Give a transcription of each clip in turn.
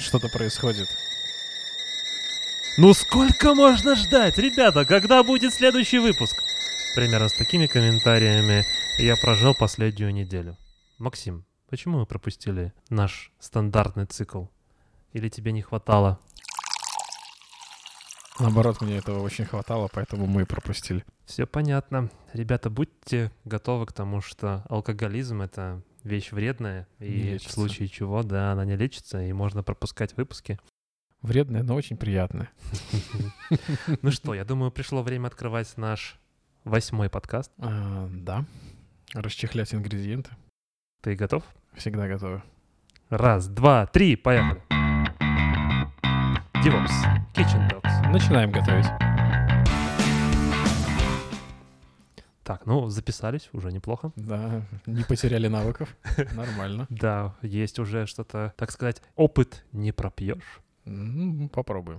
что-то происходит. Ну сколько можно ждать? Ребята, когда будет следующий выпуск? Примерно с такими комментариями я прожил последнюю неделю. Максим, почему мы пропустили наш стандартный цикл? Или тебе не хватало? Наоборот, мне этого очень хватало, поэтому мы и пропустили. Все понятно. Ребята, будьте готовы к тому, что алкоголизм — это вещь вредная, и в случае чего, да, она не лечится, и можно пропускать выпуски. Вредное, но очень приятное. Ну что, я думаю, пришло время открывать наш 8-й подкаст. Да. Расчехлять ингредиенты. Ты готов? Всегда готовы. 1, 2, 3, поехали. DevOps, Kitchen Talks. Начинаем готовить. Так, ну, записались, уже неплохо. Да, не потеряли навыков. Нормально. Да, есть уже что-то, так сказать, опыт не пропьешь. Попробуем.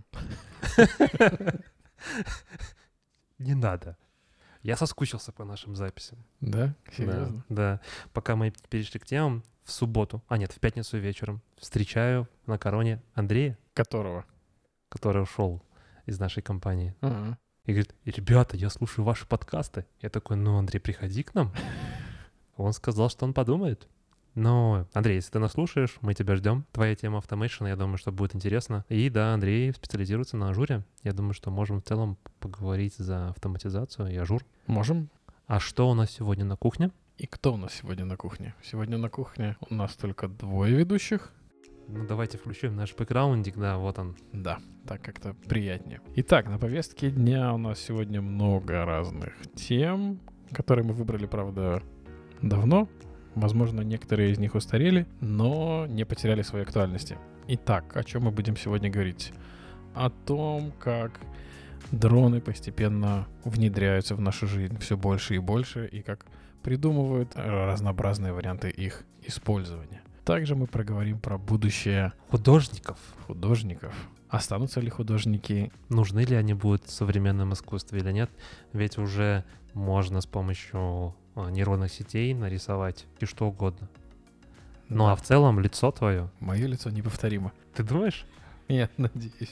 Не надо. Я соскучился по нашим записям. Да? Серьезно? Да. Пока мы перешли к темам, в субботу, в пятницу вечером встречаю на короне Андрея. Которого? Который ушел из нашей компании. Ага. И говорит: ребята, я слушаю ваши подкасты. Я такой: ну, Андрей, приходи к нам. Он сказал, что он подумает. Но, Андрей, если ты нас слушаешь, мы тебя ждем. Твоя тема автомейшн, я думаю, что будет интересно. И да, Андрей специализируется на ажуре. Я думаю, что можем в целом поговорить за автоматизацию и ажур. Можем. А что у нас сегодня на кухне? И кто у нас сегодня на кухне? Сегодня на кухне у нас только 2 ведущих. Ну, давайте включим наш бэкграундик, да, вот он. Да, так как-то приятнее. Итак, на повестке дня у нас сегодня много разных тем, которые мы выбрали, правда, давно. Возможно, некоторые из них устарели, но не потеряли своей актуальности. Итак, о чем мы будем сегодня говорить? О том, как дроны постепенно внедряются в нашу жизнь все больше и больше, и как придумывают разнообразные варианты их использования. Также мы проговорим про будущее Художников. Останутся ли художники? Нужны ли они будут в современном искусстве или нет? Ведь уже можно с помощью нейронных сетей нарисовать и что угодно. Ну Да. а в целом лицо твое. Мое лицо неповторимо. Ты думаешь? Нет, надеюсь.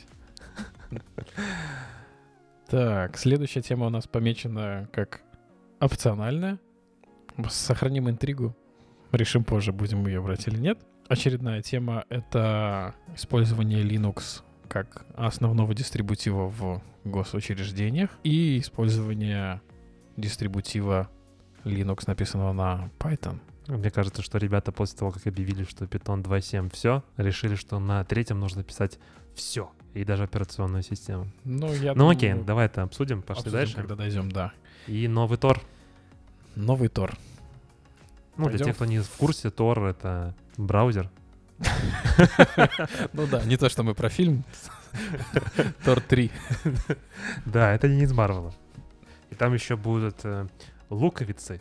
Так, следующая тема у нас помечена как опциональная. Сохраним интригу. Решим позже, будем мы ее брать или нет. Очередная тема — это использование Linux как основного дистрибутива в госучреждениях и использование дистрибутива Linux, написанного на Python. Мне кажется, что ребята после того, как объявили, что Python 2.7 все, решили, что на 3-м нужно писать все, и даже операционную систему. Ну окей, давай это обсудим, пошли дальше. Когда дойдем, да. И новый Tor. Новый Tor. Ну, для тех, кто не в курсе, Tor — это браузер. Ну да, не то, что мы про фильм. Tor 3. Да, это не из Марвела. И там еще будут луковицы.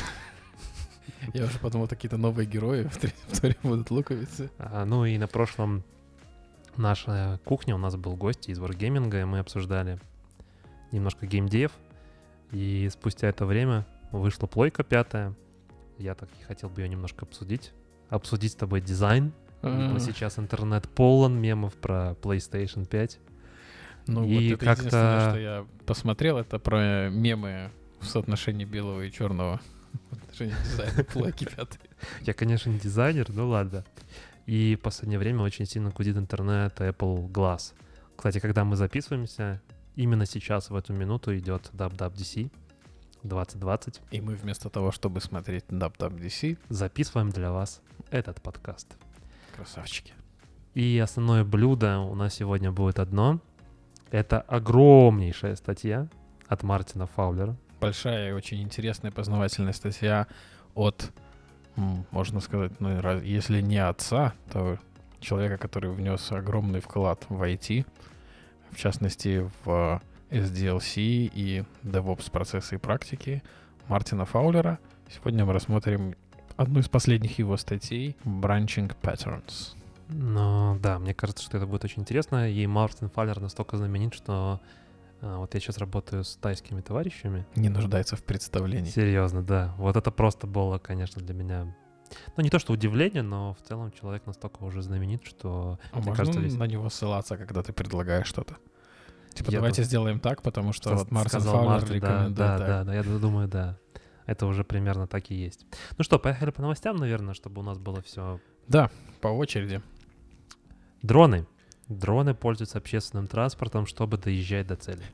Я уже подумал, какие-то новые герои в Торе будут луковицы. Ну и на прошлом наша кухня, у нас был гость из Wargaming, и мы обсуждали немножко геймдев. И спустя это время вышла плойка 5. Я так и хотел бы ее немножко обсудить. Обсудить с тобой дизайн. Ибо сейчас интернет полон мемов про PlayStation 5. Ну и вот это единственное, что я посмотрел, это про мемы в соотношении белого и черного. В отношении дизайна плойки 5. Я, конечно, не дизайнер, но ладно. И в последнее время очень сильно гудит интернет Apple Glass. Кстати, когда мы записываемся, именно сейчас, в эту минуту, идет WWDC 2020. И мы вместо того, чтобы смотреть WWDC, записываем для вас этот подкаст. Красавчики. И основное блюдо у нас сегодня будет одно. Это огромнейшая статья от Мартина Фаулера. Большая и очень интересная познавательная статья от, можно сказать, если не отца, то человека, который внес огромный вклад в IT, в частности, в SDLC и DevOps процессы и практики Мартина Фаулера. Сегодня мы рассмотрим одну из последних его статей «Branching Patterns». Ну да, мне кажется, что это будет очень интересно. И Мартин Фаулер настолько знаменит, что вот я сейчас работаю с тайскими товарищами. Не нуждается в представлении. Серьезно, да. Вот это просто было, конечно, для меня Ну, не то, что удивление, но в целом человек настолько уже знаменит, что, А мне можно кажется, весь... на него ссылаться, когда ты предлагаешь что-то? Типа, Я давайте тут сделаем так, потому что вот Мартин сказал Фаулер Мартин, рекомендует так. да, я думаю, да. Это уже примерно так и есть. Ну что, поехали по новостям, наверное, чтобы у нас было все. Да, по очереди. Дроны. Дроны пользуются общественным транспортом, чтобы доезжать до цели.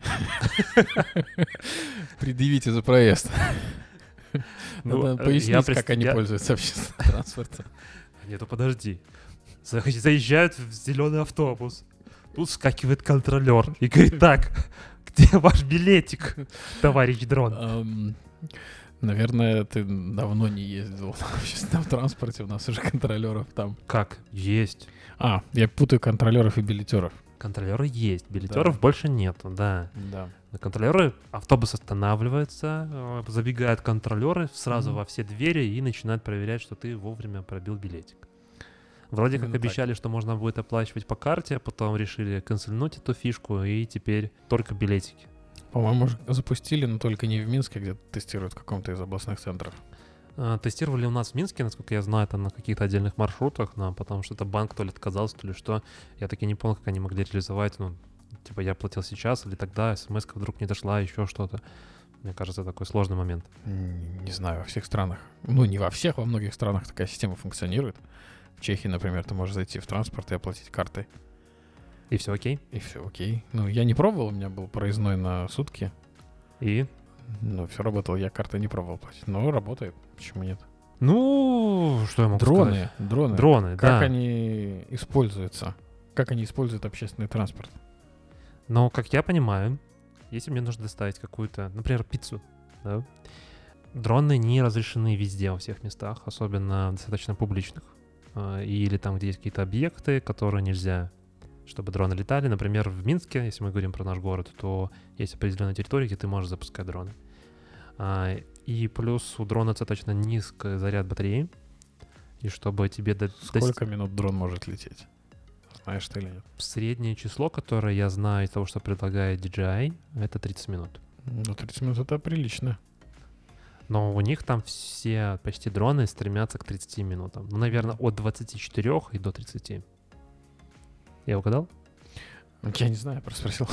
Предъявите за проезд. Надо я пояснить, как они пользуются общественным транспортом. Нет, подожди. Заезжают в зеленый автобус. Тут скакивает контролер и говорит: так, где ваш билетик, товарищ дрон? Наверное, ты давно не ездил на общественном транспорте, у нас уже контролеров там. Как? Есть. Я путаю контролеров и билетеров. Контролеры есть, билетеров больше нету, да. Да. На контролеры, автобус останавливается, забегают контролеры сразу во все двери и начинают проверять, что ты вовремя пробил билетик. Вроде как обещали, что можно будет оплачивать по карте, а потом решили канцельнуть эту фишку, и теперь только билетики. По-моему, запустили, но только не в Минске, где тестируют в каком-то из областных центров. Тестировали у нас в Минске, насколько я знаю, это на каких-то отдельных маршрутах, но потому что это банк то ли отказался, то ли что. Я таки не понял, как они могли реализовать, типа я платил сейчас или тогда, смс-ка вдруг не дошла, еще что-то. Мне кажется, такой сложный момент. Не знаю, во всех странах. Ну, не во всех, во многих странах такая система функционирует. В Чехии, например, ты можешь зайти в транспорт и оплатить картой. И все окей? И все окей. Ну, я не пробовал, у меня был проездной на сутки. И? Ну, все работало, я картой не пробовал платить. Но работает, почему нет? Ну, что я могу сказать? Дроны, как они используются? Как они используют общественный транспорт? Но, как я понимаю, если мне нужно доставить какую-то, например, пиццу, да, дроны не разрешены везде, во всех местах, особенно достаточно публичных. Или там, где есть какие-то объекты, которые нельзя, чтобы дроны летали. Например, в Минске, если мы говорим про наш город, то есть определенная территория, где ты можешь запускать дроны. И плюс у дрона достаточно низкий заряд батареи. И чтобы тебе... Сколько минут дрон может лететь? Знаешь ты или нет? Среднее число, которое я знаю из того, что предлагает DJI, это 30 минут. Ну, 30 минут — это прилично. Но у них там все почти дроны стремятся к 30 минутам. Ну, наверное, от 24 и до 30. Я угадал? Я не знаю, я просто спросил.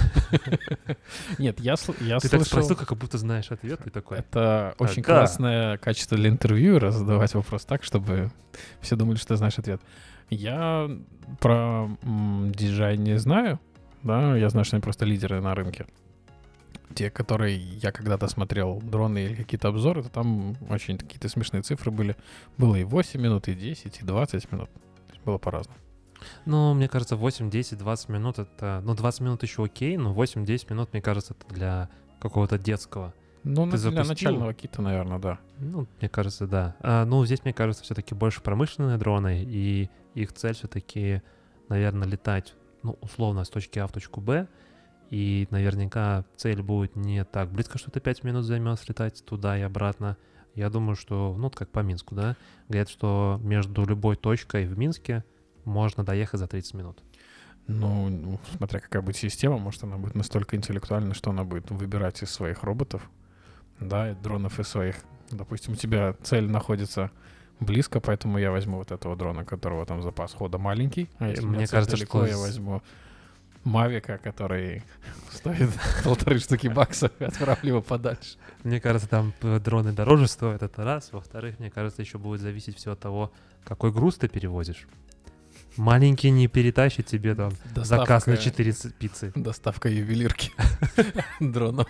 Нет, я слышал... Ты так спросил, как будто знаешь ответ, и такой... Это очень классное качество для интервью, задавать вопрос так, чтобы все думали, что ты знаешь ответ. Я про DJI не знаю, да, я знаю, что они просто лидеры на рынке. Те, которые я когда-то смотрел, дроны или какие-то обзоры, то там очень какие-то смешные цифры были. Было и 8 минут, и 10, и 20 минут. Было по-разному. Ну, мне кажется, 8, 10, 20 минут это... Ну, 20 минут еще окей, но 8-10 минут, мне кажется, это для какого-то детского. Ну, для начального кита, наверное, да. Ну, мне кажется, да. Ну, здесь, мне кажется, все-таки больше промышленные дроны, и их цель все-таки, наверное, летать, ну, условно, с точки А в точку Б, и наверняка цель будет не так близко, что это 5 минут займет слетать туда и обратно. Я думаю, что, ну, как по Минску, да, говорят, что между любой точкой в Минске можно доехать за 30 минут. Ну, смотря какая будет система, может, она будет настолько интеллектуальна, что она будет выбирать из своих роботов, да, дронов из своих. Допустим, у тебя цель находится близко, поэтому я возьму вот этого дрона, которого там запас хода маленький. А если мне кажется, далеко, я возьму Мавика, который стоит 1,5 штуки баксов, и отправлю его подальше. Мне кажется, там дроны дороже стоят, это раз. Во-вторых, мне кажется, еще будет зависеть все от того, какой груз ты перевозишь. Маленький не перетащит тебе там заказ на 4 пиццы. Доставка ювелирки дроном.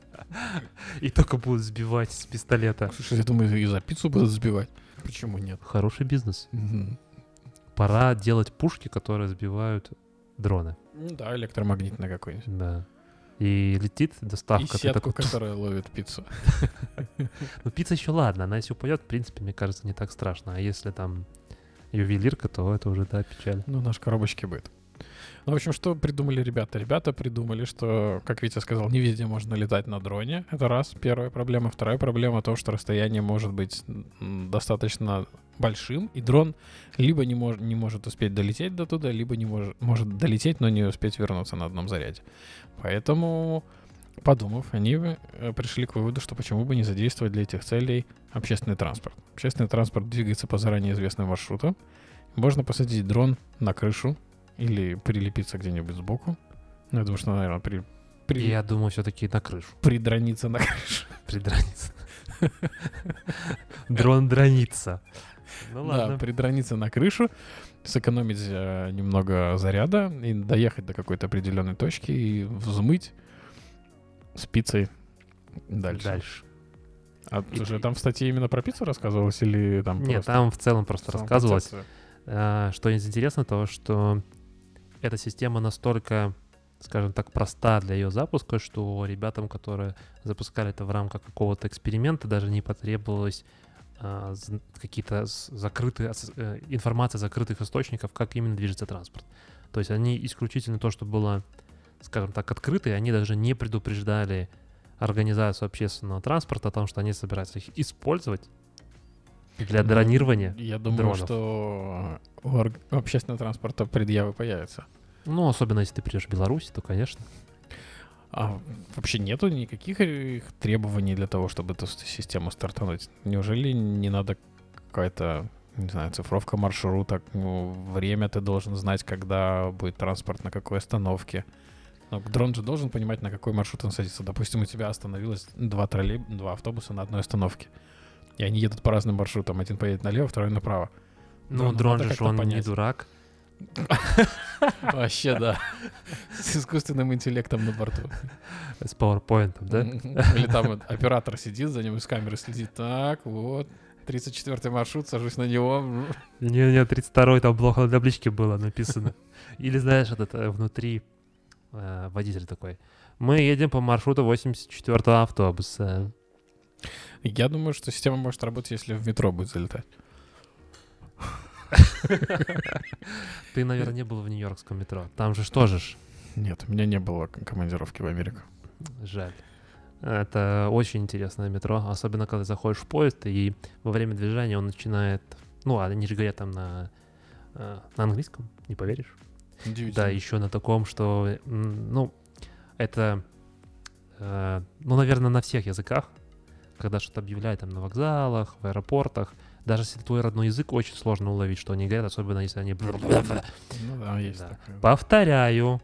И только будут сбивать с пистолета. Слушай, я думаю, и за пиццу будут сбивать. Почему нет? Хороший бизнес. Пора делать пушки, которые сбивают дроны. Да, электромагнитный какой-нибудь. Да. И летит доставка. И сетку, которая ловит пиццу. Ну, пицца еще ладно, она если упадет, в принципе, мне кажется, не так страшно. А если там ювелирка, то это уже, да, печаль. Ну, наш коробочки будет. Ну, в общем, что придумали ребята? Ребята придумали, что, как Витя сказал, не везде можно летать на дроне. Это раз, первая проблема. Вторая проблема — то, что расстояние может быть достаточно большим, и дрон либо не может успеть долететь до туда, либо не может долететь, но не успеть вернуться на одном заряде. Поэтому Подумав, они пришли к выводу, что почему бы не задействовать для этих целей общественный транспорт. Общественный транспорт двигается по заранее известным маршрутам. Можно посадить дрон на крышу или прилепиться где-нибудь сбоку. Ну, я думаю, что, наверное, Я думаю, все-таки на крышу. придрониться на крышу. Придраниться. Дрон дронится. Ну Да, ладно. придрониться на крышу, сэкономить немного заряда и доехать до какой-то определенной точки и взмыть спицей дальше. А слушай, там в статье именно про пиццу рассказывалось или там Нет, просто там в целом просто сама рассказывалось. концепция? Что из интересно, то, что эта система настолько, скажем так, проста для ее запуска, что ребятам, которые запускали это в рамках какого-то эксперимента, даже не потребовалось какие-то закрытые информация закрытых источников, как именно движется транспорт. То есть они исключительно то, что было, скажем так, открыто, и они даже не предупреждали организацию общественного транспорта о том, что они собираются их использовать для дронирования. Я думаю, дронов. что у общественного транспорта предъявы появятся. Ну, особенно если ты придешь в Беларусь, то, конечно. А вообще нету никаких требований для того, чтобы эту систему стартануть? Неужели не надо какая-то, не знаю, цифровка маршрута? Время ты должен знать, когда будет транспорт, на какой остановке. Но дрон же должен понимать, на какой маршрут он садится. Допустим, у тебя остановилось два автобуса на одной остановке. И они едут по разным маршрутам. Один поедет налево, второй направо. Ну, дрон надо же, как-то он не понять. дурак. Вообще, да. С искусственным интеллектом на борту. С PowerPoint, да? Или там вот оператор сидит за ним, из камеры следит. Так, вот, 34-й маршрут, сажусь на него. Не, 32-й, там плохо на табличке было написано. Или, знаешь, внутри водитель такой. Мы едем по маршруту 84-го автобуса. Я думаю, что система может работать, если в метро будет залетать. Ты, наверное, не был в нью-йоркском метро. Там же что же ж? Нет, у меня не было командировки в Америку. Жаль. Это очень интересное метро, особенно когда заходишь в поезд, и во время движения он начинает... Ну, они же говорят там на английском, не поверишь. Да, еще на таком, что... Ну, это... Ну, наверное, на всех языках, когда что-то объявляют там на вокзалах, в аэропортах. Даже если твой родной язык, очень сложно уловить, что они говорят, особенно если они... Ну да, есть Да. такое. Повторяю.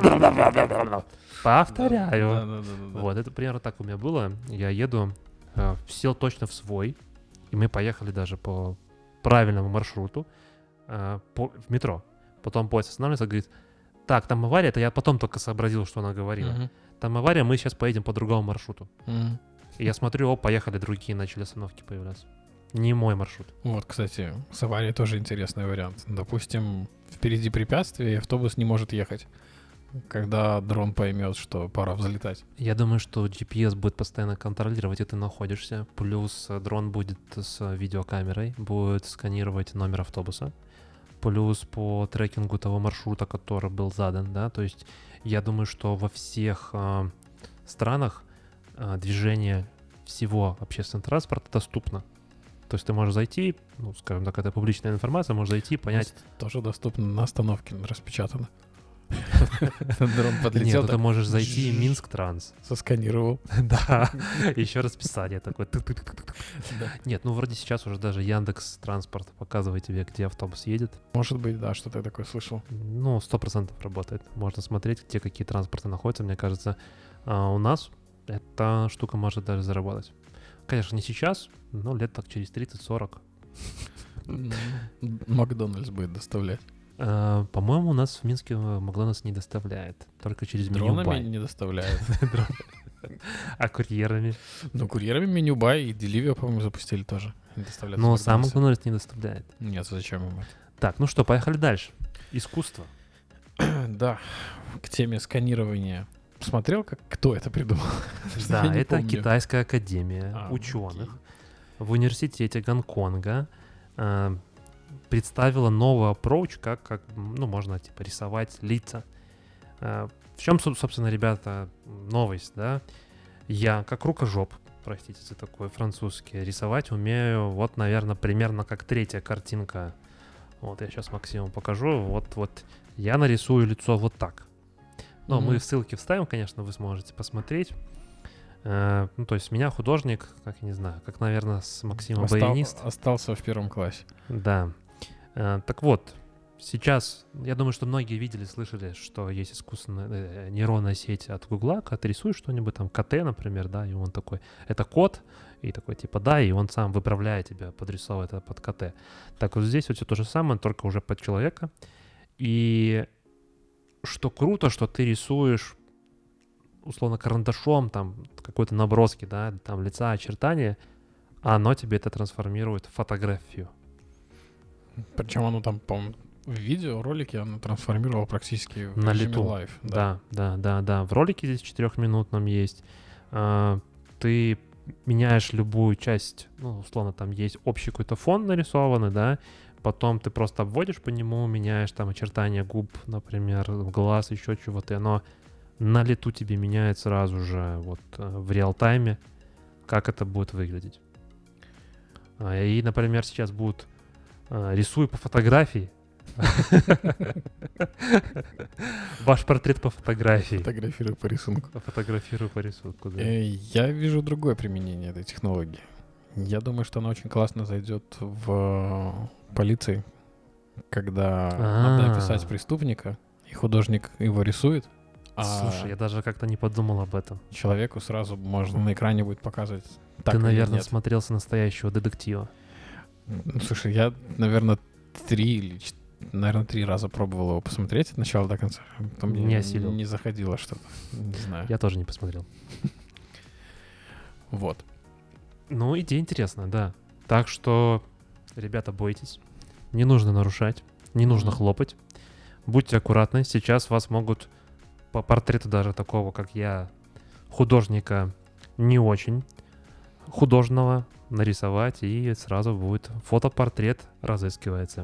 Повторяю. Да. Вот, это примерно так у меня было. Я еду, сел точно в свой, и мы поехали даже по правильному маршруту в метро. Потом поезд останавливается, говорит, так, там авария, это я потом только сообразил, что она говорила. Мгм. Там авария, мы сейчас поедем по другому маршруту. Мгм. И я смотрю, поехали другие, начали остановки появляться. Не мой маршрут. Вот, кстати, с аварией тоже интересный вариант. Допустим, впереди препятствие, и автобус не может ехать. Когда дрон поймет, что пора взлетать. Я думаю, что GPS будет постоянно контролировать, где ты находишься. Плюс дрон будет с видеокамерой, будет сканировать номер автобуса. Плюс по трекингу того маршрута, который был задан, да. То есть я думаю, что во всех странах движение всего общественного транспорта доступно. То есть ты можешь зайти, ну, скажем так, это публичная информация, можешь зайти, понять. Тоже доступно на остановке, распечатано. Дрон подлетел, Нет, ты можешь зайти в Минск Транс. сосканировал. Да, еще расписание такое. Да. Нет, ну вроде сейчас уже даже Яндекс Транспорт показывает тебе, где автобус едет. Может быть, да, что-то я такое слышал. Ну, 100% работает. Можно смотреть, где какие транспорты находятся. Мне кажется, у нас эта штука может даже заработать. Конечно, не сейчас, но лет так через 30-40. Макдональдс будет доставлять. По-моему, у нас в Минске Макдональдс не доставляет. Только через Дронами меню-бай. не доставляют. А курьерами? Ну, курьерами меню-бай и Delivery, по-моему, запустили тоже. Не доставляют Но с сам Макдональдса. Макдональдс не доставляет. Нет, зачем им Так, ну что, поехали дальше. Искусство. это? Да, к теме сканирования. Смотрел, кто это придумал? Да, Я не это помню. Китайская академия ученых в университете Гонконга представила новый approach, как ну, можно типа рисовать лица. В чем, собственно, ребята, новость, да? Я как рукожоп, простите за такой французский, рисовать умею, вот, наверное, примерно как третья картинка. Вот я сейчас Максиму покажу. Вот я нарисую лицо вот так. Но Мгм. мы ссылки вставим, конечно, вы сможете посмотреть. Ну, то есть меня художник, как я не знаю, как, наверное, с Максимом баянист. Остался в первом классе. Да. Так вот, сейчас, я думаю, что многие видели, слышали, что есть искусственная нейронная сеть от Гугла, когда ты рисуешь что-нибудь, там, КТ, например, да, и он такой, это код, и такой, типа, да, и он сам выправляет тебя, подрисовывает это под КТ. Так вот здесь вот все то же самое, только уже под человека. И что круто, что ты рисуешь, условно, карандашом, там, какой-то наброски, да, там, лица, очертания, а оно тебе это трансформирует в фотографию. Причем оно там, по-моему, в видео, ролике оно трансформировало практически в На режиме лету. лайв. Да. В ролике здесь 4-минутном есть. Ты меняешь любую часть, ну, условно, там есть общий какой-то фон нарисованный, да, потом ты просто обводишь по нему, меняешь там очертания губ, например, глаз, еще чего-то, и оно на лету тебе меняет сразу же вот в реал-тайме, как это будет выглядеть. И, например, сейчас будут рисуй по фотографии. Ваш портрет по фотографии. Фотографирую по рисунку. Фотографирую по рисунку, да. Я вижу другое применение этой технологии. Я думаю, что она очень классно зайдет в полиции, когда надо описать преступника, и художник его рисует, а Слушай, я даже как-то не подумал об этом. человеку сразу можно на экране будет показывать, так Ты, или наверное, нет. смотрелся настоящего детектива. Ну, слушай, я, наверное, 3 раза пробовал его посмотреть от начала до конца. Потом Не мне осилил. не заходило что-то. Не знаю. Я тоже не посмотрел. Вот. Ну, идея интересная, да. Так что, ребята, бойтесь. Не нужно нарушать, не нужно Мгм. хлопать. Будьте аккуратны. Сейчас вас могут по портрету даже такого, как я, художника не очень художного нарисовать, и сразу будет фотопортрет разыскивается.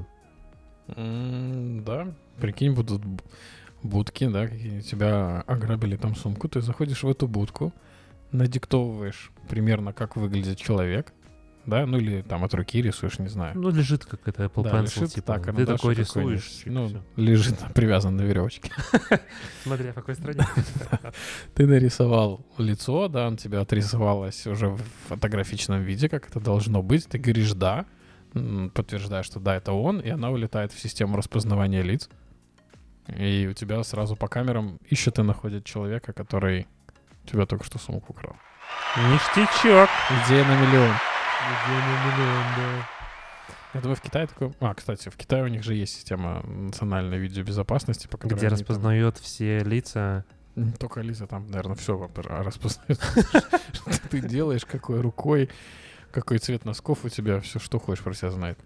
Да, прикинь, будут будки, да, какие тебя ограбили там сумку, ты заходишь в эту будку, надиктовываешь примерно, как выглядит человек, да, ну или там от руки рисуешь, не знаю. Ну, лежит какой-то Apple Да, Pencil, лежит, типа. так, Ты карандаш такой какой-нибудь, рисуешь, и ну, всё. лежит привязан на веревочке. Смотря в какой стране. Ты нарисовал лицо, да, он тебе отрисовалось уже в фотографичном виде, как это должно быть. Ты говоришь «да», подтверждаешь, что да, это он, и она улетает в систему распознавания лиц. И у тебя сразу по камерам ищет и находит человека, который у тебя только что сумку украл. Ништячок. Идея на миллион. Идея на миллион, да. Я думаю, в Китае такой... Кстати, в Китае у них же есть система национальной видеобезопасности, по которой Где они там- распознает все лица. Не только Лиза, там, наверное, все распознает. Что ты делаешь, какой рукой, какой цвет носков у тебя, все, что хочешь, про себя знает.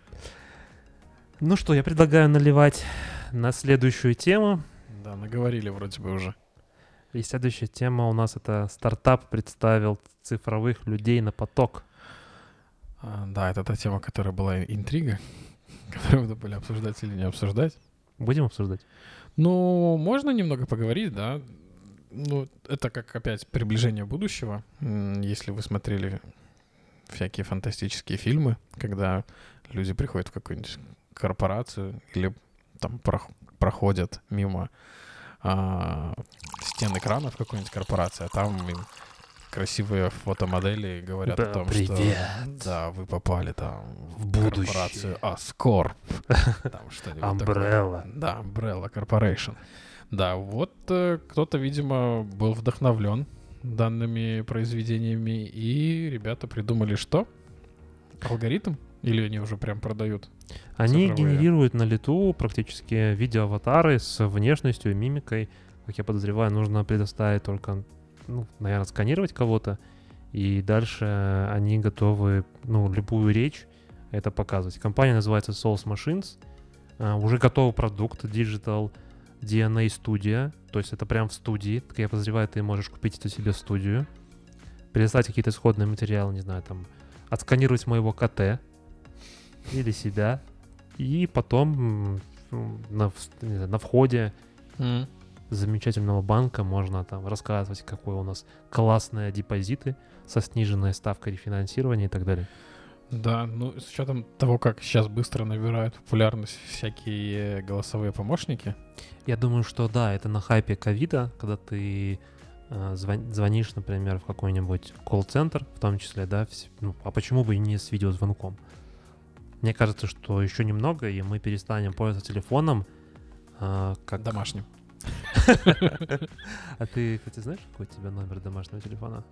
Ну что, я предлагаю наливать на следующую тему. Да, наговорили вроде бы уже. И следующая тема у нас это стартап представил цифровых людей на поток. Да, это та тема, которая была интрига, которую мы были обсуждать или не обсуждать. Будем обсуждать? Ну, можно немного поговорить, да. Ну, это как опять приближение будущего. Если вы смотрели всякие фантастические фильмы, когда люди приходят в какую-нибудь корпорацию или там проходят мимо стен экрана в какой-нибудь корпорации, а там им красивые фотомодели говорят Да, о том, привет. что да, вы попали там В в будущее. корпорацию Ascorp. Там что-нибудь такое. Umbrella. Да, Umbrella Corporation. Да, вот кто-то, видимо, был вдохновлен данными произведениями, и ребята придумали что? Алгоритм? Или они уже прям продают? Они Цифровые. генерируют на лету практически видеоаватары с внешностью и мимикой. Как я подозреваю, нужно предоставить только, ну, наверное, сканировать кого-то. И дальше они готовы, ну, любую речь это показывать. Компания называется Source Machines. Уже готовый продукт Digital DNA Studio. То есть это прям в студии. Как я подозреваю, ты можешь купить это себе в студию. Предоставить какие-то исходные материалы, не знаю, там, отсканировать моего КТ или себя. И потом на входе замечательного банка можно там рассказывать, какой у нас классные депозиты со сниженной ставкой рефинансирования и так далее. Да, ну с учетом того, как сейчас быстро набирают популярность всякие голосовые помощники. Я думаю, что да, это на хайпе ковида, когда ты звонишь, например, в какой-нибудь колл-центр, в том числе, да, ну, а почему бы и не с видеозвонком? Мне кажется, что еще немного, и мы перестанем пользоваться телефоном как... Домашним. А ты, кстати, знаешь, какой у тебя номер домашнего телефона?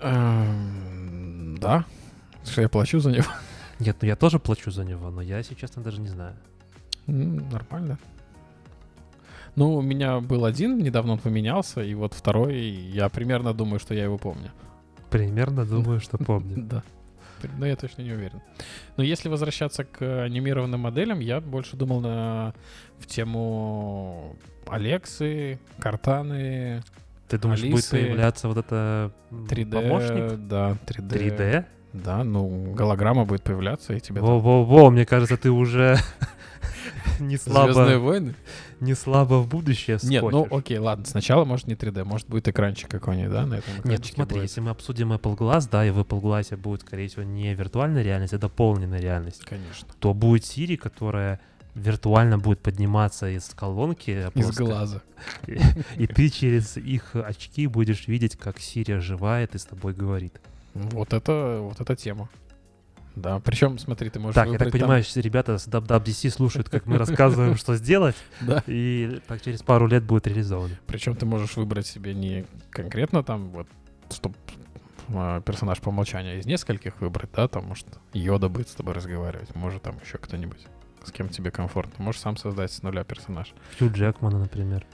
Да. Что я плачу за него? Нет, ну я тоже плачу за него, но я, если честно, даже не знаю. Нормально. Ну, у меня был один, недавно он поменялся, и вот второй, я примерно думаю, что я его помню. Примерно думаю, что помню. Да. Но я точно не уверен. Но если возвращаться к анимированным моделям, я больше думал в тему Алексы, Кортаны, Ты думаешь, будет Алисы, появляться вот это 3D, помощник? да, 3D. 3D? Да, ну, голограмма будет появляться, и тебе... Во-во-во, мне кажется, ты уже не Звездные войны? слабо в будущее Нет, ну скочишь. окей, ладно, сначала может не 3D, может будет экранчик какой-нибудь, да, на этом Нет, экранчике смотри, будет. если мы обсудим Apple Glass, да, и в Apple Glass будет, скорее всего, не виртуальная реальность, а дополненная реальность, Конечно. то будет Siri, которая виртуально будет подниматься из колонки. Из глаза. И ты через их очки будешь видеть, как Siri оживает и с тобой говорит. Вот это тема. Да, причем, смотри, ты можешь Так, я выбрать так понимаю, что ребята с WWDC слушают, как мы рассказываем, что сделать, Да. и так через пару лет будет реализовано. Причем ты можешь выбрать себе не конкретно там вот, чтобы персонаж по умолчанию, а из нескольких выбрать, да, там, может, Йода будет с тобой разговаривать, может, там еще кто-нибудь, с кем тебе комфортно. Можешь сам создать с нуля персонаж. Хью Джекмана, например.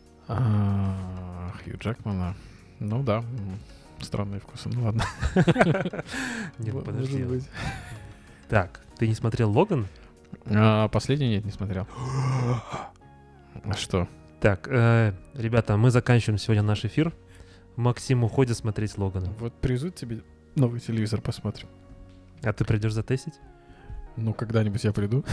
Хью Джекмана. Ну да, странные вкусы, ну ладно. Нет, Может подожди. быть. Так, ты не смотрел Логан? Последний нет, не смотрел. А что? Так, ребята, мы заканчиваем сегодня наш эфир. Максим уходит смотреть Логана. Вот привезут тебе новый телевизор, посмотрим. А ты придешь затестить? Ну, когда-нибудь я приду.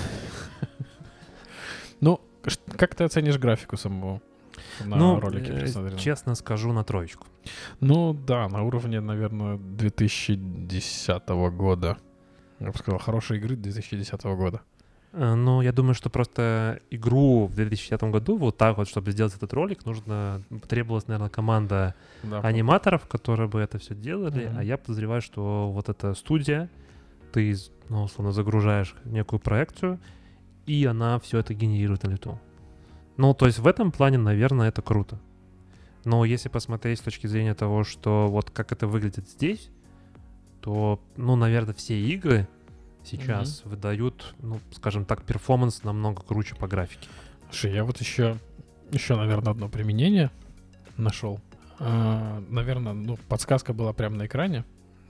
Ну, как ты оценишь графику самого на ролике пересмотренном? Честно скажу, на 3. Ну, да, на уровне, наверное, 2010 года. Я бы сказал, хорошей игры 2010 года. Ну, я думаю, что просто игру в 2010 году вот так вот, чтобы сделать этот ролик, потребовалась, наверное, команда Да, аниматоров, которые бы это все делали, Мгм. а я подозреваю, что вот эта студия, ты, ну, условно, загружаешь некую проекцию, и она все это генерирует на лету. Ну, то есть в этом плане, наверное, это круто. Но если посмотреть с точки зрения того, что вот как это выглядит здесь, то, ну, наверное, все игры сейчас выдают, ну, скажем так, перформанс намного круче по графике. Слушай, я вот еще, наверное, одно применение нашел. Наверное, ну, подсказка была прямо на экране.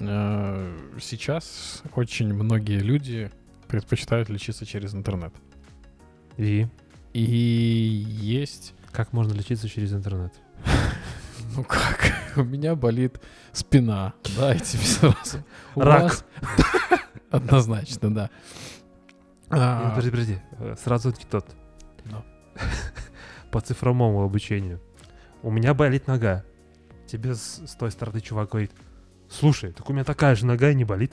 Сейчас очень многие люди предпочитают лечиться через интернет. И И есть... как можно лечиться через интернет? Ну как? У меня болит спина. Да, и тебе сразу. У Рак. вас- Однозначно, да. Подожди. Сразу не тот. Ну. По цифровому обучению. У меня болит нога. Тебе с той стороны чувак говорит: слушай, так у меня такая же нога и не болит.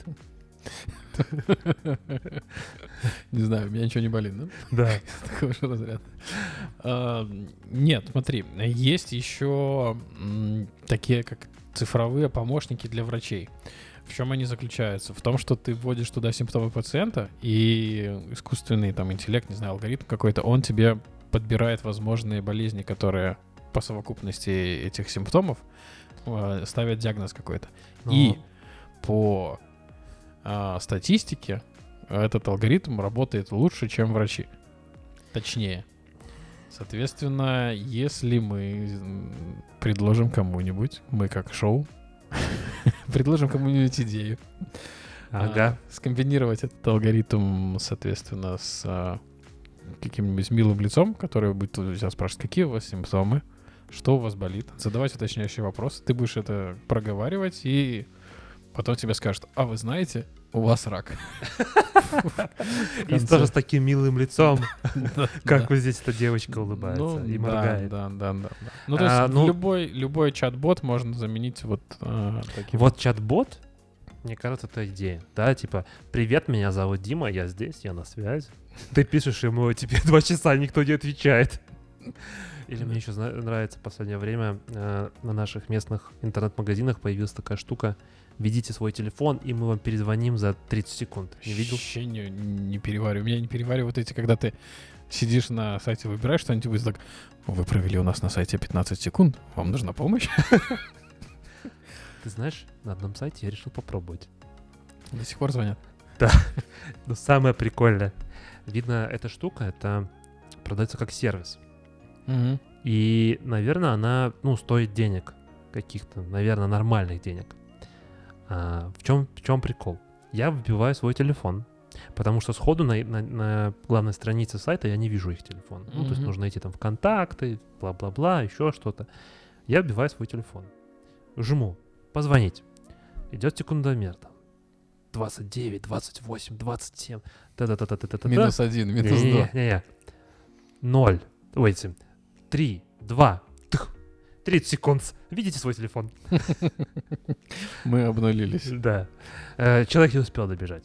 Не знаю, у меня ничего не болит, да? Да. Такого же разряда. Нет, смотри, есть еще такие, как цифровые помощники для врачей. В чем они заключаются? В том, что ты вводишь туда симптомы пациента, и искусственный там интеллект, не знаю, алгоритм какой-то, он тебе подбирает возможные болезни, которые по совокупности этих симптомов ставят диагноз какой-то. И по статистике этот алгоритм работает лучше, чем врачи. Точнее. Соответственно, если мы предложим кому-нибудь, мы как шоу, предложим кому-нибудь идею, скомбинировать этот алгоритм, соответственно, с каким-нибудь милым лицом, который будет у тебя спрашивать, какие у вас симптомы, что у вас болит, задавать уточняющие вопросы, ты будешь это проговаривать, и потом тебе скажут: а вы знаете, у вас рак. И тоже с таким милым лицом, как вот здесь эта девочка улыбается и моргает. Да. Ну, то есть любой чат-бот можно заменить вот таким. Вот чат-бот, мне кажется, это идея. Да, типа, привет, меня зовут Дима, я здесь, я на связи. Ты пишешь ему, тебе 2 часа никто не отвечает. Или мне еще нравится в последнее время на наших местных интернет-магазинах появилась такая штука. Введите свой телефон, и мы вам перезвоним за 30 секунд. Не видел? Вообще не перевариваю. Меня не переваривают эти, когда ты сидишь на сайте, выбираешь что-нибудь, будет так: вы провели у нас на сайте 15 секунд, вам нужна помощь? Ты знаешь, на одном сайте я решил попробовать. До сих пор звонят. Но самое прикольное. Видно, эта штука, это продается как сервис. Мгм. И, наверное, она, стоит денег. Каких-то, наверное, нормальных денег. В чем прикол? Я вбиваю свой телефон, потому что сходу на главной странице сайта я не вижу их телефон. То есть Мгм. нужно идти там в контакты, бла-бла-бла, еще что-то. Я вбиваю свой телефон. Жму «Позвонить». Идет секундомер там. 29, 28, 27. Та-та-та-та-та-та-та. Минус 1, минус 2. Не-не-не. 0. Ой, 3, 2. 30 секунд. Видите свой телефон? Мы обнулились. Да. Человек не успел добежать.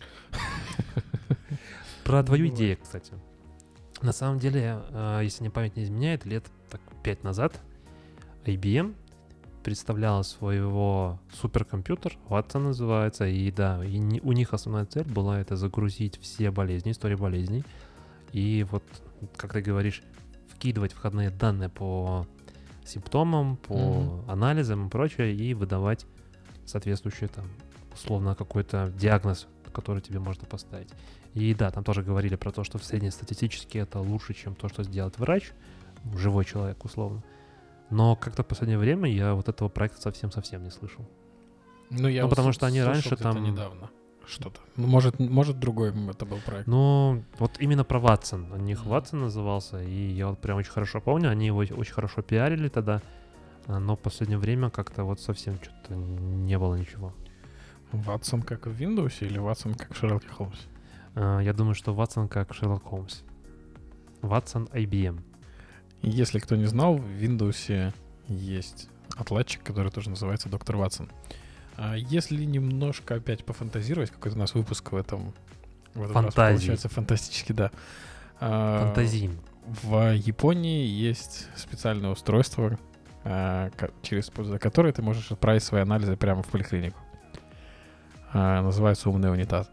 Про твою Бывает. идею, кстати. На самом деле, если мне память не изменяет, лет 5 назад IBM представляла своего суперкомпьютер, Watson называется, и да, у них основная цель была это загрузить все болезни, истории болезней, и вот, как ты говоришь, вкидывать входные данные по симптомам, по анализам и прочее, и выдавать соответствующий там, условно, какой-то диагноз, который тебе можно поставить. И да, там тоже говорили про то, что среднестатистически это лучше, чем то, что сделает врач, живой человек, условно. Но как-то в последнее время я вот этого проекта совсем-совсем не слышал. Я потому что они слышал раньше где-то там- недавно что-то. Может другой это был проект. Ну, вот именно про Watson. У них Мгм. Watson назывался, и я вот прям очень хорошо помню, они его очень хорошо пиарили тогда, но в последнее время как-то вот совсем что-то не было ничего. Ватсон как в Windows или Ватсон как в Шерлоке Холмсе? Я думаю, что Watson как Шерлок Холмс. Watson IBM. Если кто не знал, в Windows есть отладчик, который тоже называется Доктор Ватсон. Если немножко опять пофантазировать, какой-то у нас выпуск в этом раз Фантазии. получается фантастически, да. Фантазин. В Японии есть специальное устройство, через используя которое ты можешь отправить свои анализы прямо в поликлинику. Называется «Умный унитаз».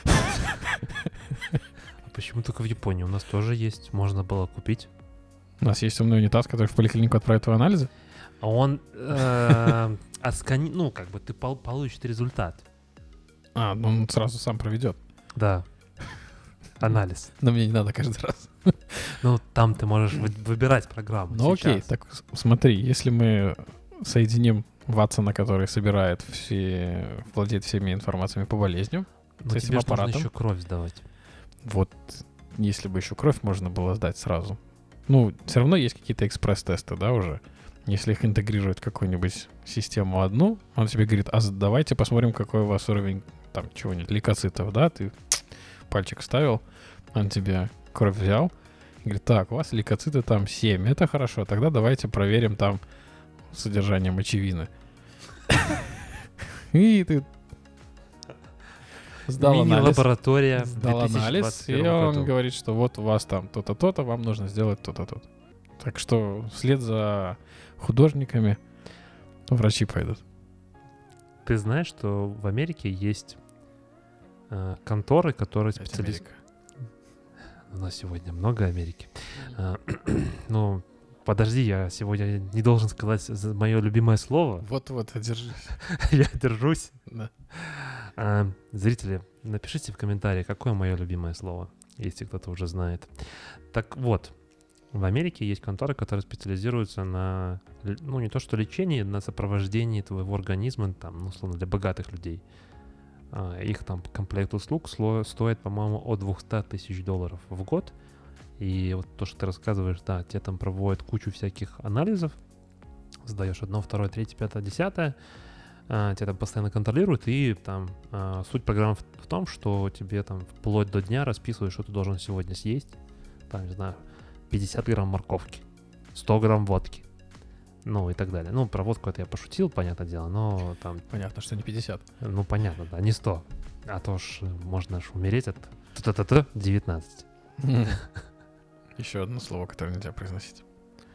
А почему только в Японии? У нас тоже есть, можно было купить. У нас есть умный унитаз, который в поликлинику отправит твои анализы. А он как бы ты получишь результат. Он сразу сам проведет. Да. Анализ. Но мне не надо каждый раз. Ну, там ты можешь выбирать программу. Ну окей, сейчас. так смотри, если мы соединим Ватсона, который владеет всеми информациями по болезням, Но с этим тебе ж нужно аппаратом. еще кровь сдавать. вот если бы еще кровь можно было сдать сразу. Ну, все равно есть какие-то экспресс-тесты, да, уже. Если их интегрировать в какую-нибудь систему одну, он тебе говорит: давайте посмотрим, какой у вас уровень там чего-нибудь, лейкоцитов, да, ты пальчик вставил, он тебе кровь взял, и говорит: так, у вас лейкоциты там 7, это хорошо, тогда давайте проверим там содержание мочевины. И ты сдал анализ, Мини-лаборатория в сдал анализ, и 2021 он году. говорит, что вот у вас там то-то, то-то, вам нужно сделать то-то, то-то. Так что вслед за художниками врачи пойдут. Ты знаешь, что в Америке есть конторы, которые специализируются... У нас сегодня много Америки. Ну, подожди, я сегодня не должен сказать мое любимое слово. Вот-вот, держись. Я держусь. Да. Зрители, напишите в комментарии, какое мое любимое слово, если кто-то уже знает. Так вот, в Америке есть конторы, которые специализируются на, не то что лечении, на сопровождении твоего организма, там, условно, для богатых людей. Их там комплект услуг стоит, по-моему, от $200 тысяч в год. И вот то, что ты рассказываешь, да, тебе там проводят кучу всяких анализов, сдаешь 1, 2, 3, 5, 10, тебя там постоянно контролируют, и там суть программы в том, что тебе там вплоть до дня расписывают, что ты должен сегодня съесть. Там, не знаю, 50 грамм морковки, 100 грамм водки, Ну, и так далее. Ну, про водку это я пошутил, понятное дело, но там, Понятно, что не 50. ну, понятно, да, не 100. А то ж можно ж умереть от т-т-т-т 19. Еще одно слово, которое нельзя произносить.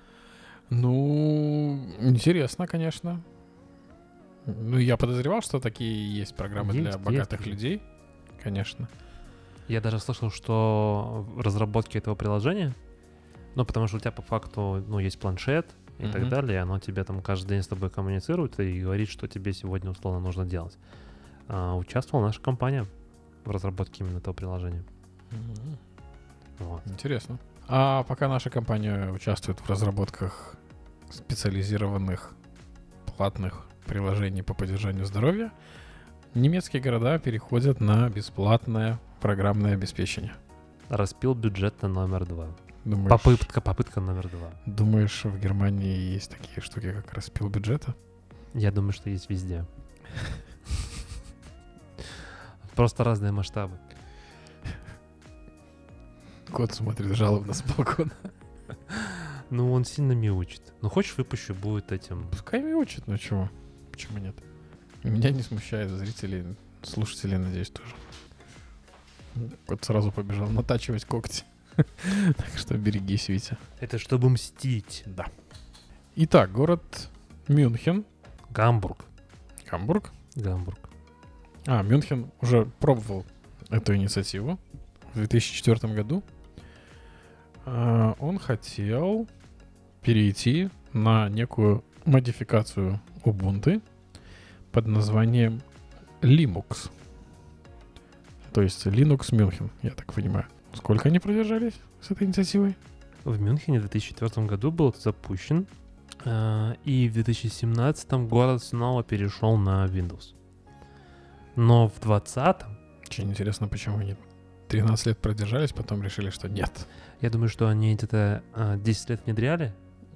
Ну, интересно, конечно. Ну, я подозревал, что такие есть программы для Есть богатых такие. людей. Конечно. Я даже слышал, что в разработке этого приложения, ну, потому что у тебя по факту, ну, есть планшет и так Мгм. далее, и оно тебе там каждый день с тобой коммуницирует и говорит, что тебе сегодня условно нужно делать. Участвовала наша компания в разработке именно этого приложения. Мгм. Вот. Интересно. А пока наша компания участвует в разработках специализированных платных приложений по поддержанию здоровья, немецкие города переходят на бесплатное программное обеспечение. Распил бюджет на номер 2. Думаешь, Попытка номер 2. думаешь, в Германии есть такие штуки, как распил бюджета? Я думаю, что есть везде. Просто разные масштабы. Кот смотрит жалобно с балкона. Ну, он сильно мяучит. Ну, хочешь, выпущу, будет этим... Пускай мяучит, ну чего? Почему нет? Меня не смущает, зрителей, слушателей, надеюсь, тоже. Кот сразу побежал натачивать когти. Так что берегись, Витя. Это чтобы мстить. Да. Итак, город Мюнхен, Гамбург. Гамбург. Гамбург. Мюнхен уже пробовал эту инициативу в 2004 году. Он хотел перейти на некую модификацию Ubuntu под названием Linux. То есть Linux Мюнхен, я так понимаю. Сколько они продержались с этой инициативой? В Мюнхене в 2004 году был это запущен. И в 2017 город снова перешел на Windows. Но в 2020 Очень интересно, почему они 13 лет продержались, потом решили, что нет. я думаю, что они где-то 10 лет внедряли.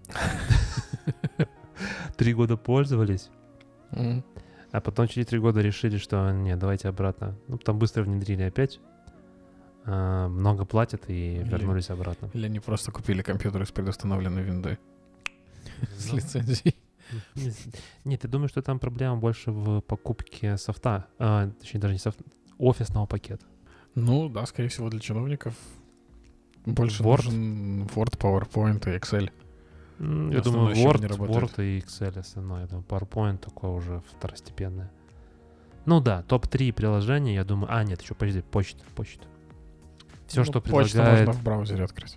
3 года пользовались. М. А потом через 3 года решили, что нет, давайте обратно. Ну, там быстро внедрили опять. Много платят и Или- вернулись обратно. Или они просто купили компьютеры с предустановленной виндой с Ну, лицензией. Нет, я думаю, что там проблема больше в покупке софта. Точнее, даже не софта, офисного пакета. Ну да, скорее всего, для чиновников больше Word? нужен Word, PowerPoint и Excel. Я Основное думаю, еще Word, не работает. Word и Excel основное. Я думаю, PowerPoint такое уже второстепенное. Ну да, топ-3 приложения, я думаю... нет, еще, подожди, почта. Все, Ну, что почту предлагает... можно в браузере открыть.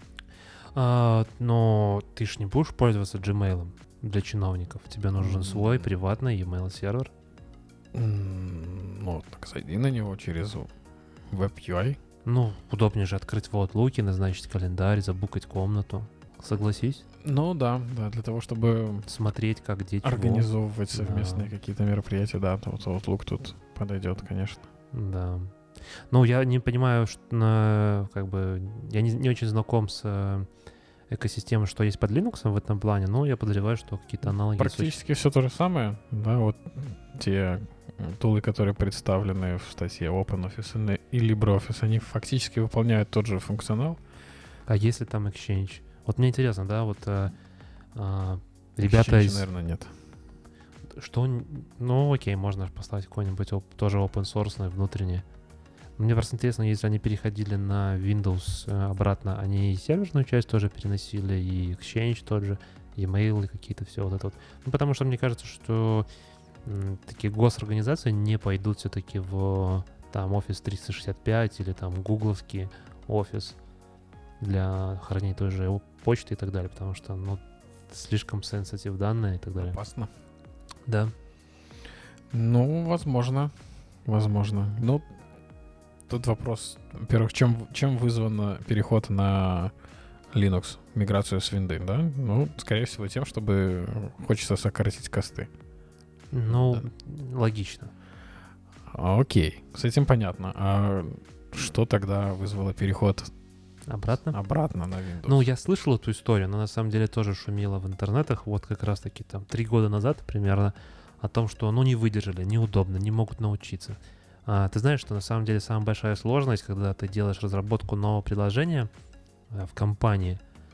Но ты ж не будешь пользоваться Gmail для чиновников. Тебе нужен свой приватный email сервер. Ну, так зайди на него через WebUI. Ну, удобнее же открыть в Outlook, назначить календарь, забукать комнату. Согласись? Ну да, для того, чтобы Смотреть, как где чего. организовывать Да. совместные какие-то мероприятия, да, то вот Outlook тут подойдет, конечно. Да. Ну, я не понимаю, что я не очень знаком с экосистемой, что есть под Linux в этом плане, но я подозреваю, что какие-то аналоги есть. Практически все то же самое, да, вот те тулы, которые представлены в статье OpenOffice и LibreOffice, они фактически выполняют тот же функционал. А если там Exchange? Вот мне интересно, да, вот ребята Exchange, наверное, нет. Ну, окей, можно поставить какой-нибудь тоже open source внутренний. Мне просто интересно, если они переходили на Windows обратно, они и серверную часть тоже переносили, и Exchange тот же, e-mail и какие-то все вот это вот. Ну, потому что мне кажется, что такие госорганизации не пойдут все-таки в там Office 365 или там гугловский офис для хранения той же почты и так далее, потому что, ну, слишком sensitive данные и так далее. Опасно. Да. Ну, возможно. Ну, тут вопрос, во-первых, чем вызван переход на Linux, миграцию с винды, да? Ну, скорее всего, тем, чтобы хочется сократить косты. Ну, логично. Окей, с этим понятно. А что тогда вызвало переход Обратно? обратно на Windows? Ну, я слышал эту историю, но на самом деле тоже шумело в интернетах, вот как раз-таки там 3 года назад примерно, о том, что, ну, не выдержали, неудобно, не могут научиться. Ты знаешь, что на самом деле самая большая сложность, когда ты делаешь разработку нового приложения в компании,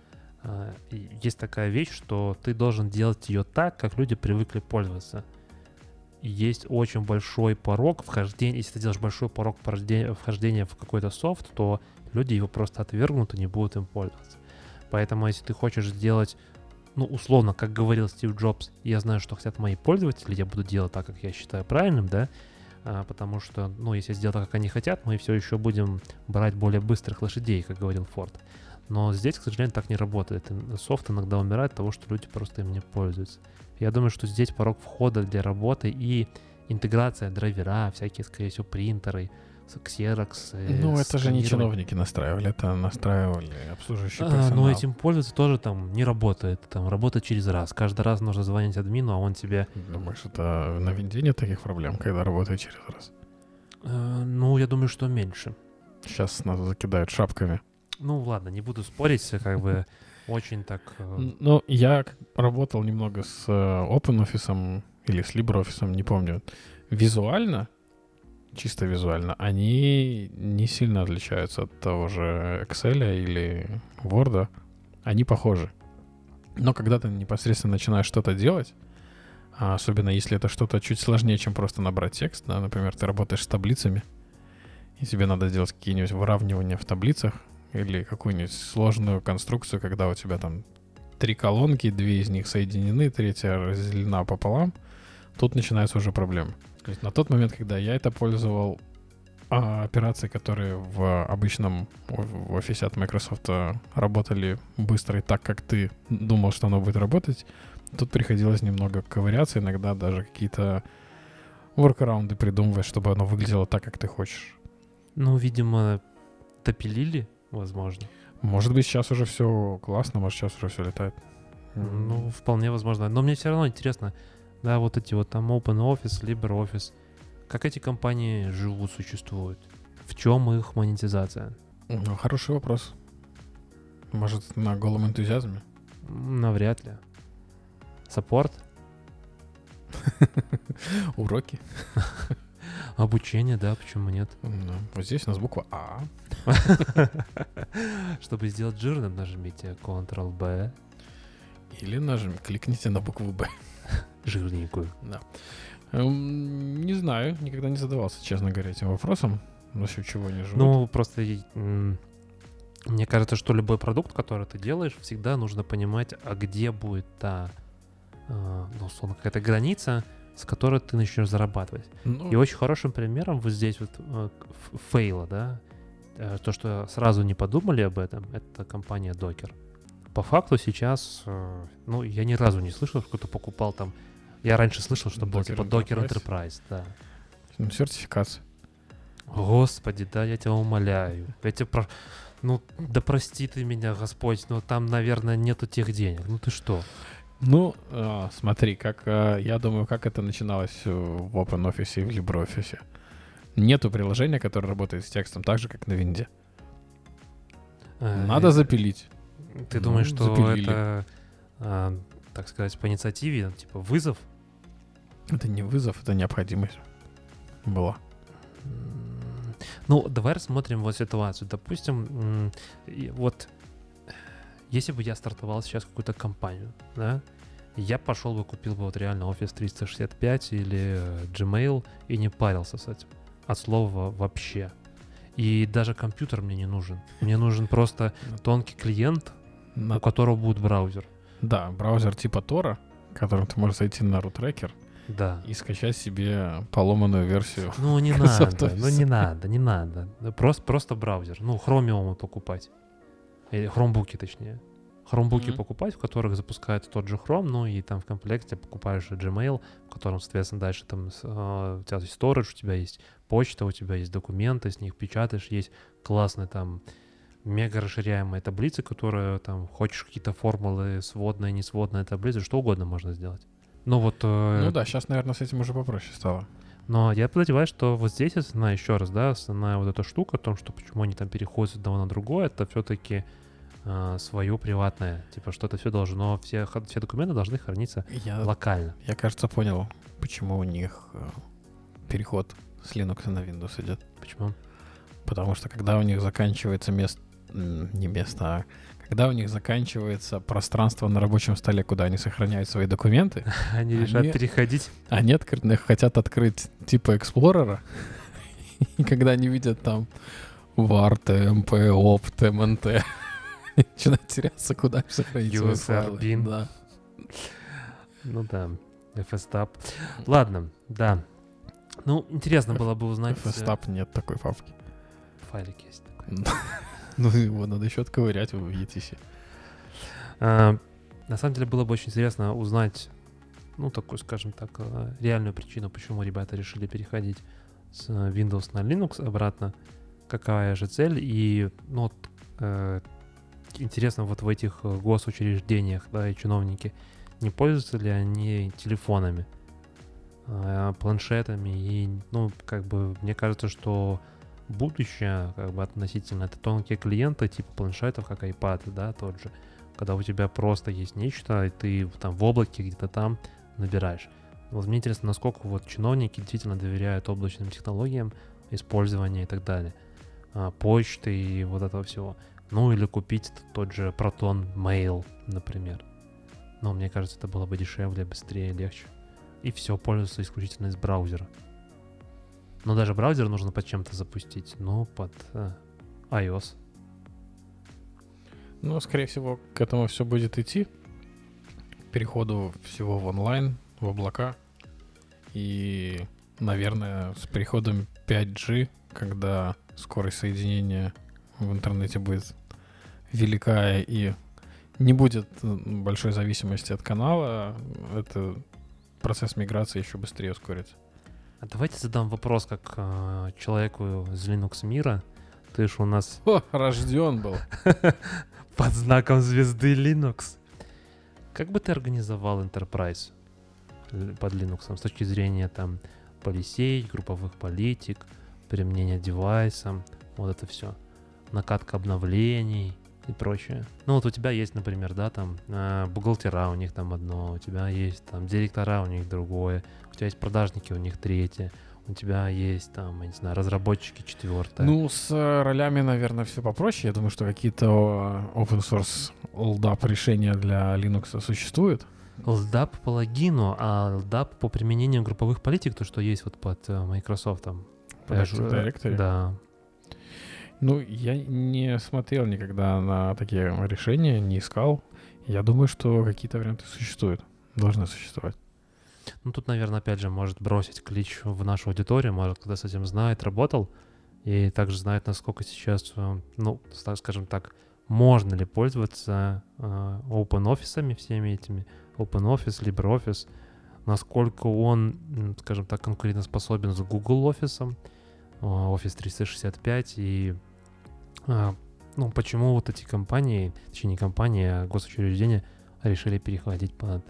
есть такая вещь, что ты должен делать ее так, как люди привыкли пользоваться. И есть очень большой порог вхождения. Если ты делаешь большой порог вхождения в какой-то софт, то люди его просто отвергнут и не будут им пользоваться. Поэтому если ты хочешь сделать, ну, условно, как говорил Стив Джобс, я знаю, что хотят мои пользователи, я буду делать так, как я считаю правильным, да, потому что, ну, если я сделаю так, как они хотят, мы все еще будем брать более быстрых лошадей, как говорил Форд. Но здесь, к сожалению, так не работает. Софт иногда умирает от того, что люди просто им не пользуются. Я думаю, что здесь порог входа для работы и интеграция драйвера, всякие, скорее всего, принтеры, Xerox. Ну, это же не чиновники настраивали, это настраивали обслуживающий персонал. Но этим пользоваться тоже там не работает. Там работает через раз. Каждый раз нужно звонить админу, а он тебе... Думаешь, это на винде нет таких проблем, когда работает через раз? Ну, я думаю, что меньше. Сейчас нас закидают шапками. Ну, ладно, не буду спорить, как бы очень так... Ну, я работал немного с OpenOffice или с LibreOffice, не помню. Визуально, чисто визуально, они не сильно отличаются от того же Excel или Word. Они похожи. Но когда ты непосредственно начинаешь что-то делать, особенно если это что-то чуть сложнее, чем просто набрать текст, да, например, ты работаешь с таблицами, и тебе надо сделать какие-нибудь выравнивания в таблицах, или какую-нибудь сложную конструкцию, когда у тебя там 3 колонки, 2 из них соединены, 3-я разделена пополам, тут начинаются уже проблемы. То есть на тот момент, когда я это пользовал, операции, которые в обычном в офисе от Microsoft работали быстро и так, как ты думал, что оно будет работать, тут приходилось немного ковыряться, иногда даже какие-то воркараунды придумывать, чтобы оно выглядело так, как ты хочешь. Ну, видимо, допилили, возможно. Может быть, сейчас уже все классно, может, сейчас уже все летает. Ну, вполне возможно. Но мне все равно интересно, да, вот эти вот там OpenOffice, LibreOffice, как эти компании живут, существуют? В чем их монетизация? Ну, хороший вопрос. Может, на голом энтузиазме? Навряд ли. Саппорт? Уроки? Обучение, да, почему нет? Ну, вот здесь у нас буква А. Чтобы сделать жирным, нажмите Ctrl-B. Или кликните на букву Б. Жирненькую. Да. Не знаю, никогда не задавался, честно говоря, этим вопросом. Насчет чего они живут. Ну, просто мне кажется, что любой продукт, который ты делаешь, всегда нужно понимать, а где будет та, ну, условно, какая-то граница, с которой ты начнешь зарабатывать. Ну, И очень хорошим примером вот здесь вот фейла, да, то, что сразу не подумали об этом, это компания Docker. По факту сейчас, ну, я ни разу не слышал, что кто-то покупал там. Я раньше слышал, что был типа Docker Enterprise, да. Ну, сертификация. Господи, да, я тебя умоляю. Ну, да прости ты меня, Господь, но там, наверное, нету тех денег. Ну ты что? Ну, смотри, я думаю, как это начиналось в OpenOffice и в LibreOffice. Нету приложения, которое работает с текстом так же, как на винде. Надо запилить. Ты думаешь, что запилили. это, так сказать, по инициативе, типа вызов? Это не вызов, это необходимость была. Ну, давай рассмотрим вот ситуацию. Допустим, вот если бы я стартовал сейчас какую-то компанию, да, я пошел бы, купил бы вот реально Office 365 или Gmail и не парился с этим. От слова вообще. И даже компьютер мне не нужен. Мне нужен просто тонкий клиент, у которого будет браузер. Да, браузер типа Tor, которым ты можешь зайти на RootRacker, да, и скачать себе поломанную версию. Ну не надо, не надо. Просто браузер. Ну, Chromium покупать. Или хромбуки, точнее. Хромбуки покупать, в которых запускается тот же Chrome, ну и там в комплекте покупаешь Gmail, в котором, соответственно, дальше там у тебя есть storage, у тебя есть почта, у тебя есть документы, с них печатаешь, есть классные там мега расширяемые таблицы, которые там хочешь какие-то формулы, сводные, несводные таблицы, что угодно можно сделать. Ну вот... Ну да, сейчас, наверное, с этим уже попроще стало. Но я подозреваю, что вот здесь основная, еще раз, да, основная вот эта штука о том, что почему они там переходят с одного на другое, это все-таки свое приватное. Типа, что это все должно, все документы должны храниться локально. Я, кажется, понял, почему у них переход с Linux на Windows идет. Почему? Потому что когда у них заканчивается место, Не место, а когда у них заканчивается пространство на рабочем столе, куда они сохраняют свои документы, Они решат переходить. они хотят открыть типа Эксплорера, и когда они видят там Word, MP, Opt, MNT, начинают теряться, куда сохранить свои файлы. USR-bin. Да. Ну да, FSTab. Ладно, да. Ну, интересно было бы узнать... FSTab нет такой папки. Файлик есть такой. Ну, его надо еще отковырять в ETC. На самом деле было бы очень интересно узнать, ну, такую, скажем так, реальную причину, почему ребята решили переходить с Windows на Linux обратно. Какая же цель? И, ну, вот, интересно, вот в этих госучреждениях, да, и чиновники, не пользуются ли они телефонами, планшетами? И, ну, как бы, мне кажется, что будущее, как бы, относительно, это тонкие клиенты, типа планшетов, как iPad, да, тот же, когда у тебя просто есть нечто, и ты там в облаке где-то там набираешь. Вот мне интересно, насколько вот чиновники действительно доверяют облачным технологиям, использования и так далее, почты и вот этого всего. Ну, или купить тот же Proton Mail, например. Но мне кажется, это было бы дешевле, быстрее, легче. И все, пользоваться исключительно из браузера. Но даже браузер нужно под чем-то запустить. Ну, под iOS. Ну, скорее всего, к этому все будет идти. К переходу всего в онлайн, в облака. И, наверное, с приходом 5G, когда скорость соединения в интернете будет велика и не будет большой зависимости от канала, это процесс миграции еще быстрее ускорится. А давайте задам вопрос как человеку из Linux мира. Ты же у нас рожден был. под знаком звезды Linux. Как бы ты организовал Enterprise под Linux с точки зрения там полисей, групповых политик, применения девайсом, вот это все, накатка обновлений и прочее. Ну вот у тебя есть, например, да, там бухгалтера у них там одно, у тебя есть там директора у них другое, у тебя есть продажники у них третье, у тебя есть там, я не знаю, разработчики четвертое. Ну, с ролями, наверное, все попроще. Я думаю, что какие-то open source LDAP решения для Linux существуют. LDAP по логину, а LDAP по применению групповых политик, то, что есть вот под Microsoft. Под Active Directory? Да. Ну, я не смотрел никогда на такие решения, не искал. Я думаю, что какие-то варианты существуют, должны существовать. Ну, тут, наверное, опять же, может бросить клич в нашу аудиторию, может, кто-то с этим знает, работал, и также знает, насколько сейчас, ну, скажем так, можно ли пользоваться OpenOffice всеми этими, OpenOffice, LibreOffice, насколько он, скажем так, конкурентоспособен с Google Office, Office 365, и ну, почему вот эти компании, точнее не компании, а госучреждения решили переходить под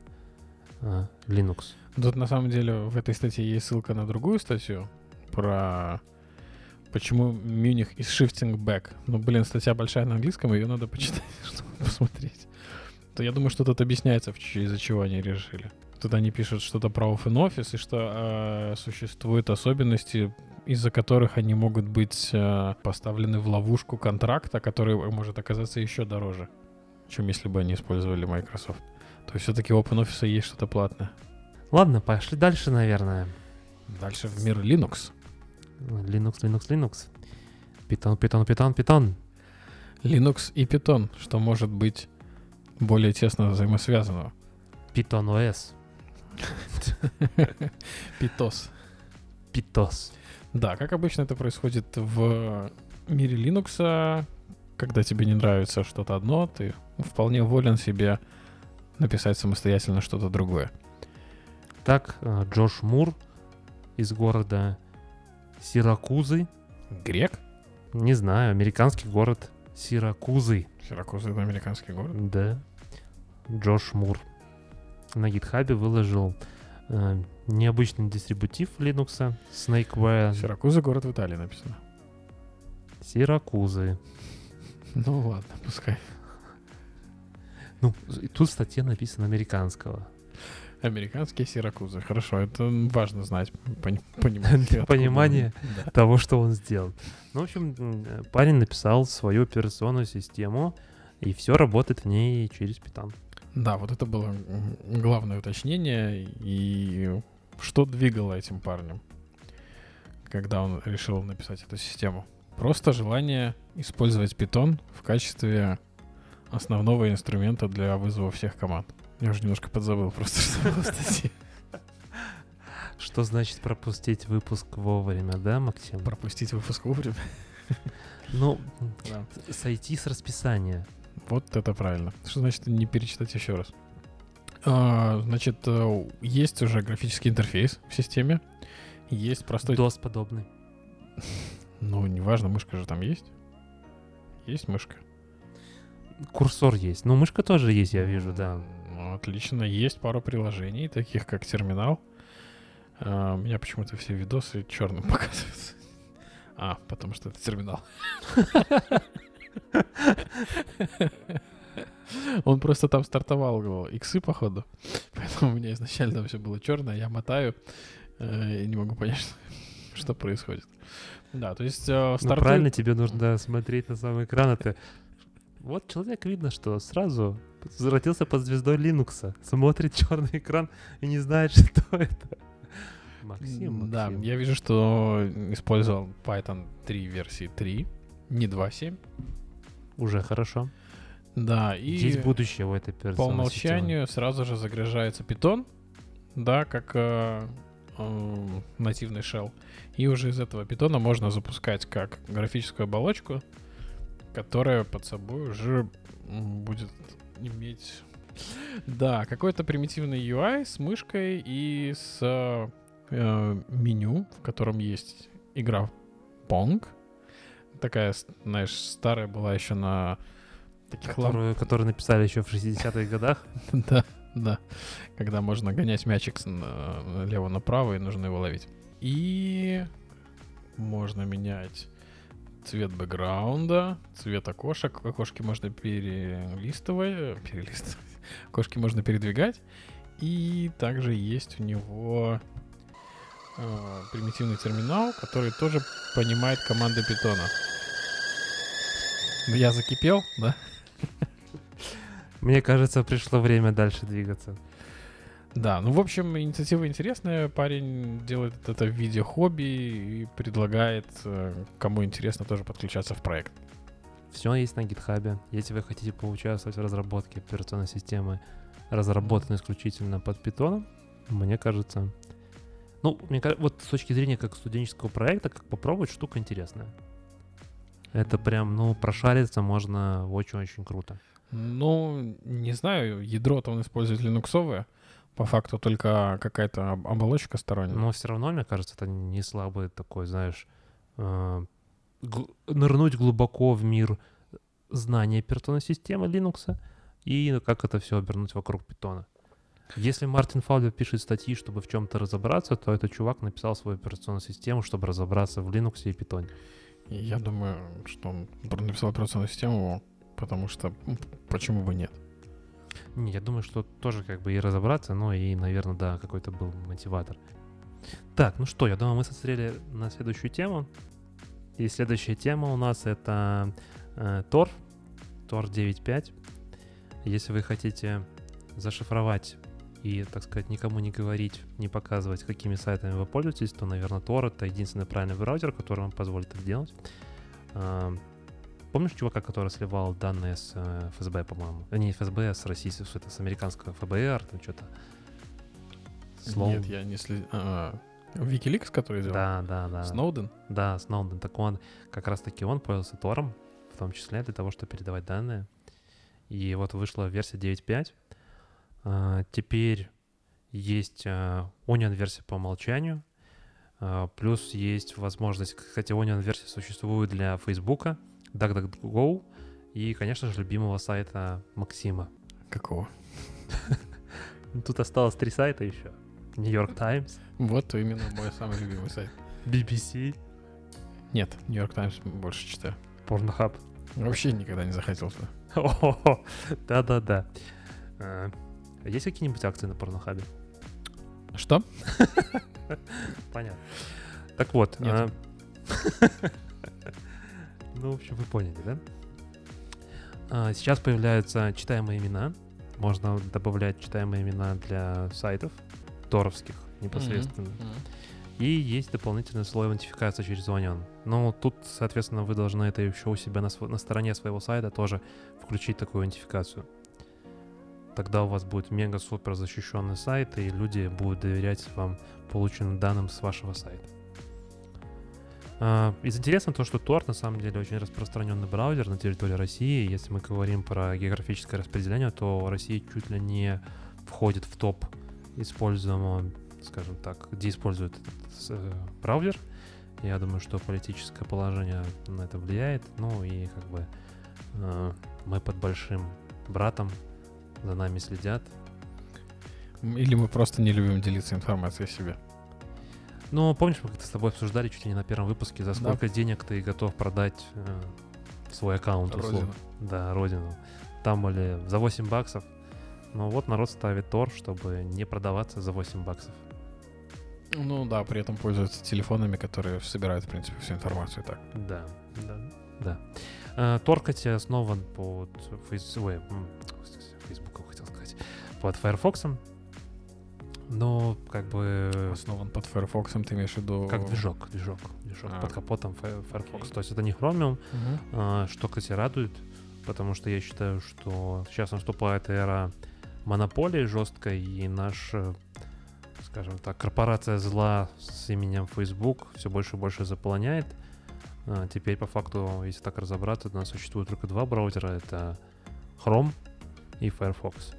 Linux. Тут на самом деле в этой статье есть ссылка на другую статью про почему Munich is shifting back. Ну, блин, статья большая на английском, ее надо почитать, чтобы посмотреть. То я думаю, что тут объясняется, из-за чего они решили. Тут они пишут что-то про OpenOffice и что существуют особенности, из-за которых они могут быть поставлены в ловушку контракта, который может оказаться еще дороже, чем если бы они использовали Microsoft. То есть все-таки у OpenOffice есть что-то платное. Ладно, пошли дальше, наверное. Дальше в мир Linux. Linux. Python. Linux и Python, что может быть более тесно взаимосвязанного. Python OS. PyTOS. Да, как обычно это происходит в мире Linux, когда тебе не нравится что-то одно, ты вполне волен себе написать самостоятельно что-то другое. Так, Джош Мур из города Сиракузы. Грек? Не знаю, американский город Сиракузы. Сиракузы — это американский город? Да. Джош Мур на GitHub выложил необычный дистрибутив Linux, Snakeware. Сиракузы — город в Италии написано. Сиракузы. Ну ладно, пускай. Ну, и тут в статье написано американского. Американские Сиракузы. Хорошо, это важно знать, понимать. Для понимания Да. того, что он сделал. Ну, в общем, парень написал свою операционную систему, и все работает в ней через Python. Да, вот это было главное уточнение. И что двигало этим парнем, когда он решил написать эту систему? Просто желание использовать Python в качестве основного инструмента для вызова всех команд. Я уже немножко подзабыл просто, что было в статье. Что значит пропустить выпуск вовремя, да, Максим? Пропустить выпуск вовремя. Ну, Да. сойти с расписания. Вот это правильно. Что значит не перечитать еще раз? Значит, есть уже графический интерфейс в системе. Есть простой... DOS подобный. Ну, неважно, мышка же там есть. Есть мышка. Курсор есть. Ну, мышка тоже есть, я вижу, да. Ну, отлично. Есть пару приложений, таких как терминал. У меня почему-то все видосы черным показываются. Потому что это терминал. Он просто там стартовал иксы, походу. Поэтому у меня изначально все было черное. Я мотаю и не могу понять, что происходит. Да, то есть Ну, правильно, тебе нужно смотреть на сам экран. Это... Вот человек видно, что сразу родился под звездой Linux, смотрит черный экран и не знает, что это. Максим. Да, я вижу, что использовал Python 3 версии 3, не 2.7. Уже хорошо. Да, и Есть будущее у этой по операционной умолчанию сразу же загружается Python, да, как нативный shell. И уже из этого Python можно запускать как графическую оболочку, которая под собой уже будет иметь... Да, какой-то примитивный UI с мышкой и с меню, в котором есть игра Pong. Такая, знаешь, старая была еще на таких которую написали еще в 60-х годах. Да. Когда можно гонять мячик налево-направо и нужно его ловить. И можно менять цвет бэкграунда, цвет окошек. Окошки можно перелистывать. Окошки можно передвигать. И также есть у него примитивный терминал, который тоже понимает команды Python. Я закипел, да? Мне кажется, пришло время дальше двигаться. Да, ну, в общем, инициатива интересная. Парень делает это в виде хобби и предлагает, кому интересно, тоже подключаться в проект. Все есть на гитхабе. Если вы хотите поучаствовать в разработке операционной системы, разработанной исключительно под Python, мне кажется... Ну, вот с точки зрения как студенческого проекта, как попробовать, штука интересная. Это прям, прошариться можно очень-очень круто. Ну, не знаю, ядро-то он использует линуксовое. По факту только какая-то оболочка сторонняя. Но все равно, мне кажется, это не слабый такой, знаешь, нырнуть глубоко в мир знания операционной системы Linux и как это все обернуть вокруг Python. Если Мартин Фаулер пишет статьи, чтобы в чем-то разобраться, то этот чувак написал свою операционную систему, чтобы разобраться в Linux и Python. Я думаю, что он написал операционную систему, потому что почему бы нет? Не, я думаю, что тоже как бы и разобраться, но и, наверное, да, какой-то был мотиватор. Так, ну что, я думаю, мы созрели на следующую тему. И следующая тема у нас это Tor 9.5. Если вы хотите зашифровать и, так сказать, никому не говорить, не показывать, какими сайтами вы пользуетесь, то, наверное, Tor — это единственный правильный браузер, который вам позволит это делать. Помнишь чувака, который сливал данные с ФСБ, по-моему? Не ФСБ, а с российского, с американского ФБР, там что-то. Нет, я не следил. Wikileaks, который сделал? Да. Сноуден? Да, Сноуден. Так он, как раз-таки он пользовался Тором, в том числе для того, чтобы передавать данные. И вот вышла версия 9.5. Теперь есть Onion-версия по умолчанию. Плюс есть возможность, кстати, Onion-версия существует для Фейсбука, DuckDuckGo и, конечно же, любимого сайта Максима. Какого? Тут осталось 3 сайта еще. New York Times. Вот именно мой самый любимый сайт. BBC. Нет, New York Times больше читаю. Pornhub. Вообще никогда не заходил туда. Да. Есть какие-нибудь акции на Pornhub? Что? Понятно. Так вот. Нет. Ну, в общем, вы поняли, да? Сейчас появляются читаемые имена. Можно добавлять читаемые имена для сайтов торовских непосредственно. И есть дополнительный слой аутентификации через Onion. Ну, тут, соответственно, вы должны это еще у себя на стороне своего сайта тоже включить такую аутентификацию. Тогда у вас будет мега-супер защищенный сайт, и люди будут доверять вам полученным данным с вашего сайта. Из интересного то, что Tor на самом деле очень распространенный браузер на территории России. Если мы говорим про географическое распределение, то Россия чуть ли не входит в топ используемого, скажем так, где используют этот браузер. Я думаю, что политическое положение на это влияет. Ну и как бы мы под большим братом, за нами следят. Или мы просто не любим делиться информацией о себе. Ну, помнишь, мы как-то с тобой обсуждали чуть ли не на первом выпуске, за сколько денег ты готов продать свой аккаунт. Родину. Да, родину. Там были за $8. Но вот народ ставит Tor, чтобы не продаваться за $8. Ну да, при этом пользуются телефонами, которые собирают, в принципе, всю информацию так. Да. Tor, кстати, основан под Facebook, хотел сказать, под Firefox. Но как бы... Основан под Firefox, ты имеешь в виду... Как движок под капотом Firefox. То есть это не Chromium, что, кстати, радует, потому что я считаю, что сейчас наступает эра монополии жесткой, и наша, скажем так, корпорация зла с именем Facebook все больше и больше заполоняет. Теперь, по факту, если так разобраться, у нас существует только два браузера. Это Chrome и Firefox.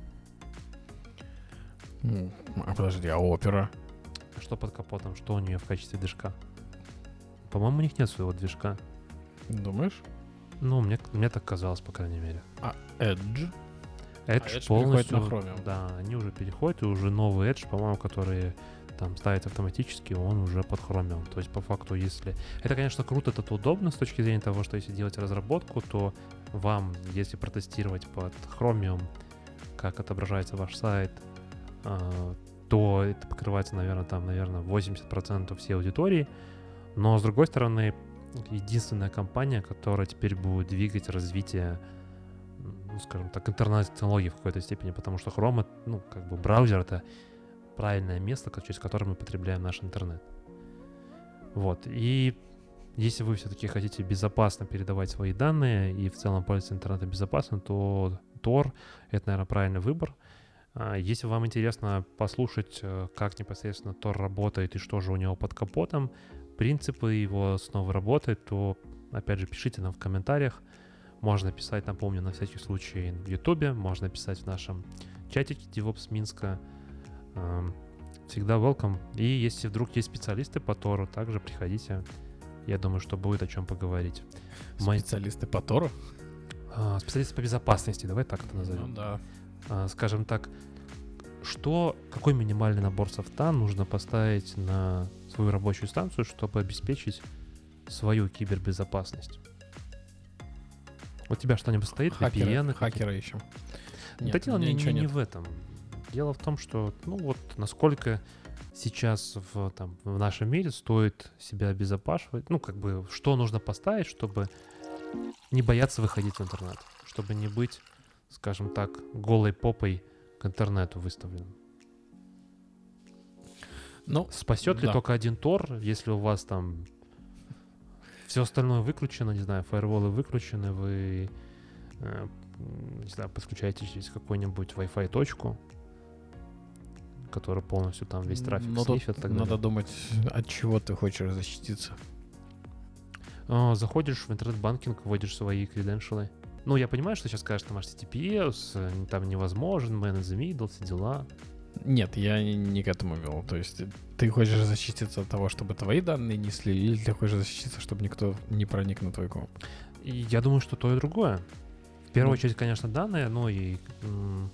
Подожди, а Opera? Что под капотом? Что у нее в качестве движка? По-моему, у них нет своего движка. Думаешь? Ну, мне так казалось, по крайней мере. А Edge? Edge полностью полностью... на Chromium. Да, они уже переходят, и уже новый Edge, по-моему, который там ставится автоматически, он уже под Chromium. То есть, по факту, если... Это, конечно, круто, это удобно с точки зрения того, что если делать разработку, то вам, если протестировать под Chromium, как отображается ваш сайт, то это покрывается, наверное, 80% всей аудитории. Но, с другой стороны, единственная компания, которая теперь будет двигать развитие, ну, скажем так, интернет-технологий в какой-то степени, потому что Chrome, ну, как бы браузер — это правильное место, через которое мы потребляем наш интернет. Вот. И если вы все-таки хотите безопасно передавать свои данные и в целом пользоваться интернетом безопасно, то Tor — это, наверное, правильный выбор. Если вам интересно послушать, как непосредственно Tor работает и что же у него под капотом, принципы его основы работы, то, опять же, пишите нам в комментариях. Можно писать, напомню, на всякий случай в Ютубе, можно писать в нашем чатике DevOps Минска. Всегда welcome. И если вдруг есть специалисты по Тору, также приходите. Я думаю, что будет о чем поговорить. Специалисты по Тору? Специалисты по безопасности, давай так это назовем. Ну да. Скажем так, какой минимальный набор софта нужно поставить на свою рабочую станцию, чтобы обеспечить свою кибербезопасность? У тебя что-нибудь стоит? VPN? Хакера ищем. Да дело не в этом. Дело в том, что, ну вот, насколько сейчас в нашем мире стоит себя обезопасивать, ну, как бы, что нужно поставить, чтобы не бояться выходить в интернет, чтобы не быть, скажем так, голой попой к интернету выставленным. Ну, спасет ли только один Tor, если у вас там все остальное выключено, не знаю, фаерволы выключены, вы, не знаю, подключаетесь через какую-нибудь Wi-Fi точку, которая полностью там весь трафик снифит. Надо думать, от чего ты хочешь защититься. Заходишь в интернет-банкинг, вводишь свои креденшалы. Ну, я понимаю, что сейчас скажешь, там HTTPS, там невозможен, man in the middle, все дела. Нет, я не к этому вел. То есть ты хочешь защититься от того, чтобы твои данные несли, или ты хочешь защититься, чтобы никто не проник на твой комп? И я думаю, что то и другое. В первую очередь, конечно, данные, но и...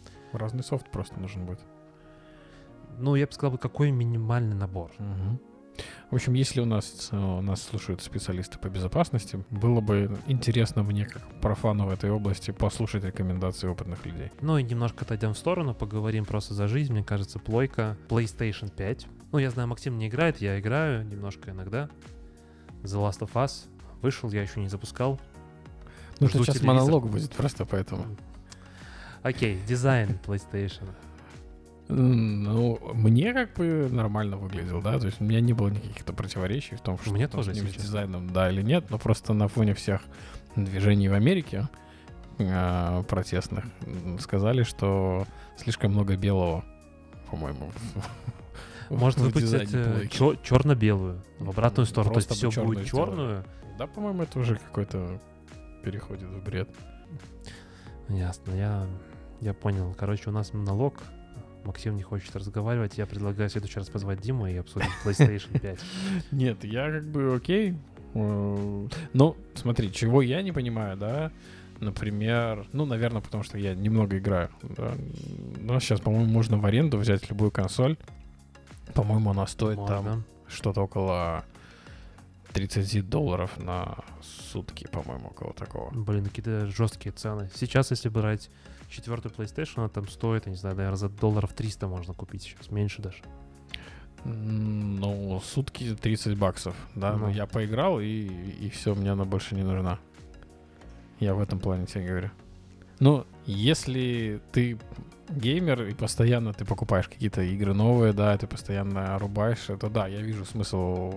Разный софт просто нужен будет. Ну, я бы сказал, какой минимальный набор. В общем, если нас слушают специалисты по безопасности, было бы интересно мне, как профану в этой области, послушать рекомендации опытных людей. Ну и немножко отойдем в сторону, поговорим просто за жизнь. Мне кажется, плойка PlayStation 5. Ну, я знаю, Максим не играет, я играю немножко иногда. The Last of Us вышел, я еще не запускал. Ну, Жду сейчас телевизор. монолог будет просто поэтому. Окей, дизайн PlayStation. Ну, мне как бы нормально выглядел, да, то есть у меня не было никаких-то противоречий в том, что Мне там тоже, с ним, если с честно. дизайном, да или нет, но просто на фоне всех движений в Америке протестных сказали, что слишком много белого, по-моему, Может в выпустить дизайне плойки. черно-белую в обратную сторону. То есть Просто бы все чёрную будет сделали. черную. Да, по-моему, это уже какой-то переходит в бред. Ясно, я понял. Короче, у нас монолог. Максим не хочет разговаривать. Я предлагаю в следующий раз позвать Диму и обсудить PlayStation 5. Нет, я как бы окей. Ну, смотри, чего я не понимаю, да, например, ну, наверное, потому что я немного играю. Да? Но сейчас, по-моему, можно в аренду взять любую консоль. По-моему, она стоит там Можно. что-то около $30 на сутки, по-моему, около такого. Блин, какие-то жесткие цены. Сейчас, если брать четвертую PlayStation, она там стоит, я не знаю, наверное, за $300 можно купить сейчас, меньше даже. Ну, сутки $30, да, Ну. но я поиграл, и все, мне она больше не нужна. Я в этом плане тебе говорю. Ну, если ты геймер и постоянно ты покупаешь какие-то игры новые, да, ты постоянно рубаешь, это да, я вижу смысл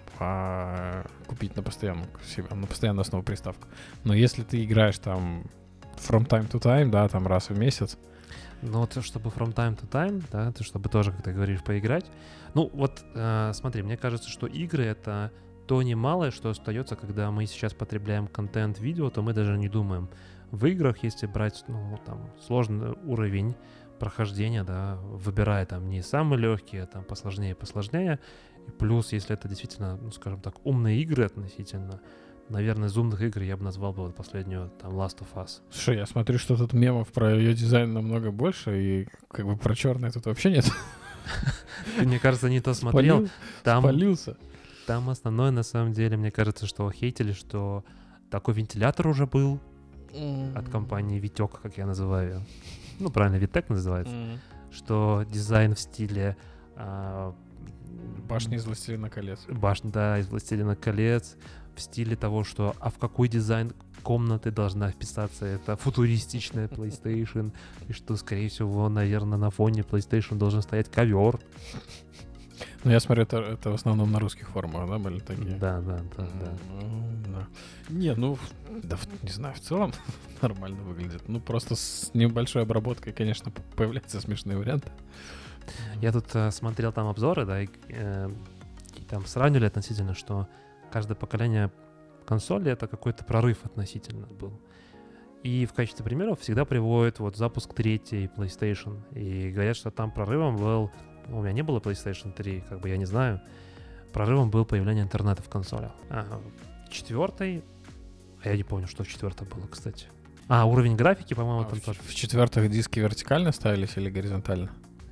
купить на постоянную основу приставку. Но если ты играешь там from time to time, да, там раз в месяц. Но вот чтобы from time to time, да, ты чтобы тоже, как ты говоришь, поиграть. Ну вот, смотри, мне кажется, что игры — это то немалое, что остается, когда мы сейчас потребляем контент видео, то мы даже не думаем. В играх, если брать, ну, там, сложный уровень прохождения, да, выбирая там не самые легкие, а там посложнее. И плюс, если это действительно, ну, скажем так, умные игры относительно, наверное, из умных игр я бы назвал бы вот последнюю, там, Last of Us. Слушай, я смотрю, что тут мемов про ее дизайн намного больше, и как бы про черное тут вообще нет. Ты, мне кажется, не то смотрел. Спалился. Там основное, на самом деле, мне кажется, что хейтили, что такой вентилятор уже был от компании Витек, как я называю ее. Ну, правильно, Витек называется. Что дизайн в стиле... Башня из «Властелина колец». Башня, да, из «Властелина колец». В стиле того, что в какой дизайн комнаты должна вписаться эта футуристичная PlayStation. И что, скорее всего, наверное, на фоне PlayStation должен стоять ковер. Ну, я смотрю, это в основном на русских форумах, да, были такие? Да. Да. Не, ну, да, не знаю, в целом нормально выглядит. Ну, просто с небольшой обработкой, конечно, появляются смешные варианты. Я тут смотрел там обзоры, да, и там сравнивали относительно, что каждое поколение консоли — это какой-то прорыв относительно был. И в качестве примеров всегда приводят вот запуск третьей PlayStation. И говорят, что там прорывом был... У меня не было PlayStation 3, как бы я не знаю. Прорывом был появление интернета в консолях. Четвертый... А я не помню, что в четвертой было, кстати. Уровень графики, по-моему, там тоже. В четвертых диски вертикально ставились или горизонтально?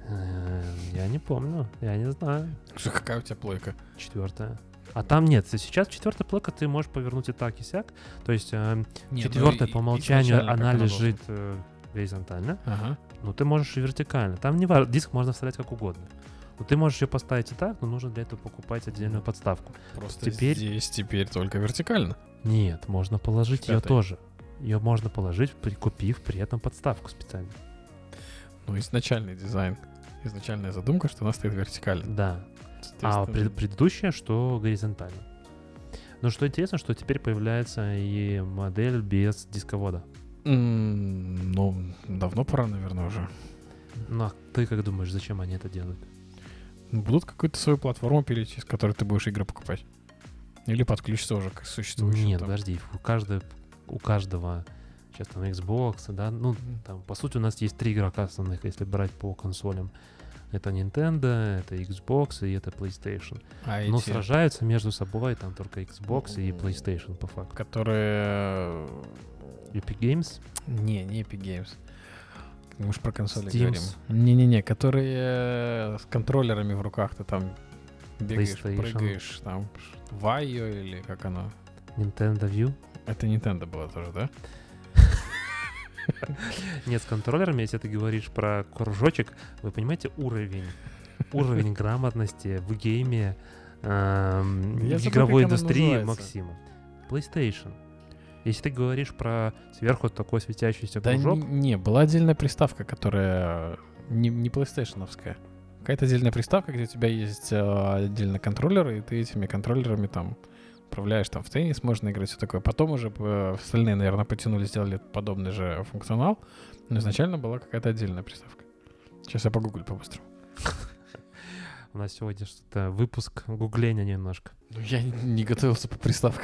Я не помню, я не знаю. Слушай, какая у тебя плойка? Четвертая. А там нет, сейчас четвертая плойка ты можешь повернуть и так, и сяк. То есть Нет, четвертая по умолчанию изначально как она она лежит горизонтально. Ага. Но ты можешь и вертикально. Там не важно, диск можно вставлять как угодно. Но ты можешь ее поставить и так, но нужно для этого покупать отдельную подставку. Просто Теперь- теперь только вертикально. Нет, можно положить ее Пятой. тоже. Ее можно положить, прикупив при этом подставку специально. Ну, изначальный дизайн. Изначальная задумка, что она стоит вертикально. Да. Соответственно, Предыдущее, что горизонтально. Но что интересно, что теперь появляется и модель без дисковода. ну, давно пора, наверное, уже. Ну, а ты как думаешь, зачем они это делают? Будут какую-то свою платформу перейти, с которой ты будешь игры покупать? Или подключиться уже к существующим? Нет, там? подожди, у каждого сейчас там Xbox, да, ну, там, по сути, у нас есть 3 игрока основных, если брать по консолям. Это Nintendo, это Xbox и это PlayStation. А Но эти, сражаются между собой там только Xbox и PlayStation, по факту. которые... Epic Games, Не Epic Games. Мы же про консоли Steams. говорим. Не-не-не, которые с контроллерами в руках ты там Бегаешь, PlayStation. прыгаешь, там, Вайо или как оно? Nintendo View. Это Nintendo было тоже, да? Нет, с контроллерами, если ты говоришь про кружочек, вы понимаете уровень грамотности в гейме, в забыл, игровой как оно индустрии называется. Максима. PlayStation. Если ты говоришь про сверху такой светящийся Да кружок, не, была отдельная приставка, которая не PlayStation-овская. Какая-то отдельная приставка, где у тебя есть отдельно контроллеры, и ты этими контроллерами там управляешь, там в теннис можно играть, все такое. Потом уже остальные, наверное, потянули, сделали подобный же функционал, но изначально была какая-то отдельная приставка. Сейчас я погуглю по-быстрому. у нас сегодня что-то выпуск гугления немножко. Ну, я не готовился по приставкам.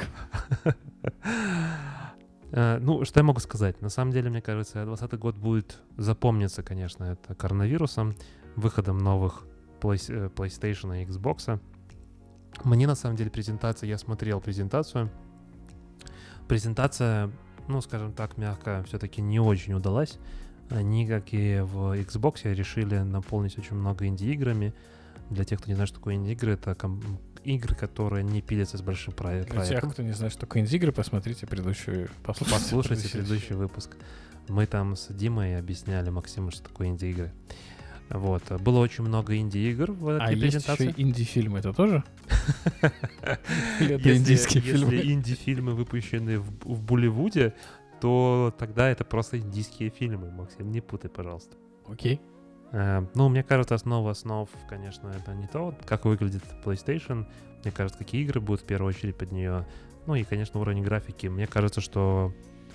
Ну, что я могу сказать? На самом деле, мне кажется, 2020 год будет запомниться, конечно, это коронавирусом, выходом новых PlayStation и Xbox. Мне, на самом деле, я смотрел презентацию. Презентация, ну, скажем так, мягко, все-таки не очень удалась. Они, как и в Xbox, решили наполнить очень много инди-играми. Для тех, кто не знает, что такое инди-игры, это игры, которые не пилятся с большим проектом. Для тех, кто не знает, что такое инди-игры, посмотрите Послушайте предыдущий выпуск. Мы там с Димой объясняли Максиму, что такое инди-игры. Вот. Было очень много инди-игр в этой презентации. Есть еще инди-фильмы, это тоже? Это индийские фильмы. Если инди-фильмы выпущены в Болливуде, то тогда это просто индийские фильмы. Максим, не путай, пожалуйста. Окей. Ну, мне кажется, основа основ, конечно, это не то, как выглядит PlayStation. Мне кажется, какие игры будут в первую очередь под нее. Ну и, конечно, уровень графики. Мне кажется, что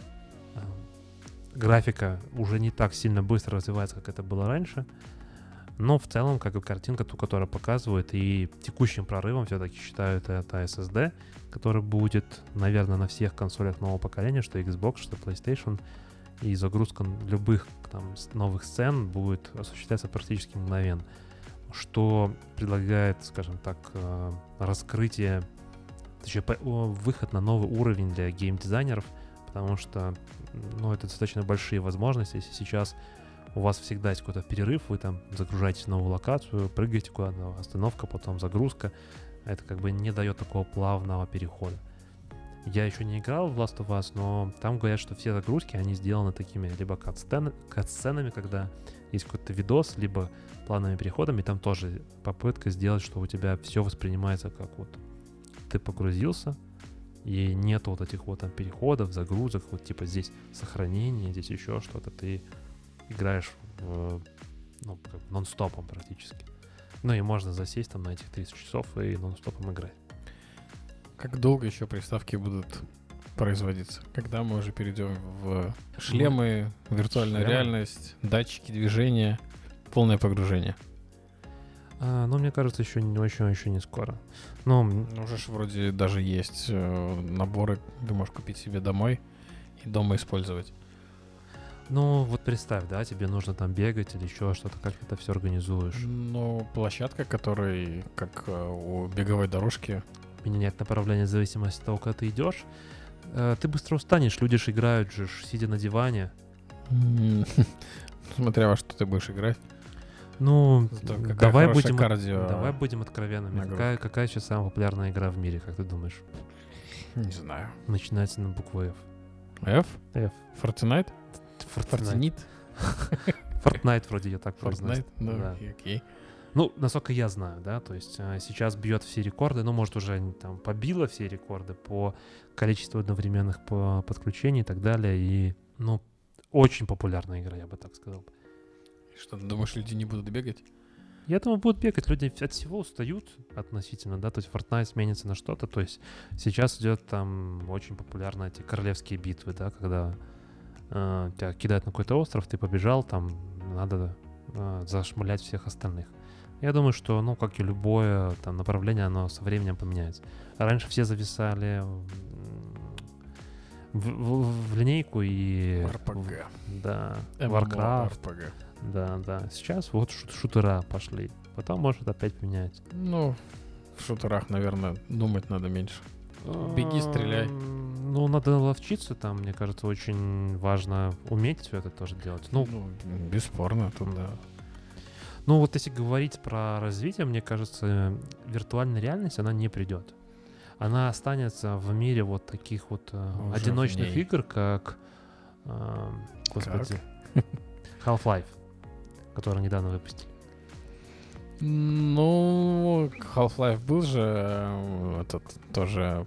графика уже не так сильно быстро развивается, как это было раньше. Но в целом, как и картинка, ту, которая показывает, и текущим прорывом все-таки считают это SSD, который будет, наверное, на всех консолях нового поколения, что Xbox, что PlayStation, и загрузка любых там новых сцен будет осуществляться практически мгновенно, что предлагает, скажем так, раскрытие, точнее, выход на новый уровень для геймдизайнеров, потому что, ну, это достаточно большие возможности. Если сейчас у вас всегда есть какой-то перерыв, вы там загружаете новую локацию, прыгаете куда-то, остановка, потом загрузка. Это как бы не дает такого плавного перехода. Я еще не играл в Last of Us, но там говорят, что все загрузки, они сделаны такими либо кат-сценами, когда есть какой-то видос, либо плавными переходами. Там тоже попытка сделать, что у тебя все воспринимается как вот ты погрузился, и нет вот этих вот там переходов, загрузок, вот типа здесь сохранение, здесь еще что-то. Ты играешь ну, как нон-стопом практически. Ну и можно засесть там на этих 30 часов и нон-стопом играть. Как долго еще приставки будут производиться? Когда мы уже перейдем в шлемы, виртуальная реальность, датчики движения, полное погружение? Ну, мне кажется, еще не скоро. Но уже ж вроде даже есть наборы, ты можешь купить себе домой и дома использовать. Ну, вот представь, да, тебе нужно там бегать или еще что-то, как ты это все организуешь? Ну, площадка, которая, как у беговой дорожки, меняет направление в зависимости от того, куда ты идешь. Ты быстро устанешь, люди же играют же, сидя на диване. Смотря во что ты будешь играть. Ну, давай будем будем откровенными. Какая сейчас самая популярная игра в мире, как ты думаешь? Не знаю. Начинается на букву F. F? F. Fortnite? Fortnite вроде я так Fortnite? Ну, да. окей. Ну, насколько я знаю, да, то есть сейчас бьет все рекорды, ну, может, уже там побило все рекорды по количеству одновременных подключений и так далее, и, ну, очень популярная игра, я бы так сказал. Что, ты думаешь, люди не будут бегать? Я думаю, будут бегать, люди от всего устают относительно, да, то есть Fortnite сменится на что-то, то есть сейчас идет там очень популярны эти королевские битвы, да, когда тебя кидают на какой-то остров, ты побежал, там надо зашмалять всех остальных. Я думаю, что, ну, как и любое там направление, оно со временем поменяется. Раньше все зависали в линейку и... RPG. Да. Warcraft. RPG. Да. Сейчас вот шутера пошли. Потом, может, опять менять. Ну, в шутерах, наверное, думать надо меньше. Беги, стреляй. Ну, надо ловчиться там, мне кажется, очень важно уметь все это тоже делать. Ну, бесспорно, тут да. Ну вот если говорить про развитие, мне кажется, виртуальная реальность, она не придет. Она останется в мире вот таких вот Уже одиночных в ней. игр, как, господи, Half-Life, который недавно выпустили. Ну, Half-Life был же этот тоже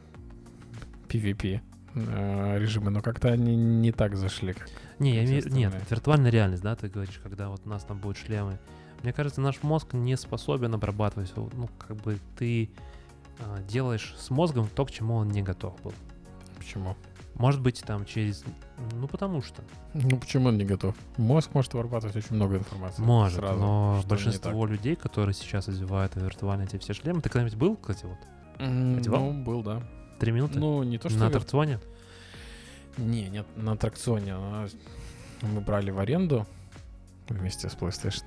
PvP режимы, но как-то они не так зашли, как Не, я имею... остальные. Нет, виртуальная реальность, да, ты говоришь, когда вот у нас там будут шлемы. Мне кажется, наш мозг не способен обрабатывать, ну, как бы ты делаешь с мозгом то, к чему он не готов был. Почему? Может быть, там через... Ну, потому что. Ну, почему он не готов? Мозг может обрабатывать очень много информации. Может, сразу, но что не большинство людей, которые сейчас развивают виртуальные эти все шлемы... Ты когда-нибудь был, кстати, вот? так. Одевал? Ну, был, да. 3 минуты? Ну, не то, что... На аттракционе? Не, нет, на аттракционе. Мы брали в аренду вместе с PlayStation.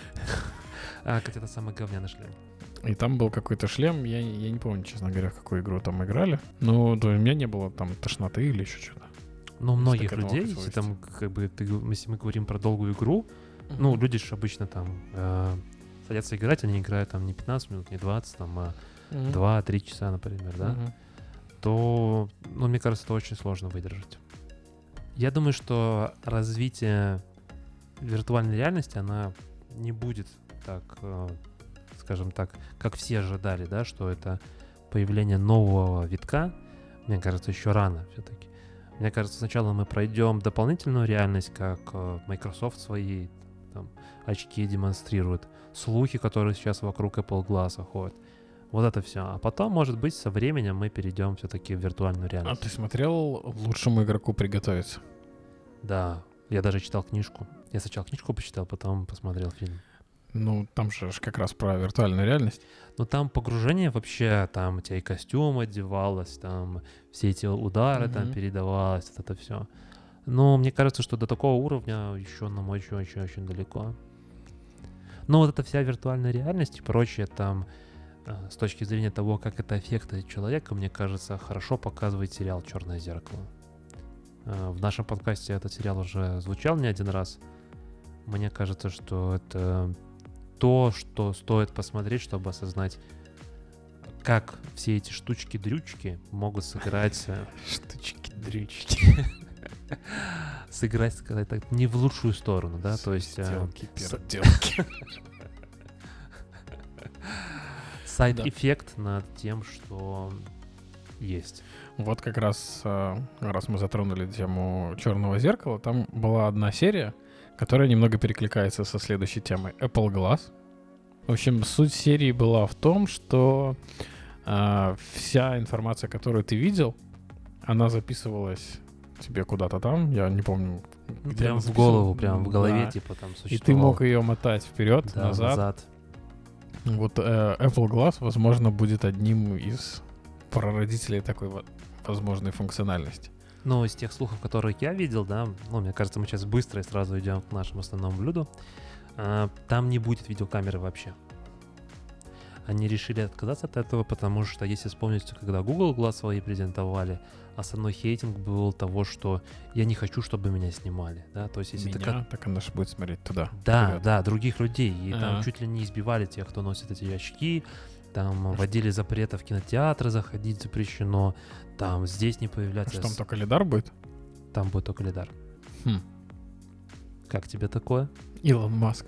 Как это самый говняный шлем. И там был какой-то шлем. Я не помню, честно говоря, в какую игру там играли. Ну, то у меня не было там тошноты или еще что-то. Но у Если многих к этому людей, хотел если там, как бы, если мы говорим про долгую игру, ну, люди же обычно там садятся играть, они играют там не 15 минут, не 20, там, а 2-3 часа, например, да, то, ну, мне кажется, это очень сложно выдержать. Я думаю, что развитие виртуальной реальности, она не будет так, скажем так, как все ожидали, да, что это появление нового витка. Мне кажется, еще рано все-таки. Мне кажется, сначала мы пройдем дополнительную реальность, как Microsoft свои там, очки демонстрирует, слухи, которые сейчас вокруг Apple Glass ходят. Вот это все. А потом, может быть, со временем мы перейдем все-таки в виртуальную А реальность. ты смотрел «Лучшему игроку приготовиться»? Да, я даже читал книжку. Я сначала книжку почитал, потом посмотрел фильм. Ну, там же как раз про виртуальную реальность. Но там погружение вообще, там у тебя и костюм одевалось, там все эти удары там передавалось, вот это все. Но мне кажется, что до такого уровня еще нам очень-очень-очень далеко. Но вот эта вся виртуальная реальность и прочее там с точки зрения того, как это аффектует человека, мне кажется, хорошо показывает сериал «Черное зеркало». В нашем подкасте этот сериал уже звучал не один раз. Мне кажется, что это то, что стоит посмотреть, чтобы осознать, как все эти штучки-дрючки могут сыграть... Штучки-дрючки. Сыграть, сказать так, не в лучшую сторону, да, то есть... Переделки. Сайд-эффект над тем, что есть. Вот как раз мы затронули тему «Черного зеркала», там была одна серия, которая немного перекликается со следующей темой. Apple Glass. В общем, суть серии была в том, что вся информация, которую ты видел, она записывалась тебе куда-то там, я не помню, где Прям она в голову, записывалась. прям в голове, Да. типа там существовало. И ты мог ее мотать вперед, Да, назад. Вот Apple Glass, возможно, будет одним из прародителей такой вот возможной функциональности. Ну, из тех слухов, которые я видел, да, ну, мне кажется, мы сейчас быстро и сразу идем к нашему основному блюду. Там не будет видеокамеры вообще. Они решили отказаться от этого, потому что, если вспомнить, когда Google Glass свои презентовали, основной хейтинг был того, что я не хочу, чтобы меня снимали, да, то есть если Меня, ты как... так она же будет смотреть туда. Да, вперед. да, других людей, и там Ага. чуть ли не избивали тех, кто носит эти очки, там вводили запреты в кинотеатры, заходить запрещено, там здесь не А появляться, что, там только лидар будет? там будет только лидар. Хм. Как тебе такое? Илон Маск.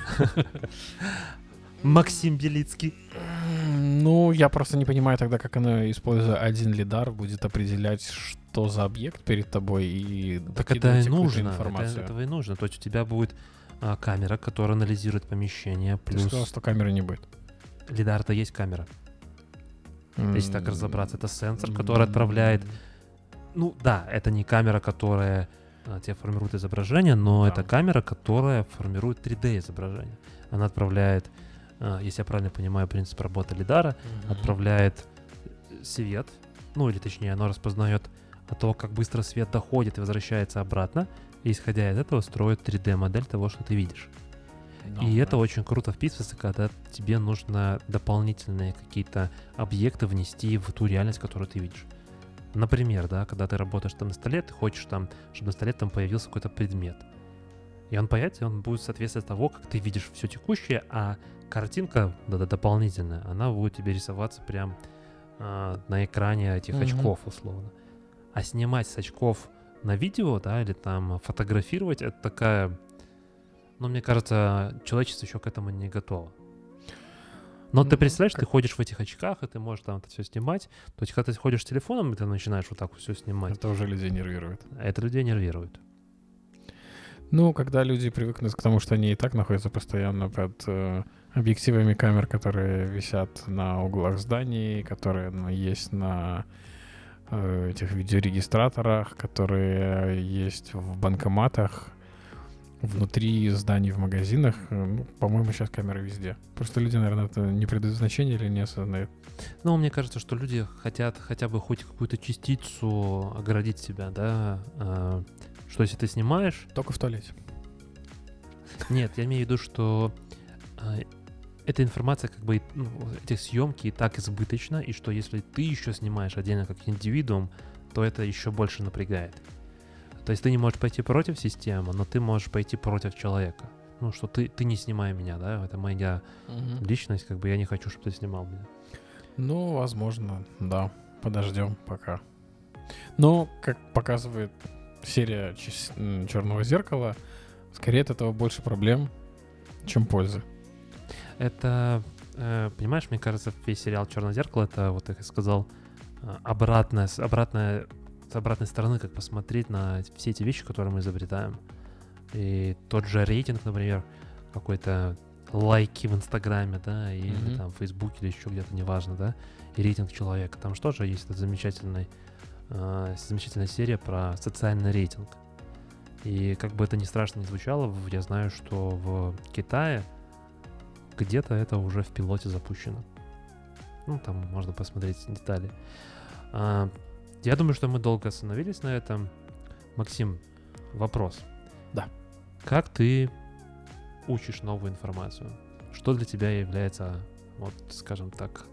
Максим Белицкий. Ну, я просто не понимаю тогда, как она, используя один лидар, будет определять, что за объект перед тобой и Так это докидывать и какую-то нужно, информацию. этого и нужно. То есть у тебя будет камера, которая анализирует помещение, Ты плюс сказал, что камеры не будет. лидар-то есть камера. Если так разобраться, это сенсор, который отправляет... Ну да, это не камера, которая тебе формирует изображение, но Да. это камера, которая формирует 3D изображение. Она отправляет, если я правильно понимаю принцип работы лидара, отправляет свет, ну или точнее, оно распознает то, как быстро свет доходит и возвращается обратно, и исходя из этого строит 3D-модель того, что ты видишь. И это очень круто вписывается, когда тебе нужно дополнительные какие-то объекты внести в ту реальность, которую ты видишь. Например, да, когда ты работаешь там на столе, ты хочешь там, чтобы на столе там появился какой-то предмет. И он появится, и он будет соответствовать того, как ты видишь все текущее, а картинка дополнительная, она будет тебе рисоваться прям на экране этих очков, условно. А снимать с очков на видео, да, или там фотографировать, это такая... Ну, мне кажется, человечество еще к этому не готово. Но ты представляешь, ты ходишь в этих очках, и ты можешь там это все снимать. То есть, когда ты ходишь с телефоном, и ты начинаешь вот так все снимать. Это уже людей нервирует. Это людей нервирует. Ну, когда люди привыкнут к тому, что они и так находятся постоянно под объективами камер, которые висят на углах зданий, которые есть на этих видеорегистраторах, которые есть в банкоматах, внутри зданий в магазинах. Ну, по-моему, сейчас камеры везде. Просто люди, наверное, это не придают значения или не осознают. Ну, мне кажется, что люди хотят хотя бы хоть какую-то частицу оградить себя, да, что если ты снимаешь... Только в туалете. Нет, я имею в виду, что эта информация, как бы, ну, эти съемки и так избыточна, и что если ты еще снимаешь отдельно как индивидуум, то это еще больше напрягает. То есть ты не можешь пойти против системы, но ты можешь пойти против человека. Ну, что ты не снимай меня, да, это моя личность, как бы я не хочу, чтобы ты снимал меня. Ну, возможно, да. Подождем пока. Но, как показывает серия «Черного зеркала», скорее от этого больше проблем, чем пользы. Это, понимаешь, мне кажется, весь сериал «Черное зеркало» — это, вот как я сказал, с обратной стороны, как посмотреть на все эти вещи, которые мы изобретаем. И тот же рейтинг, например, какой-то лайки в Инстаграме, да, или там в Фейсбуке, или еще где-то, неважно, да, и рейтинг человека. Там же тоже есть эта замечательная серия про социальный рейтинг. И как бы это ни страшно не звучало, я знаю, что в Китае где-то это уже в пилоте запущено. Ну, там можно посмотреть детали. Я думаю, что мы долго остановились на этом. Максим, вопрос. Да. Как ты учишь новую информацию? Что для тебя является, вот, скажем так,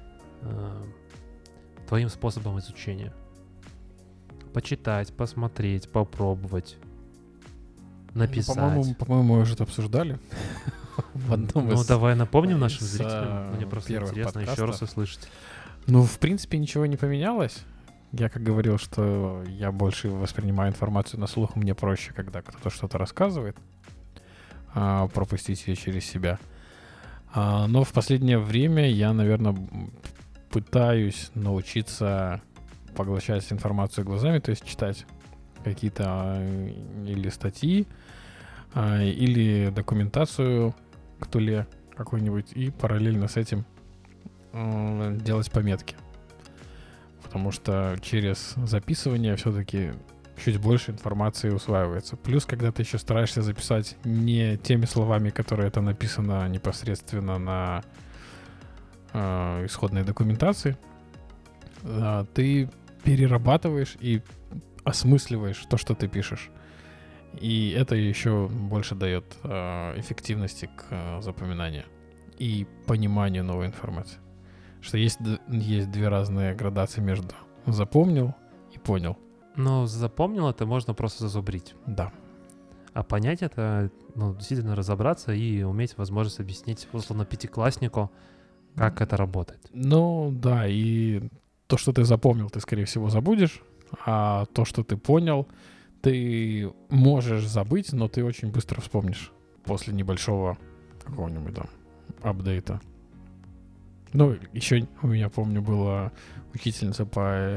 твоим способом изучения? Почитать, посмотреть, попробовать, написать. Ну, по-моему, мы уже это обсуждали. Давай напомним нашим зрителям. Мне просто интересно еще раз услышать. Ну, в принципе, ничего не поменялось. Я как говорил, что я больше воспринимаю информацию на слух, мне проще, когда кто-то что-то рассказывает, пропустить ее через себя. Но в последнее время я, наверное, пытаюсь научиться поглощать информацию глазами, то есть читать какие-то или статьи, или документацию к Туле какой-нибудь, и параллельно с этим делать пометки. Потому что через записывание все-таки чуть больше информации усваивается. Плюс, когда ты еще стараешься записать не теми словами, которые это написано непосредственно на исходной документации, ты перерабатываешь и осмысливаешь то, что ты пишешь. И это еще больше дает эффективности к запоминанию и пониманию новой информации. Что есть две разные градации между запомнил и понял. Но запомнил это можно просто зазубрить. Да. А понять это, действительно разобраться и уметь возможность объяснить, условно, пятикласснику, как это работает. Ну, да, и то, что ты запомнил, ты, скорее всего, забудешь, а то, что ты понял, ты можешь забыть, но ты очень быстро вспомнишь после небольшого какого-нибудь там апдейта. Ну, еще у меня, помню, была учительница по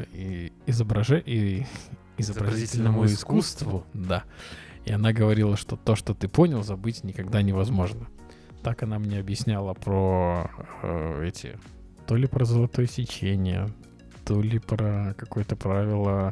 изобразительному искусству. Да. И она говорила, что то, что ты понял, забыть никогда невозможно. Так она мне объясняла про то ли про золотое сечение, то ли про какое-то правило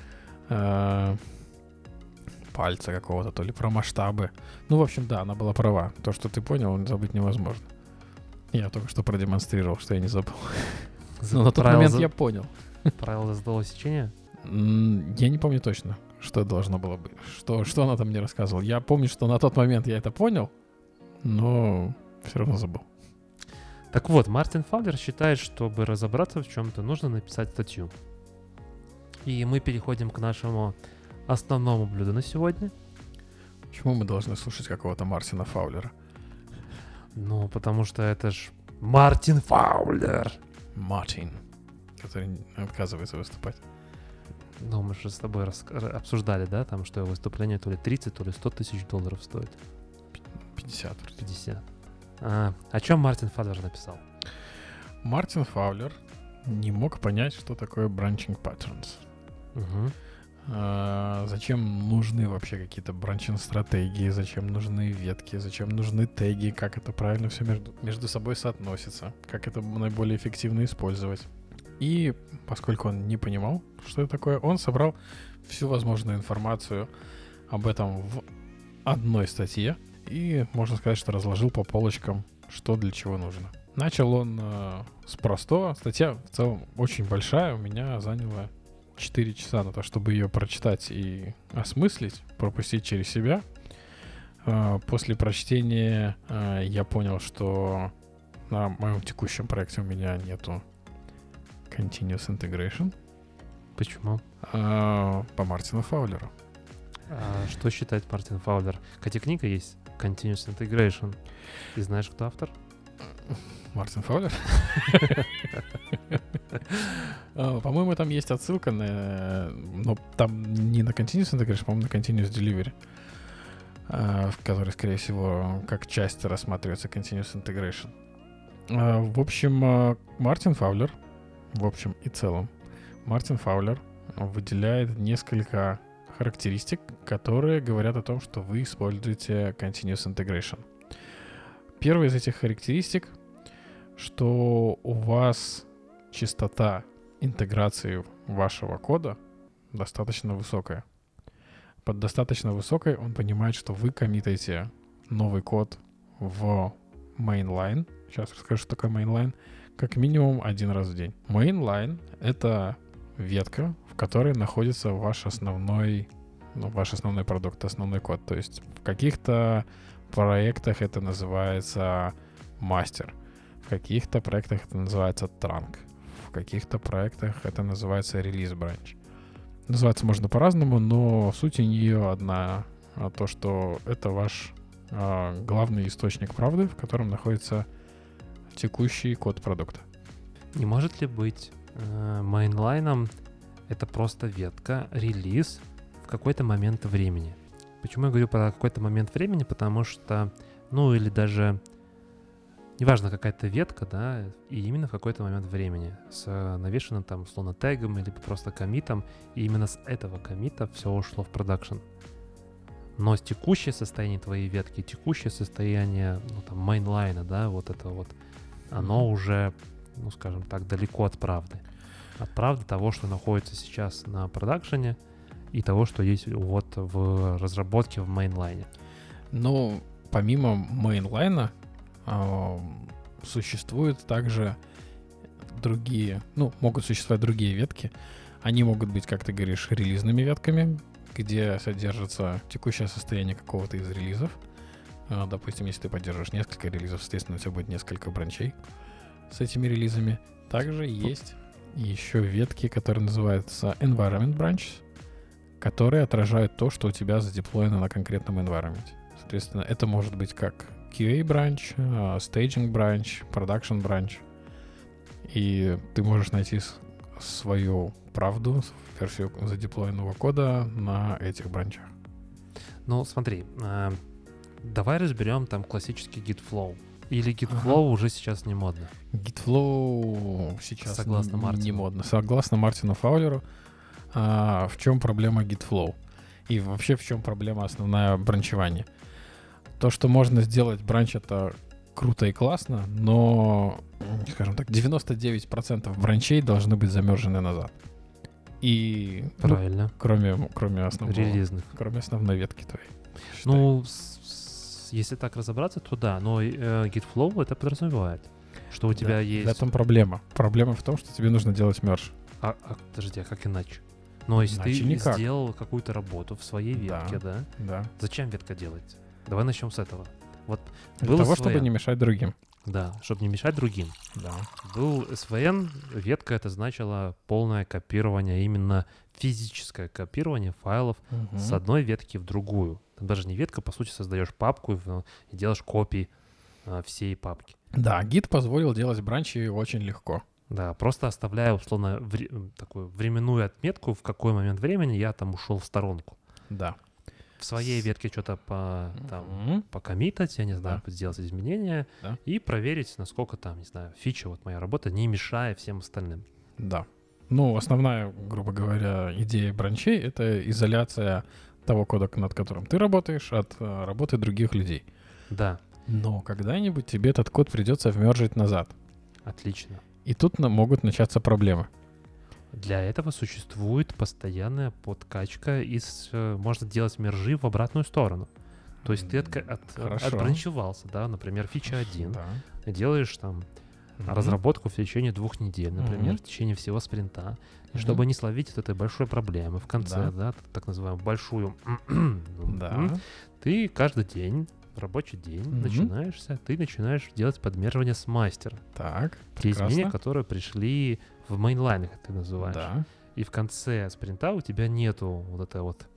пальца какого-то, то ли про масштабы. Ну, в общем, да, она была права. То, что ты понял, забыть невозможно. Я только что продемонстрировал, что я не забыл. Но на тот момент я понял. Правило золотого сечения? Я не помню точно, что должно было быть. Что она там мне рассказывала. Я помню, что на тот момент я это понял, но все равно забыл. Так вот, Мартин Фаулер считает, чтобы разобраться в чем-то, нужно написать статью. И мы переходим к нашему основному блюду на сегодня. Почему мы должны слушать какого-то Мартина Фаулера? Ну, потому что это ж Мартин Фаулер. Мартин, который отказывается выступать. Ну, мы же с тобой обсуждали, да, там, что его выступление то ли 30, то ли 100 тысяч долларов стоит. 50. 50. О чем Мартин Фаулер написал? Мартин Фаулер не мог понять, что такое branching patterns. Угу. Зачем нужны вообще какие-то бранчинг-стратегии, зачем нужны ветки, зачем нужны теги, как это правильно все между собой соотносится, как это наиболее эффективно использовать. И поскольку он не понимал, что это такое, он собрал всю возможную информацию об этом в одной статье и, можно сказать, что разложил по полочкам, что для чего нужно. Начал он с простого. Статья в целом очень большая, у меня заняла 4 часа на то, чтобы ее прочитать и осмыслить, пропустить через себя. После прочтения я понял, что на моем текущем проекте у меня нету Continuous Integration. Почему? По Мартину Фаулеру. Что считает Мартин Фаулер? Кстати, книга есть Continuous Integration. И знаешь, кто автор? Мартин Фаулер? По-моему, там есть отсылка на... Но там не на Continuous Integration, по-моему, на Continuous Delivery, в которой, скорее всего, как часть рассматривается Continuous Integration. В общем, Мартин Фаулер, в общем и целом, Мартин Фаулер выделяет несколько характеристик, которые говорят о том, что вы используете Continuous Integration. Первая из этих характеристик, что у вас частота интеграции вашего кода достаточно высокая. Под достаточно высокой он понимает, что вы коммитаете новый код в mainline. Сейчас расскажу, что такое mainline. Как минимум один раз в день. Mainline — это ветка, в которой находится ваш основной продукт, основной код. То есть в каких-то проектах это называется мастер, в каких-то проектах это называется trunk, в каких-то проектах это называется release branch. Называться можно по-разному, но суть у нее одна, то, что это ваш главный источник правды, в котором находится текущий код продукта. Не может ли быть мейнлайном это просто ветка, релиз в какой-то момент времени? Почему я говорю про какой-то момент времени? Потому что, или даже, неважно, какая-то ветка, да, и именно в какой-то момент времени с навешенным там, условно, тегом или просто коммитом, и именно с этого коммита все ушло в продакшн. Но текущее состояние твоей ветки, текущее состояние, мейнлайна, да, вот это вот, оно уже, скажем так, далеко от правды. От правды того, что находится сейчас на продакшене, и того, что есть вот в разработке в мейнлайне. Но помимо мейнлайна существуют также другие, могут существовать другие ветки. Они могут быть, как ты говоришь, релизными ветками, где содержится текущее состояние какого-то из релизов. Допустим, если ты поддерживаешь несколько релизов, соответственно, у тебя будет несколько бранчей с этими релизами. Также есть еще ветки, которые называются environment branches, которые отражают то, что у тебя задеплоено на конкретном environment. Соответственно, это может быть как QA branch, staging branch, production branch. И ты можешь найти свою правду, версию задеплоенного кода на этих бранчах. Смотри, давай разберем там классический Git-flow. Или Git-flow уже сейчас не модно? Git-flow сейчас Согласно не модно. Согласно Мартину Фаулеру, в чем проблема Git-flow? И вообще в чем проблема основная бранчевания? То, что можно сделать бранч, это круто и классно, но, скажем так, 99% бранчей должны быть замержены назад. И правильно. Кроме основного. Релизных. Кроме основной ветки твоей. Если так разобраться, то да, но Git-flow это подразумевает, что у тебя есть... В этом проблема. Проблема в том, что тебе нужно делать мерж. Подожди, а как иначе? Но если иначе ты никак. сделал какую-то работу в своей ветке, да? Зачем ветка делать? Давай начнем с этого. Вот для того, чтобы не мешать другим. Да, чтобы не мешать другим. Да. Был SVN, ветка это значило полное копирование, именно физическое копирование файлов с одной ветки в другую. Там даже не ветка, по сути, создаешь папку и делаешь копии всей папки. Да, Git позволил делать бранчи очень легко. Да, просто оставляя, условно, такую временную отметку, в какой момент времени я там ушел в сторонку. Да. В своей ветке что-то покоммитать, я не знаю, сделать изменения и проверить, насколько там, не знаю, фича, вот моя работа, не мешая всем остальным. Да. Ну, основная, грубо говоря, идея бранчей — это изоляция того кода, над которым ты работаешь, от работы других людей. Да. Но когда-нибудь тебе этот код придется вмержить назад. Отлично. И тут могут начаться проблемы. Для этого существует постоянная подкачка можно делать мержи в обратную сторону. То есть ты отбранчевался, да, например, фича 1, Да. делаешь там разработку в течение 2 недель, например, в течение всего спринта, и чтобы не словить от этой большой проблемы в конце, да, так называемую большую, ты каждый день, рабочий день, ты начинаешь делать подмерживание с мастером. Так, те изменения, которые пришли в мейнлайн, как ты называешь. Да. И в конце спринта у тебя нету вот этой вот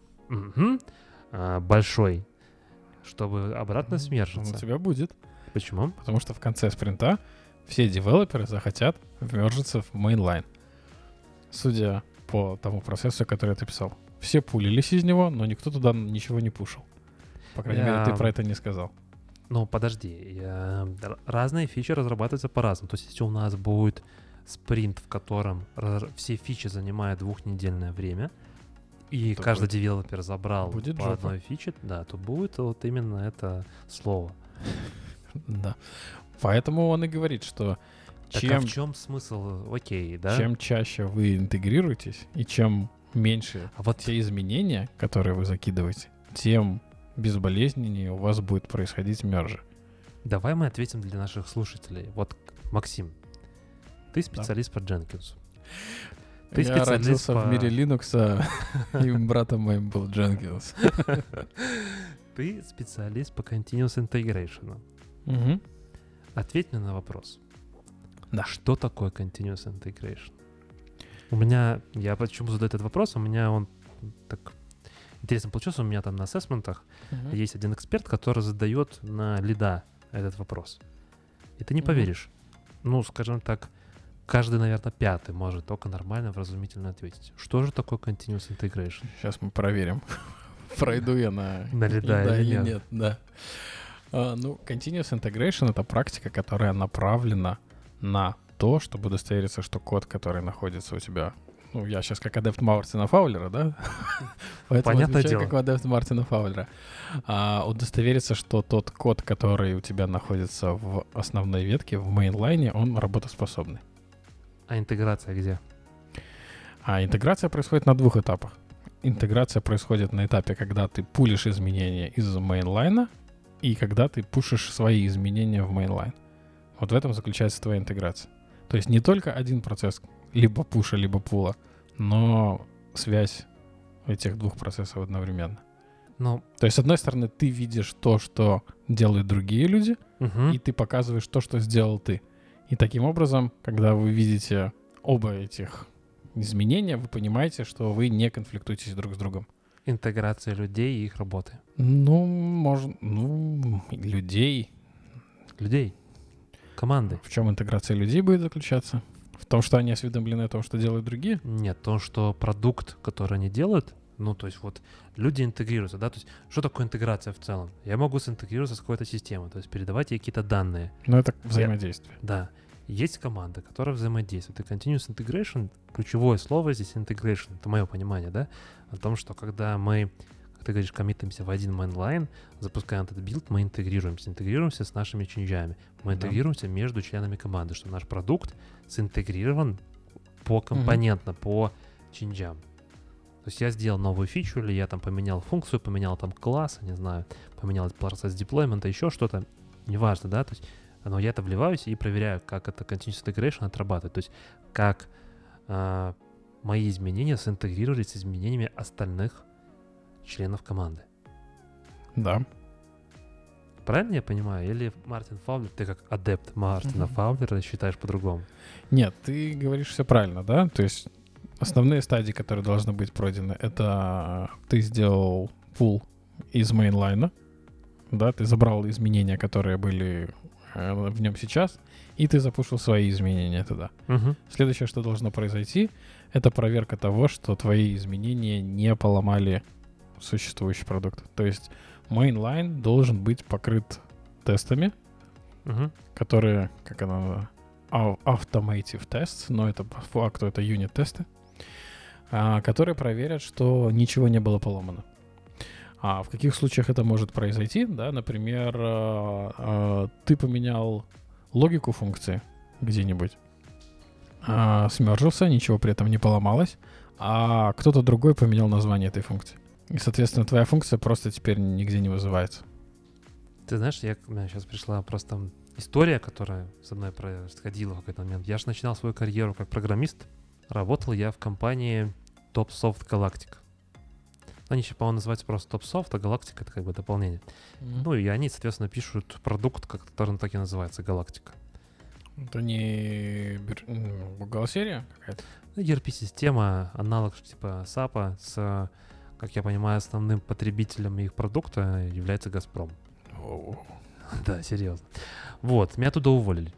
большой, чтобы обратно смержиться. У тебя будет. Почему? Потому что в конце спринта все девелоперы захотят вмержиться в мейнлайн. Судя по тому процессу, который ты писал. Все пулились из него, но никто туда ничего не пушил. По крайней мере, ты про это не сказал. Ну, подожди. Разные фичи разрабатываются по-разному. То есть, если у нас будет спринт, в котором все фичи занимают 2-недельное время, и то каждый девелопер забрал по одной фиче, да, то будет вот именно это слово. Да. Поэтому он и говорит, что так а в чем смысл? Окей, да? Чем чаще вы интегрируетесь, и чем меньше те изменения, которые вы закидываете, тем безболезненнее у вас будет происходить мержи. Давай мы ответим для наших слушателей. Вот, Максим, ты специалист по Jenkins. Я родился в мире Linux, и братом моим был Jenkins. Ты специалист по Continuous Integration. Ответь мне на вопрос. Да. Что такое Continuous Integration? Я почему задаю этот вопрос? У меня он так интересно получился. У меня там на ассессментах есть один эксперт, который задает на лида этот вопрос. И ты не поверишь. Ну, скажем так, каждый, наверное, пятый может только нормально, вразумительно ответить. Что же такое Continuous Integration? Сейчас мы проверим. Пройду я на лида или нет. Да. Continuous Integration — это практика, которая направлена на то, чтобы удостовериться, что код, который находится у тебя... я сейчас как адепт Мартина Фаулера, да? Понятное дело. Как адепт Мартина Фаулера. Удостовериться, что тот код, который у тебя находится в основной ветке, в мейнлайне, он работоспособный. А интеграция где? Интеграция происходит на 2 этапах. Интеграция происходит на этапе, когда ты пулишь изменения из мейнлайна, и когда ты пушишь свои изменения в мейнлайн. Вот в этом заключается твоя интеграция. То есть не только один процесс либо пуша, либо пула, но связь этих 2 процессов одновременно. То есть, с одной стороны, ты видишь то, что делают другие люди, и ты показываешь то, что сделал ты. И таким образом, когда вы видите оба этих изменения, вы понимаете, что вы не конфликтуете друг с другом. Интеграция людей и их работы. Людей. Людей. Команды. В чем интеграция людей будет заключаться? В том, что они осведомлены о том, что делают другие? Нет, в том, что продукт, который они делают, то есть вот люди интегрируются, да, то есть что такое интеграция в целом? Я могу синтегрироваться с какой-то системой, то есть передавать ей какие-то данные. Это взаимодействие. Да. Есть команда, которая взаимодействует. И Continuous Integration, ключевое слово здесь integration, это мое понимание, да, о том, что когда мы, как ты говоришь, коммитимся в один mainline, запускаем этот билд, мы интегрируемся с нашими ченджами, мы интегрируемся между членами команды, что наш продукт синтегрирован по компонентно, по ченджам. То есть я сделал новую фичу, или я там поменял функцию, поменял там класс, не знаю, поменял процесс деплоймента, еще что-то, неважно, да, то есть но я это вливаюсь и проверяю, как это Continuous Integration отрабатывает. То есть как мои изменения синтегрировались с изменениями остальных членов команды. Да. правильно я понимаю? Или Мартин Фаулер, ты как адепт Мартина Фаулера считаешь по-другому? Нет, ты говоришь все правильно, да? То есть основные стадии, которые должны быть пройдены, это ты сделал пул из мейнлайна, да, ты забрал изменения, которые были в нем сейчас, и ты запушил свои изменения туда. Угу. Следующее, что должно произойти, это проверка того, что твои изменения не поломали существующий продукт. То есть mainline должен быть покрыт тестами, Угу. которые, как она, automative tests, но это по факту это юнит-тесты, которые проверят, что ничего не было поломано. А в каких случаях это может произойти? Да, например, ты поменял логику функции где-нибудь, смержился, ничего при этом не поломалось, а кто-то другой поменял название этой функции. И, соответственно, твоя функция просто теперь нигде не вызывается. Ты знаешь, у меня сейчас пришла просто история, которая со мной происходила в какой-то момент. Я же начинал свою карьеру как программист. Работал я в компании TopSoft Galactic. Они еще, по-моему, называются просто TopSoft, а Galactic — это как бы дополнение. Ну и они, соответственно, пишут продукт, который так и называется, Galactica. Это не бухгалтерия какая-то? ERP-система, аналог типа SAP с, как я понимаю, основным потребителем их продукта является «Газпром». Да, серьезно. Вот, меня туда уволили.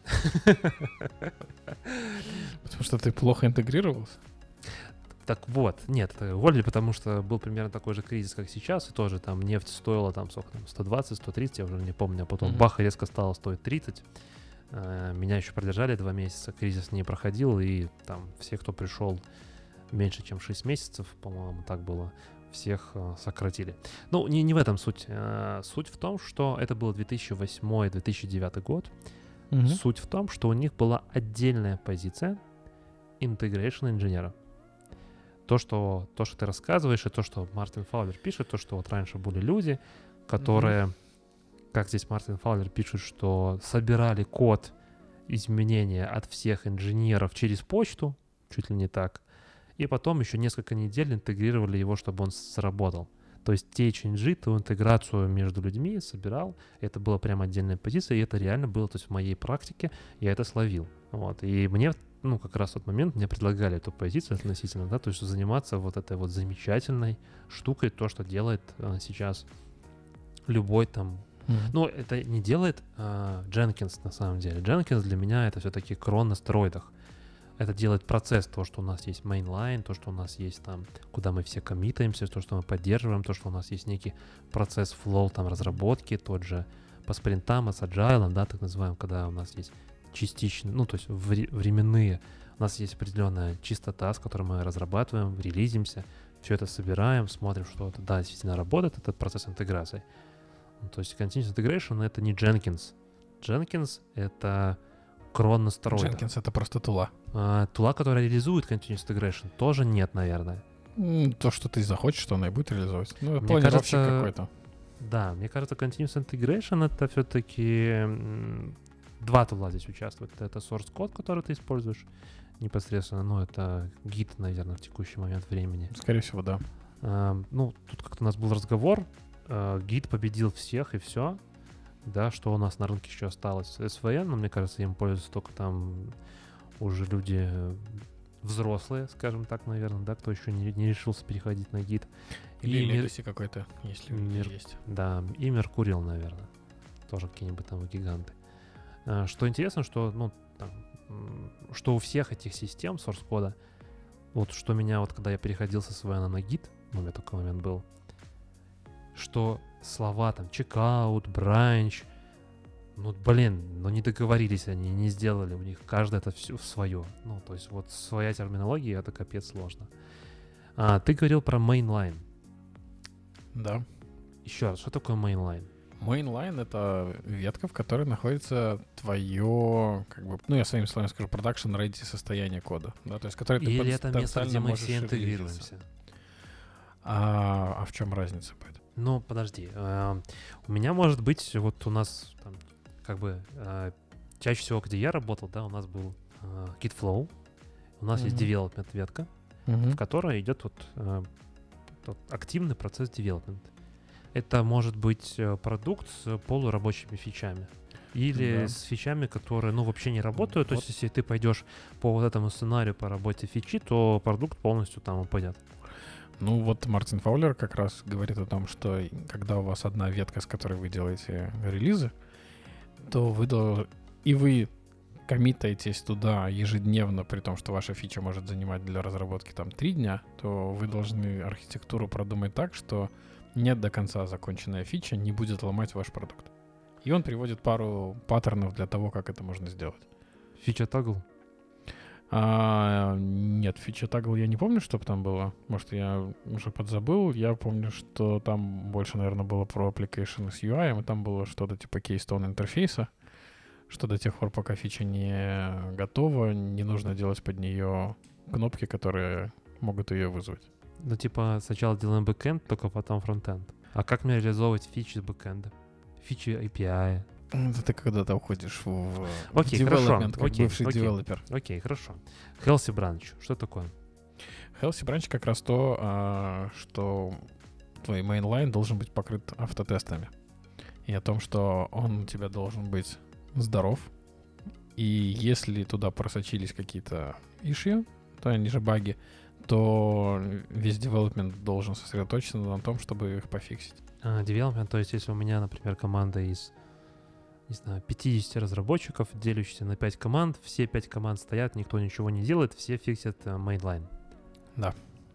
Потому что ты плохо интегрировался? Так вот, нет, уволили, потому что был примерно такой же кризис, как сейчас, и тоже там нефть стоила там, сколько там, 120, 130, я уже не помню, а потом бах, и резко стало стоить 30. Меня еще продержали 2 месяца, кризис не проходил, и там все, кто пришел меньше, чем 6 месяцев, по-моему, так было, всех сократили. Ну, не в этом суть. Суть в том, что это был 2008-2009 год. Суть в том, что у них была отдельная позиция integration инженера. То, что ты рассказываешь, и то, что Мартин Фаулер пишет, то, что вот раньше были люди, которые, как здесь Мартин Фаулер пишет, что собирали код изменения от всех инженеров через почту, чуть ли не так, и потом еще несколько недель интегрировали его, чтобы он сработал. То есть те чейнджи, ту интеграцию между людьми собирал, это была прям отдельная позиция, и это реально было, то есть в моей практике я это словил. Вот. И мне, как раз в тот момент мне предлагали эту позицию относительно, да, то есть заниматься вот этой вот замечательной штукой, то, что делает сейчас любой там. Ну, это не делает Jenkins на самом деле. Jenkins для меня это все-таки крон на стероидах. Это делает процесс, то, что у нас есть mainline, то, что у нас есть там, куда мы все коммитаемся, то, что мы поддерживаем, то, что у нас есть некий процесс flow там разработки, тот же по спринтам, с agile, да, так называем, когда у нас есть частичные, то есть временные, у нас есть определенная частота, с которой мы разрабатываем, релизимся, все это собираем, смотрим, что это, да, действительно работает, этот процесс интеграции. То есть continuous integration — это не Jenkins. Jenkins — это крон на стероидах. Jenkins — это просто тула. Тула, которая реализует Continuous Integration, тоже нет, наверное. То, что ты захочешь, что она и будет реализовывать. Ну, Мне кажется, какой-то. Да, мне кажется, Continuous Integration — это все-таки 2 тула здесь участвуют. Это source код, который ты используешь непосредственно. Это Git, наверное, в текущий момент времени. Скорее всего, да. Тут как-то у нас был разговор. Git победил всех, и все. Да, что у нас на рынке еще осталось? SVN, но мне кажется, им пользуются только там уже люди взрослые, скажем так, наверное, да, кто еще не решился переходить на Git. Или Legacy какой-то, если есть. Да, и Mercurial, наверное. Тоже какие-нибудь там гиганты. Что интересно, что, что у всех этих систем source кода, вот что меня, вот когда я переходил со SVN на Git, у меня такой момент был, что слова там checkout, branch, не договорились они, не сделали, у них каждый это все свое. То есть вот своя терминология, это капец сложно. Ты говорил про mainline. Да. Еще раз, что такое mainline? Mainline — это ветка, в которой находится твое, я своими словами скажу, production ready состояние кода. Да, то есть, который ты или это место, где мы все интегрируемся? А в чем разница? Подожди. У меня может быть, вот у нас там, чаще всего, где я работал, да, у нас был Gitflow, у нас есть development ветка, в которой идет вот активный процесс development. Это может быть продукт с полурабочими фичами. Или Да. с фичами, которые, вообще не работают. То Вот. есть, если ты пойдешь по вот этому сценарию по работе фичи, то продукт полностью там упадет. Ну вот Мартин Фаулер как раз говорит о том, что когда у вас одна ветка, с которой вы делаете релизы, то вы коммитаетесь туда ежедневно, при том, что ваша фича может занимать для разработки там 3 дня, то вы должны архитектуру продумать так, что нет до конца законченная фича не будет ломать ваш продукт. И он приводит пару паттернов для того, как это можно сделать. Фича тагл? Нет, фича тагл я не помню, что там было. Может, я уже подзабыл. Я помню, что там больше, наверное, было про application с UI, и там было что-то типа keystone интерфейса, что до тех пор, пока фича не готова, не нужно делать под нее кнопки, которые могут ее вызвать. Типа сначала делаем бэкэнд, только потом фронтенд. А как мне реализовывать фичи бэкэнда? Фичи API. Это ты когда-то уходишь в Окей, хорошо. development, как бывший девелопер. Окей, хорошо. Healthy Branch. Что такое? Healthy Branch как раз то, что твой mainline должен быть покрыт автотестами. И о том, что он у тебя должен быть здоров. И если туда просочились какие-то issue, то они же баги, то весь development должен сосредоточиться на том, чтобы их пофиксить. Development, то есть если у меня, например, команда из, не знаю, 50 разработчиков, делящихся на 5 команд, все 5 команд стоят, никто ничего не делает, все фиксят mainline. Да.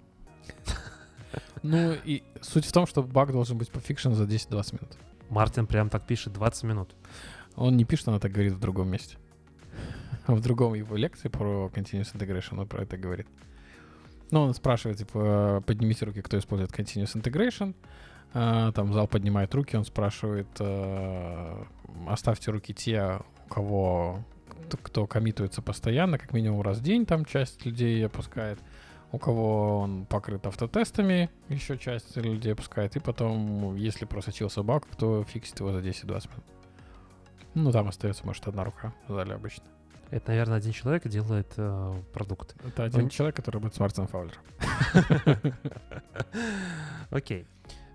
Ну и суть в том, что баг должен быть пофикшен за 10-20 минут. Мартин прям так пишет 20 минут. Он не пишет, он это говорит в другом месте. В другом его лекции про Continuous Integration он про это говорит. Ну, он спрашивает, типа, поднимите руки, кто использует Continuous Integration. Там зал поднимает руки, он спрашивает, оставьте руки те, у кого, кто коммитуется постоянно, как минимум раз в день, там часть людей опускает. У кого он покрыт автотестами, еще часть людей опускает. И потом, если просочился баг, то фиксит его за 10-20 минут. Ну, там остается, может, одна рука в зале обычно. Это, наверное, один человек делает продукт. Это один человек, который будет с Мартином Фаулером. Окей.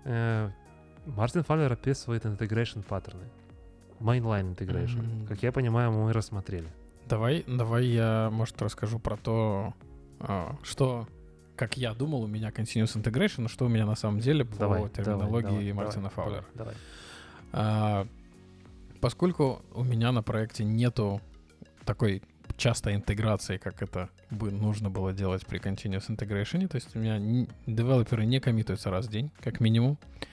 Мартин Фаулер описывает integration паттерны. Mainline integration. Как я понимаю, мы рассмотрели. Давай я, может, расскажу про то, что, как я думал, у меня continuous integration, но что у меня на самом деле по терминологии Мартина Фаулера. Давай. Поскольку у меня на проекте нету такой частой интеграции, как это бы нужно было делать при continuous integration, то есть у меня девелоперы не коммитаются раз в день, как минимум,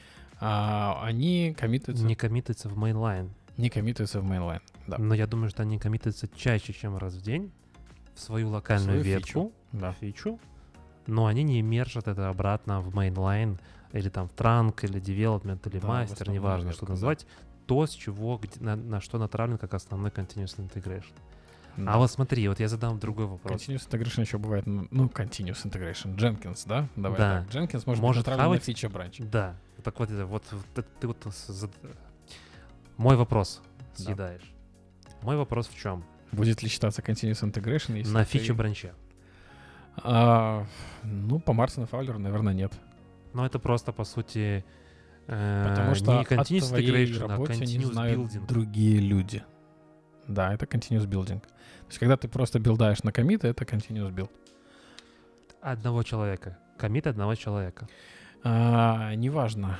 а они коммитаются... Не коммитаются в mainline. Не коммитаются в mainline, да. Но я думаю, что они коммитаются чаще, чем раз в день в свою локальную ветку, фичу, но они не мержат это обратно в mainline или там в trunk, или development, или master, неважно, что назвать, то, с чего, на что направлен как основной continuous integration. Да. А вот смотри, вот я задам другой вопрос. Continuous integration еще бывает, continuous integration, Jenkins, да? Давай так. Jenkins может быть направлен на фича бранч. Да. Так вот, ты вот мой вопрос съедаешь. Мой вопрос в чем? Будет ли считаться continuous integration, если на фича бранче? По Мартину Фаулеру, наверное, нет. Но это просто, по сути, потому что не continuous integration, а не continuous знают building. Другие люди. Да, это continuous building. То есть, когда ты просто билдаешь на коммиты, это continuous build. Одного человека. Коммит одного человека. Неважно.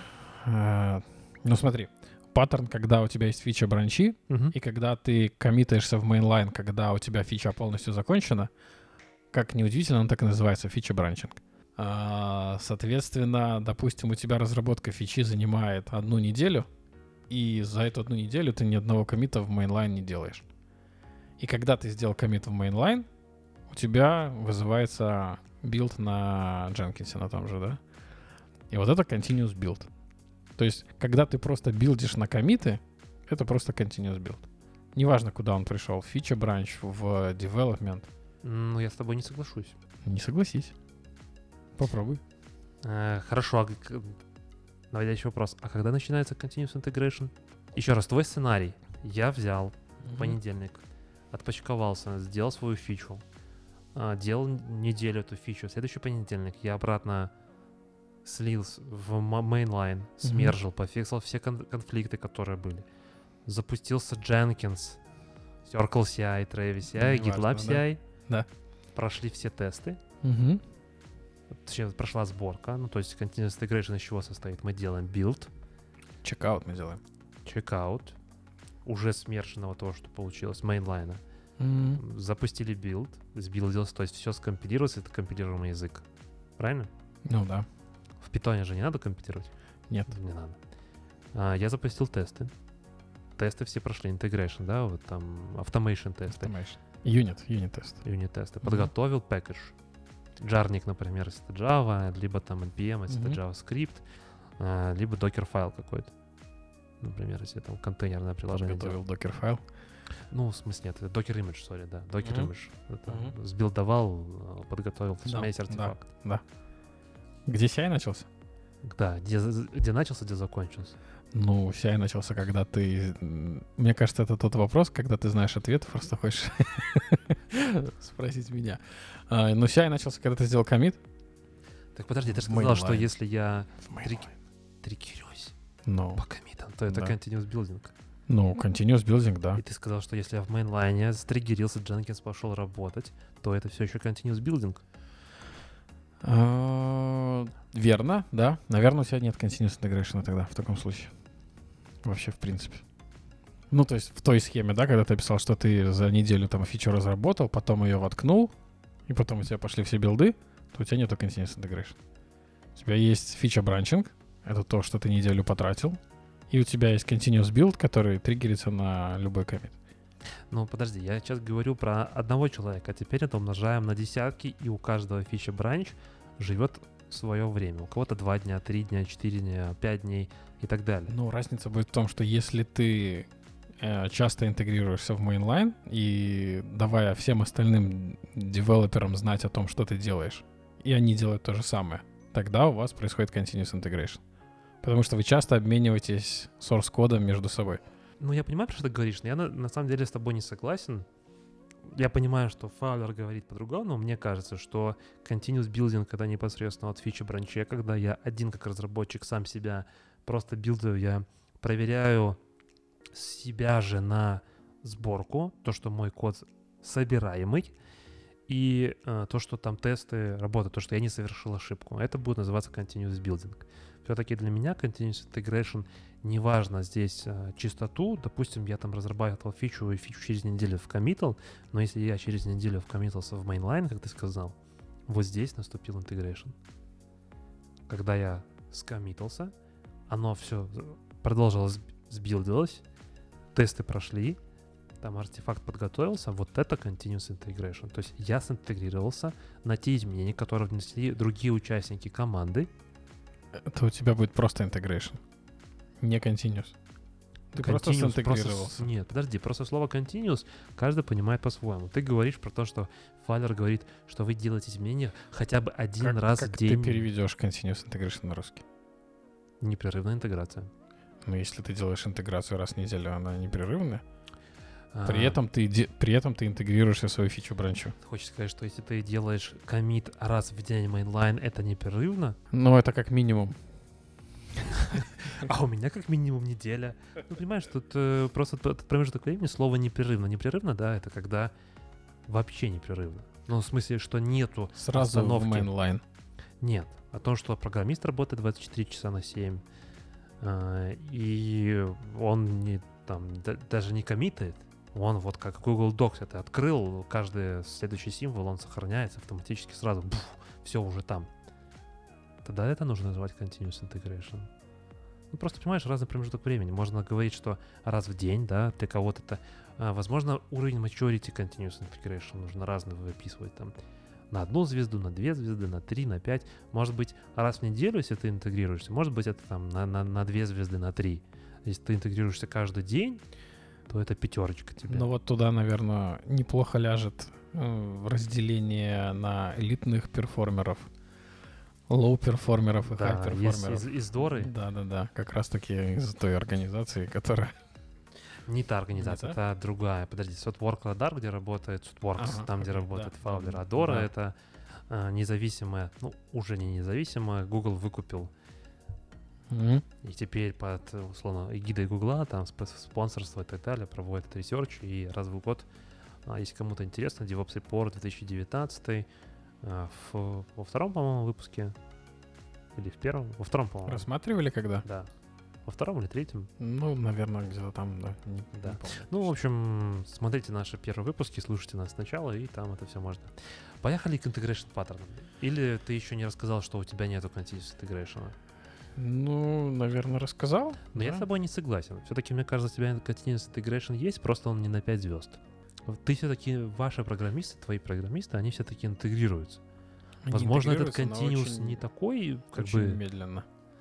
Смотри. Паттерн, когда у тебя есть фича бранчи, и когда ты коммитаешься в mainline, когда у тебя фича полностью закончена, как неудивительно, он так и называется, фича бранчинг. Соответственно, допустим, у тебя разработка фичи занимает 1 неделю, и за эту 1 неделю ты ни одного коммита в mainline не делаешь. И когда ты сделал коммит в mainline, у тебя вызывается билд на Jenkins, на том же, да? И вот это continuous build. То есть, когда ты просто билдишь на коммиты, это просто continuous build. Неважно, куда он пришел, в фича бранч, в development. Ну, я с тобой не соглашусь. Не согласись. Попробуй. Хорошо. Давай еще вопрос. А когда начинается continuous integration? Еще раз, твой сценарий. Я взял в понедельник, отпочковался, сделал свою фичу, делал неделю эту фичу. В следующий понедельник я обратно слил в мейнлайн, смержил, пофиксил все конфликты, которые были. Запустился Jenkins, Circle CI, Travis CI, GitLab CI. Да. Прошли все тесты. Угу. Точнее, прошла сборка. Ну, то есть Continuous Integration из чего состоит? Мы делаем build. Чекаут мы делаем. Чекаут. Уже смерженного того, что получилось, мейнлайна. Запустили билд, сбилдился, то есть все скомпилировалось, это компилируемый язык. Правильно? Ну да. В питоне же не надо компилировать? Нет. Не надо. Я запустил тесты. Тесты все прошли, integration, да, вот там automation тесты. Unit тест. Unit тесты. Подготовил package. Jarnik, например, если это Java, либо там NPM, если это JavaScript, либо Docker файл какой-то. Например, если там контейнерное приложение. Подготовил Docker файл. Ну, в смысле, нет, это Docker Image, сори, да. Docker Image. Это сбилдовал, подготовил весь артефакт. Да. Где CI начался? Да, где начался, где закончился. Ну, CI начался, когда ты... Мне кажется, это тот вопрос, когда ты знаешь ответ, просто хочешь спросить меня. Ну, CI начался, когда ты сделал коммит. Так подожди, ты же сказал, что если я триггерюсь по коммитам, то это continuous building. Ну, continuous building, да. И ты сказал, что если я в мейнлайне стриггерился, Jenkins пошел работать, то это все еще continuous building. Верно, да. Наверное, у тебя нет continuous integration тогда, в таком случае. Вообще, в принципе. Ну, то есть в той схеме, да, когда ты описал, что ты за неделю там фичу разработал, потом ее воткнул, и потом у тебя пошли все билды, то у тебя нету continuous integration. У тебя есть фича бранчинг, это то, что ты неделю потратил, и у тебя есть continuous build, который триггерится на любой коммит. Ну, подожди, я сейчас говорю про одного человека, а теперь это умножаем на десятки, и у каждого фича бранч живет свое время. У кого-то 2 дня, 3 дня, 4 дня, 5 дней и так далее. Ну, разница будет в том, что если ты часто интегрируешься в мейнлайн и давая всем остальным девелоперам знать о том, что ты делаешь, и они делают то же самое, тогда у вас происходит continuous integration. Потому что вы часто обмениваетесь source-кодом между собой. Ну, я понимаю, про что ты говоришь, но я на самом деле с тобой не согласен. Я понимаю, что Fowler говорит по-другому, но мне кажется, что continuous building, когда непосредственно от фичи бранче, когда я один как разработчик сам себя просто билдаю, я проверяю себя же на сборку, то, что мой код собираемый, и то, что там тесты работают, то, что я не совершил ошибку. Это будет называться continuous building. Все-таки для меня continuous integration неважно здесь чистоту. Допустим, я там разрабатывал фичу, и фичу через неделю вкоммитал, но если я через неделю вкоммитался в mainline, как ты сказал, вот здесь наступил integration. Когда я скоммитался, оно все продолжило сбилдилось, тесты прошли, там артефакт подготовился, вот это continuous integration. То есть я синтегрировался на те изменения, которые внесли другие участники команды. Это у тебя будет просто integration, не continuous. Ты просто синтегрировался. Нет, подожди, просто слово continuous каждый понимает по-своему. Ты говоришь про то, что Fowler говорит, что вы делаете изменения хотя бы один раз в день. Как ты переведешь continuous integration на русский? Непрерывная интеграция. Но если ты делаешь интеграцию раз в неделю, она непрерывная? При этом ты интегрируешься в свою фичу бранчу. Ты хочешь сказать, что если ты делаешь коммит раз в день mainline, это непрерывно? Ну, это как минимум. А у меня как минимум неделя. Ну, понимаешь, тут просто этот промежуток времени слово непрерывно. Непрерывно, да, это когда вообще непрерывно. Ну, в смысле, что нету сразу остановки. В mainline. Нет. О том, что программист работает 24 часа на 7. И он не, там, даже не коммитает. Он вот как Google Docs это открыл, каждый следующий символ, он сохраняется автоматически сразу. Все уже там. Тогда это нужно называть continuous integration. Ну, просто, понимаешь, разный промежуток времени. Можно говорить, что раз в день, да, для кого-то это... возможно, уровень maturity continuous integration нужно разный выписывать там. На 1 звезду, на 2 звезды, на 3, на 5. Может быть, раз в неделю, если ты интегрируешься, может быть, это там на 2 звезды, на 3. Если ты интегрируешься каждый день, то это 5 тебе. Ну вот туда, наверное, неплохо ляжет разделение на элитных перформеров, лоу-перформеров и хай-перформеров. Из Доры? Да. Как раз-таки из той организации, которая... Не та организация, это другая. Подожди, Softwork Radar, где работает Softworks, там, где работает Fowler. А Dora — это независимая, ну, уже не независимая, Google выкупил. И теперь под, условно, эгидой Гугла, там, спонсорство и так далее, проводят ресерч, и раз в год, если кому-то интересно, DevOps Report 2019 во втором, по-моему, выпуске, или в первом, во втором, по-моему. Рассматривали когда? Да. Во втором или третьем? Ну, наверное, где-то там, да. Не помню. Ну, в общем, смотрите наши первые выпуски, слушайте нас сначала, и там это все можно. Поехали к integration паттернам. Или ты еще не рассказал, что у тебя нету continuous integration? Ну, наверное, рассказал. Но я с тобой не согласен. Все-таки, мне кажется, у тебя continuous integration есть, просто он не на 5 звезд. Ты все-таки, ваши программисты, твои программисты, они все-таки интегрируются. Возможно, этот continuous не такой, как очень бы... медленно.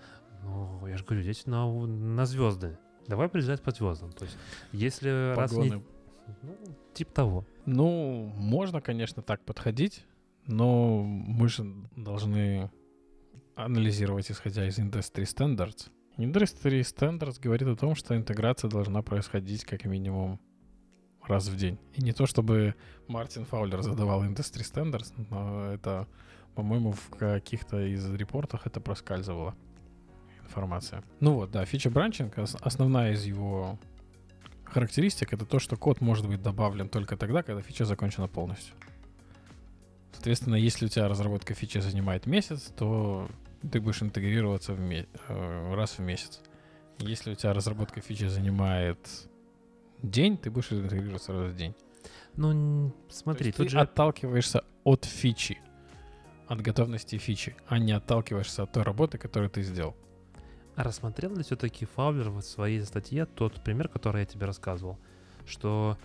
Ну, я же говорю, здесь на звезды. Давай определять по звездам. То есть, если Погоны. раз не... Ну, типа того. Ну, можно, конечно, так подходить, но мы же должны анализировать, исходя из Industry Standards. Industry Standards говорит о том, что интеграция должна происходить как минимум раз в день. И не то, чтобы Мартин Фаулер задавал Industry Standards, но это, по-моему, в каких-то из репортах это проскальзывало. Информация. Ну вот, да, фича-бранчинг, основная из его характеристик — это то, что код может быть добавлен только тогда, когда фича закончена полностью. Соответственно, если у тебя разработка фичи занимает месяц, то ты будешь интегрироваться раз в месяц. Если у тебя разработка фичи занимает день, ты будешь интегрироваться раз в день. Ну, смотри, тут ты отталкиваешься от фичи, от готовности фичи, а не отталкиваешься от той работы, которую ты сделал. А рассмотрел ли все-таки Фаулер в своей статье тот пример, который я тебе рассказывал, что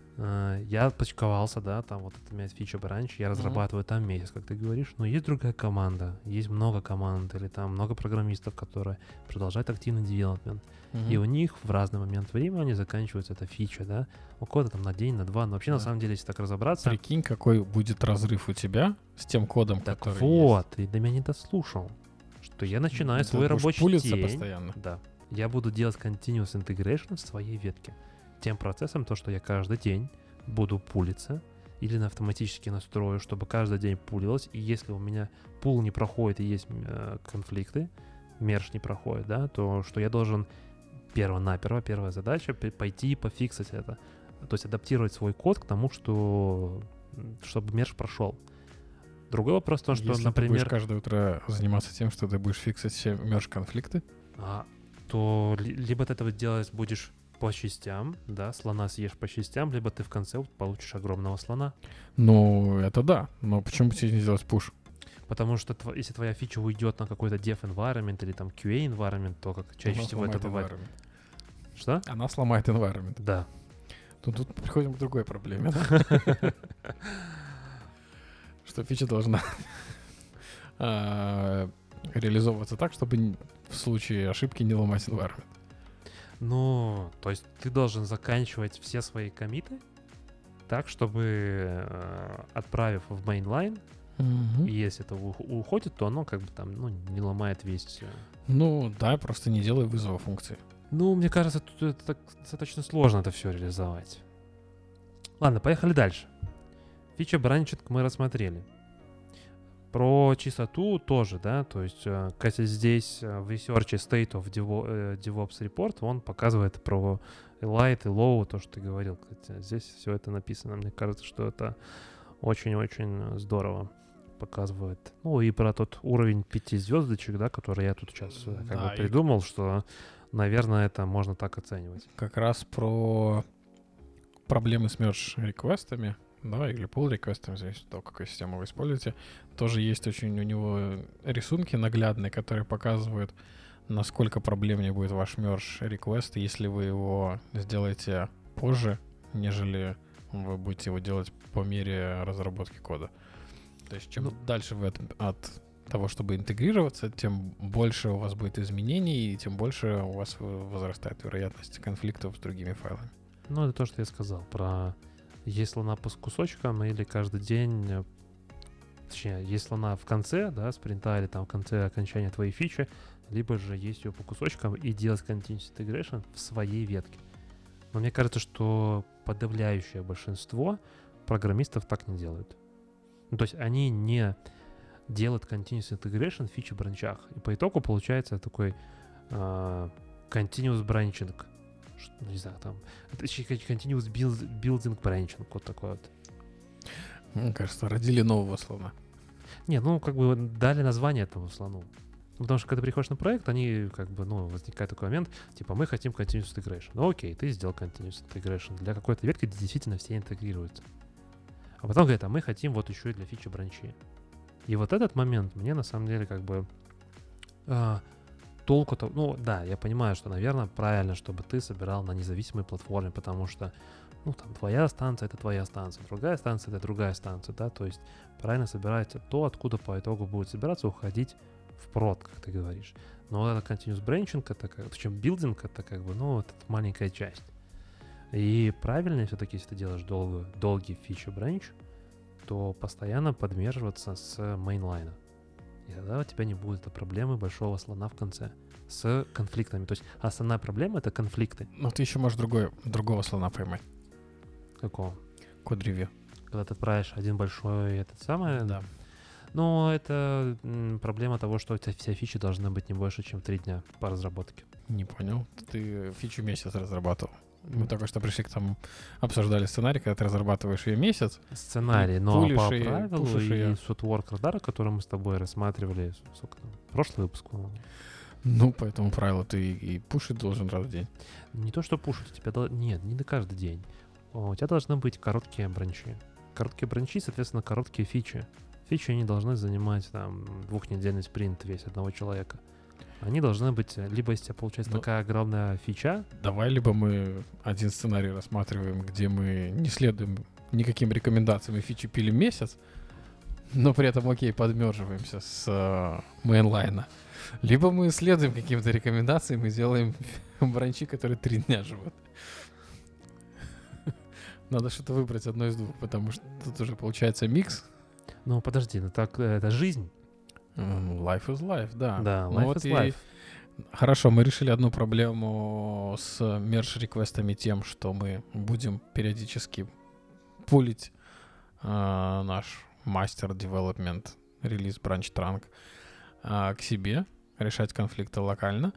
я почковался, да, там вот это у меня фича бранч, я разрабатываю там месяц, как ты говоришь, но есть другая команда, есть много команд или там много программистов, которые продолжают активный девелопмент, и у них в разный момент времени заканчивается эта фича, да, у кого-то там на день, на два, но вообще на самом деле, если так разобраться... Прикинь, какой будет разрыв у тебя с тем кодом, так который вот, есть. ты до меня не дослушал, что я начинаю Ты свой будешь рабочий пулиться день, постоянно. да, я буду делать continuous integration в своей ветке. Тем процессом, то, что я каждый день буду пулиться или на автоматически настрою, чтобы каждый день пулилось, и если у меня пул не проходит и есть конфликты, мерж не проходит, да, то что я должен первая задача пойти и пофиксить это. То есть адаптировать свой код к тому, чтобы мерж прошел. Другой вопрос в том, что, если например... ты будешь каждое утро заниматься тем, что ты будешь фиксить все мерж-конфликты, то либо ты это делать будешь по частям, да, слона съешь по частям, либо ты в конце получишь огромного слона. Ну, это да. Но почему бы тебе не сделать пуш? Потому что если твоя фича уйдет на какой-то dev environment или там QA environment, то как чаще всего это бывает. Что? Она сломает environment. Да. Тут приходим к другой проблеме. Что фича должна реализовываться так, чтобы в случае ошибки не ломать environment. Ну, то есть ты должен заканчивать все свои коммиты так, чтобы, отправив в mainline, и если это уходит, то оно как бы там, ну, не ломает весь... Ну, да, просто не делай вызова функции. Ну, мне кажется, тут это достаточно сложно это все реализовать. Ладно, поехали дальше. Фича бранчинг мы рассмотрели. Про чистоту тоже, да, то есть, кстати, здесь в ресерче State of DevOps Report он показывает про Elite и Low, то, что ты говорил. Кстати, здесь все это написано. Мне кажется, что это очень-очень здорово показывает. Ну, и про тот уровень 5 звездочек, да, который я тут сейчас как бы придумал, что, наверное, это можно так оценивать. Как раз про проблемы с мердж-реквестами, да, или pull-реквестами, зависит от того, какую систему вы используете. Тоже есть очень у него рисунки наглядные, которые показывают, насколько проблемнее будет ваш мердж-реквест, если вы его сделаете позже, нежели вы будете его делать по мере разработки кода. То есть чем дальше вы от того, чтобы интегрироваться, тем больше у вас будет изменений, и тем больше у вас возрастает вероятность конфликтов с другими файлами. Ну, это то, что я сказал про есть слона по кусочкам или каждый день, точнее, есть слона в конце, да, спринта или там в конце окончания твоей фичи, либо же есть ее по кусочкам и делать continuous integration в своей ветке. Но мне кажется, что подавляющее большинство программистов так не делают. Ну, то есть они не делают continuous integration в фичи-бранчах. И по итогу получается такой continuous branching. Не знаю, там... Это continuous building branching. Вот такой вот. Мне кажется, родили нового слона. Не, ну, как бы дали название этому слону. Потому что, когда ты приходишь на проект, они, как бы, ну, возникает такой момент, типа, мы хотим continuous integration. Ну, окей, ты сделал continuous integration для какой-то ветки, где действительно все интегрируются. А потом говорят, а мы хотим вот еще и для фичи бранчи. И вот этот момент мне, на самом деле, как бы толку-то... Ну, да, я понимаю, что, наверное, правильно, чтобы ты собирал на независимой платформе, потому что, ну, там, твоя станция — это твоя станция, другая станция — это другая станция, да, то есть правильно собирать то, откуда по итогу будет собираться, уходить в прод, как ты говоришь. Но вот это continuous branching, это как, причем билдинг, это как бы, ну, вот это маленькая часть. И правильно все-таки, если ты делаешь долгий фичи бранч, то постоянно подмерживаться с мейнлайна. И тогда у тебя не будет проблемы большого слона в конце с конфликтами. То есть основная проблема — это конфликты. Ну, ты еще можешь другого слона поймать. Какого? Код-ревью. Когда ты отправишь один большой этот самый... Да. Но это проблема того, что у тебя все фичи должны быть не больше, чем 3 дня по разработке. Не понял. Ты фичу месяц разрабатывал. Мы только что пришли к тому, обсуждали сценарий, когда ты разрабатываешь ее месяц. Сценарий, но по пулишь правилу ее. и сутворк радара, который мы с тобой рассматривали, сколько там, прошлый выпуск, по-моему. Ну, по этому правилу ты и пушить должен раз в день. Не то, что пушить, у тебя нет, не на каждый день. У тебя должны быть короткие бранчи. Короткие бранчи, соответственно, короткие фичи. Фичи не должны занимать там 2-недельный спринт весь одного человека. Они должны быть, либо если у тебя получается такая огромная фича. Давай, либо мы один сценарий рассматриваем, где мы не следуем никаким рекомендациям и фичи пилим месяц, но при этом, окей, подмерживаемся с мейнлайна. Либо мы следуем каким-то рекомендациям и делаем бранчи, которые 3 дня живут. Надо что-то выбрать одно из двух, потому что тут уже получается микс. Ну, подожди, ну так, это жизнь. Life is life, да. Да, Ну life вот is life. Хорошо, мы решили одну проблему с мерж-реквестами тем, что мы будем периодически пулить наш мастер development релиз branch trunk к себе, решать конфликты локально.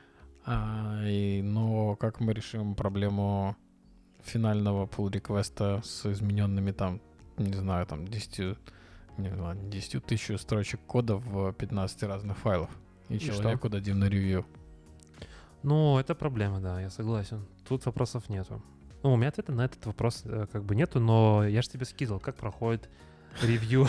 Но как мы решим проблему финального pull-реквеста с измененными там, не знаю, там 10 тысяч строчек кода в 15 разных файлов. И человеку дадим на ревью. Ну, это проблема, да, я согласен. Тут вопросов нету. Ну, у меня ответа на этот вопрос как бы нету, но я же тебе скидывал, как проходит ревью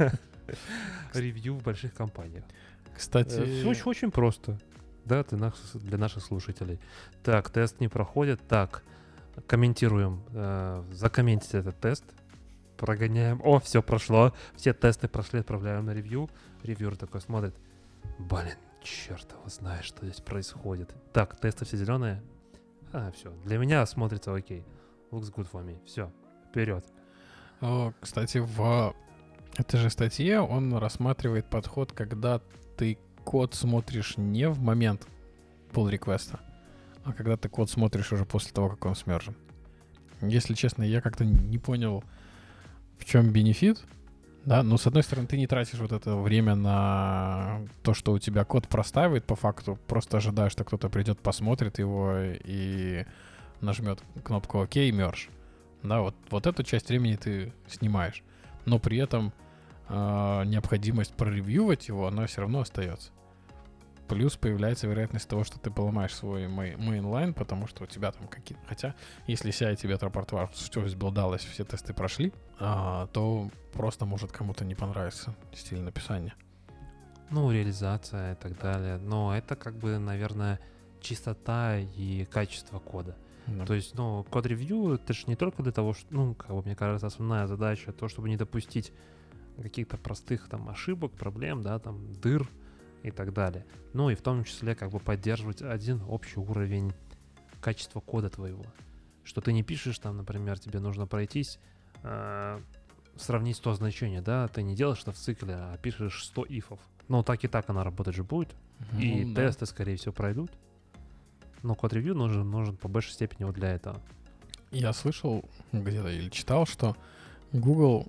в больших компаниях. Кстати... Все очень просто. Да, для наших слушателей. Так, тест не проходит. Так, комментируем. Закомментить этот тест. Прогоняем. О, все прошло. Все тесты прошли, отправляем на ревью. Ревьюер такой смотрит. Блин, черт его знает, что здесь происходит. Так, тесты все зеленые. Все. Для меня смотрится окей. Looks good for me. Все. Вперед. Кстати, в этой же статье он рассматривает подход, когда ты код смотришь не в момент pull-реквеста, а когда ты код смотришь уже после того, как он смержен. Если честно, я как-то не понял, в чем бенефит. Да, но с одной стороны, ты не тратишь вот это время на то, что у тебя код простаивает по факту, просто ожидаешь, что кто-то придет, посмотрит его и нажмет кнопку ОК и мерж. Да, вот эту часть времени ты снимаешь. Но при этом необходимость проревьювать его, она все равно остается. Плюс появляется вероятность того, что ты поломаешь свой мейнлайн, потому что у тебя там какие-то... Хотя, если CI тебе отрапортовал, все сбилдалось, все тесты прошли, то просто может кому-то не понравиться стиль написания. Ну, реализация и так далее. Но это как бы, наверное, чистота и качество кода. Да. То есть, ну, код-ревью — это же не только для того, что, ну, как бы, мне кажется, основная задача — то, чтобы не допустить каких-то простых там ошибок, проблем, да, там, дыр и так далее. Ну, и в том числе, как бы, поддерживать один общий уровень качества кода твоего. Что ты не пишешь там, например, тебе нужно пройтись, сравнить 100 значений, да, ты не делаешь это в цикле, а пишешь 100 ифов. Ну, так и так она работать же будет. И тесты, скорее всего, пройдут. Но код-ревью нужен по большей степени вот для этого. Я слышал где-то или читал, что Google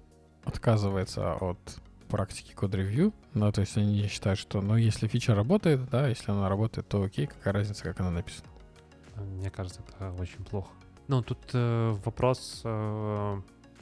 отказывается от практики код-ревью, да, то есть они считают, что, ну, если фича работает, да, если она работает, то окей, какая разница, как она написана. Мне кажется, это очень плохо. Ну, тут вопрос в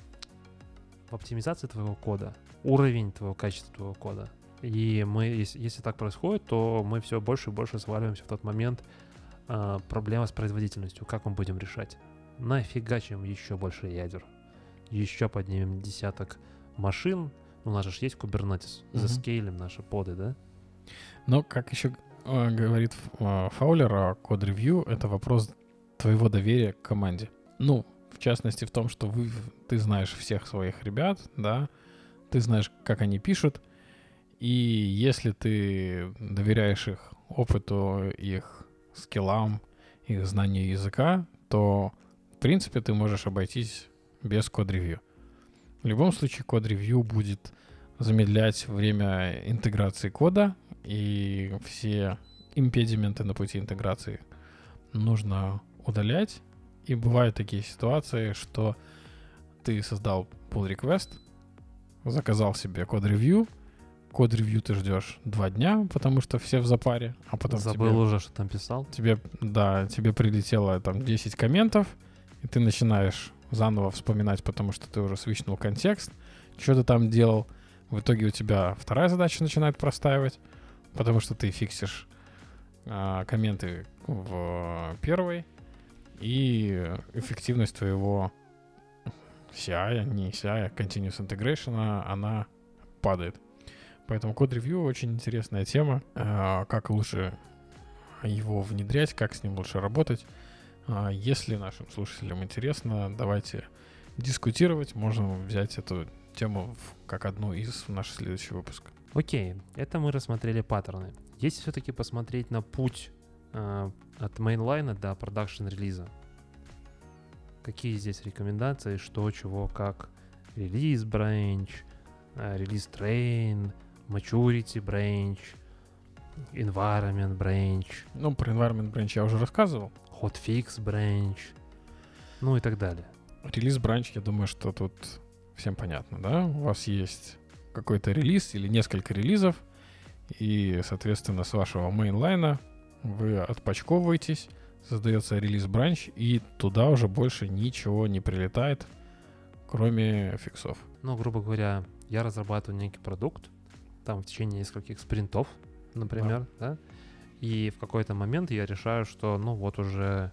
оптимизации твоего кода, уровень твоего качества твоего кода. И мы, если так происходит, то мы все больше и больше сваливаемся в тот момент проблема с производительностью. Как мы будем решать? Нафигачим еще больше ядер. Еще поднимем десяток машин. У нас же есть Kubernetes. Заскейлим наши поды, да? Но, как еще говорит Фаулер, код-ревью — это вопрос твоего доверия к команде. Ну, в частности, в том, что ты знаешь всех своих ребят, да, ты знаешь, как они пишут, и если ты доверяешь их опыту, их скиллам, их знанию языка, то, в принципе, ты можешь обойтись без код-ревью. В любом случае, код-ревью будет замедлять время интеграции кода, и все импедименты на пути интеграции нужно удалять. И бывают такие ситуации, что ты создал pull request, заказал себе код-ревью, код-ревью ты ждешь 2 дня, потому что все в запаре, а потом забыл уже, что там писал. Тебе прилетело там 10 комментов, и ты начинаешь заново вспоминать, потому что ты уже свичнул контекст, что ты там делал. В итоге у тебя вторая задача начинает простаивать, потому что ты фиксишь комменты в первой, и эффективность твоего CI, не CI, Continuous Integration, она падает. Поэтому код-ревью очень интересная тема. Как лучше его внедрять, как с ним лучше работать. Если нашим слушателям интересно, давайте дискутировать. Можно взять эту тему как одну из наших следующих выпусков. Окей, это мы рассмотрели паттерны. Если все-таки посмотреть на путь от мейнлайна до продакшн-релиза, какие здесь рекомендации, что, чего, как? Релиз branch, релиз train, maturity branch, environment branch. Ну, про environment branch я уже рассказывал. Hotfix branch, ну и так далее. Релиз branch, я думаю, что тут всем понятно, да? У вас есть какой-то релиз или несколько релизов, и, соответственно, с вашего мейнлайна вы отпочковываетесь, создается релиз branch, и туда уже больше ничего не прилетает, кроме фиксов. Ну, грубо говоря, я разрабатываю некий продукт, там в течение нескольких спринтов, например, да, и в какой-то момент я решаю, что, ну, вот уже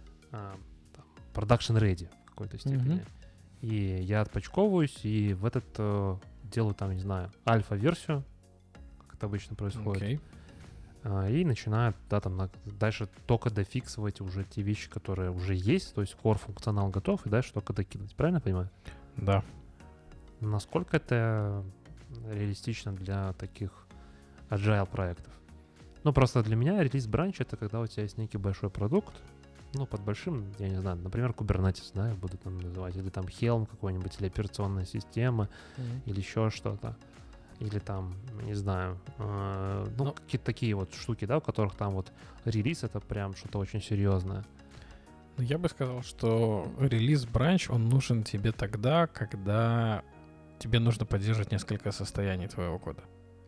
production ready в какой-то степени. И я отпочковываюсь, и в этот делаю там, не знаю, альфа-версию, как это обычно происходит. И начинаю, да, там дальше только дофиксовать уже те вещи, которые уже есть, то есть core функционал готов, и дальше только докидывать. Правильно я понимаю? Да. Насколько это реалистично для таких agile проектов? Ну, просто для меня релиз branch — это когда у тебя есть некий большой продукт, ну, под большим, я не знаю, например, Kubernetes, да, буду там называть, или там Helm какой-нибудь, или операционная система, или еще что-то, или там, не знаю, ну, какие-то такие вот штуки, да, у которых там вот релиз — это прям что-то очень серьезное. Ну, я бы сказал, что релиз branch, он нужен тебе тогда, когда тебе нужно поддерживать несколько состояний твоего кода.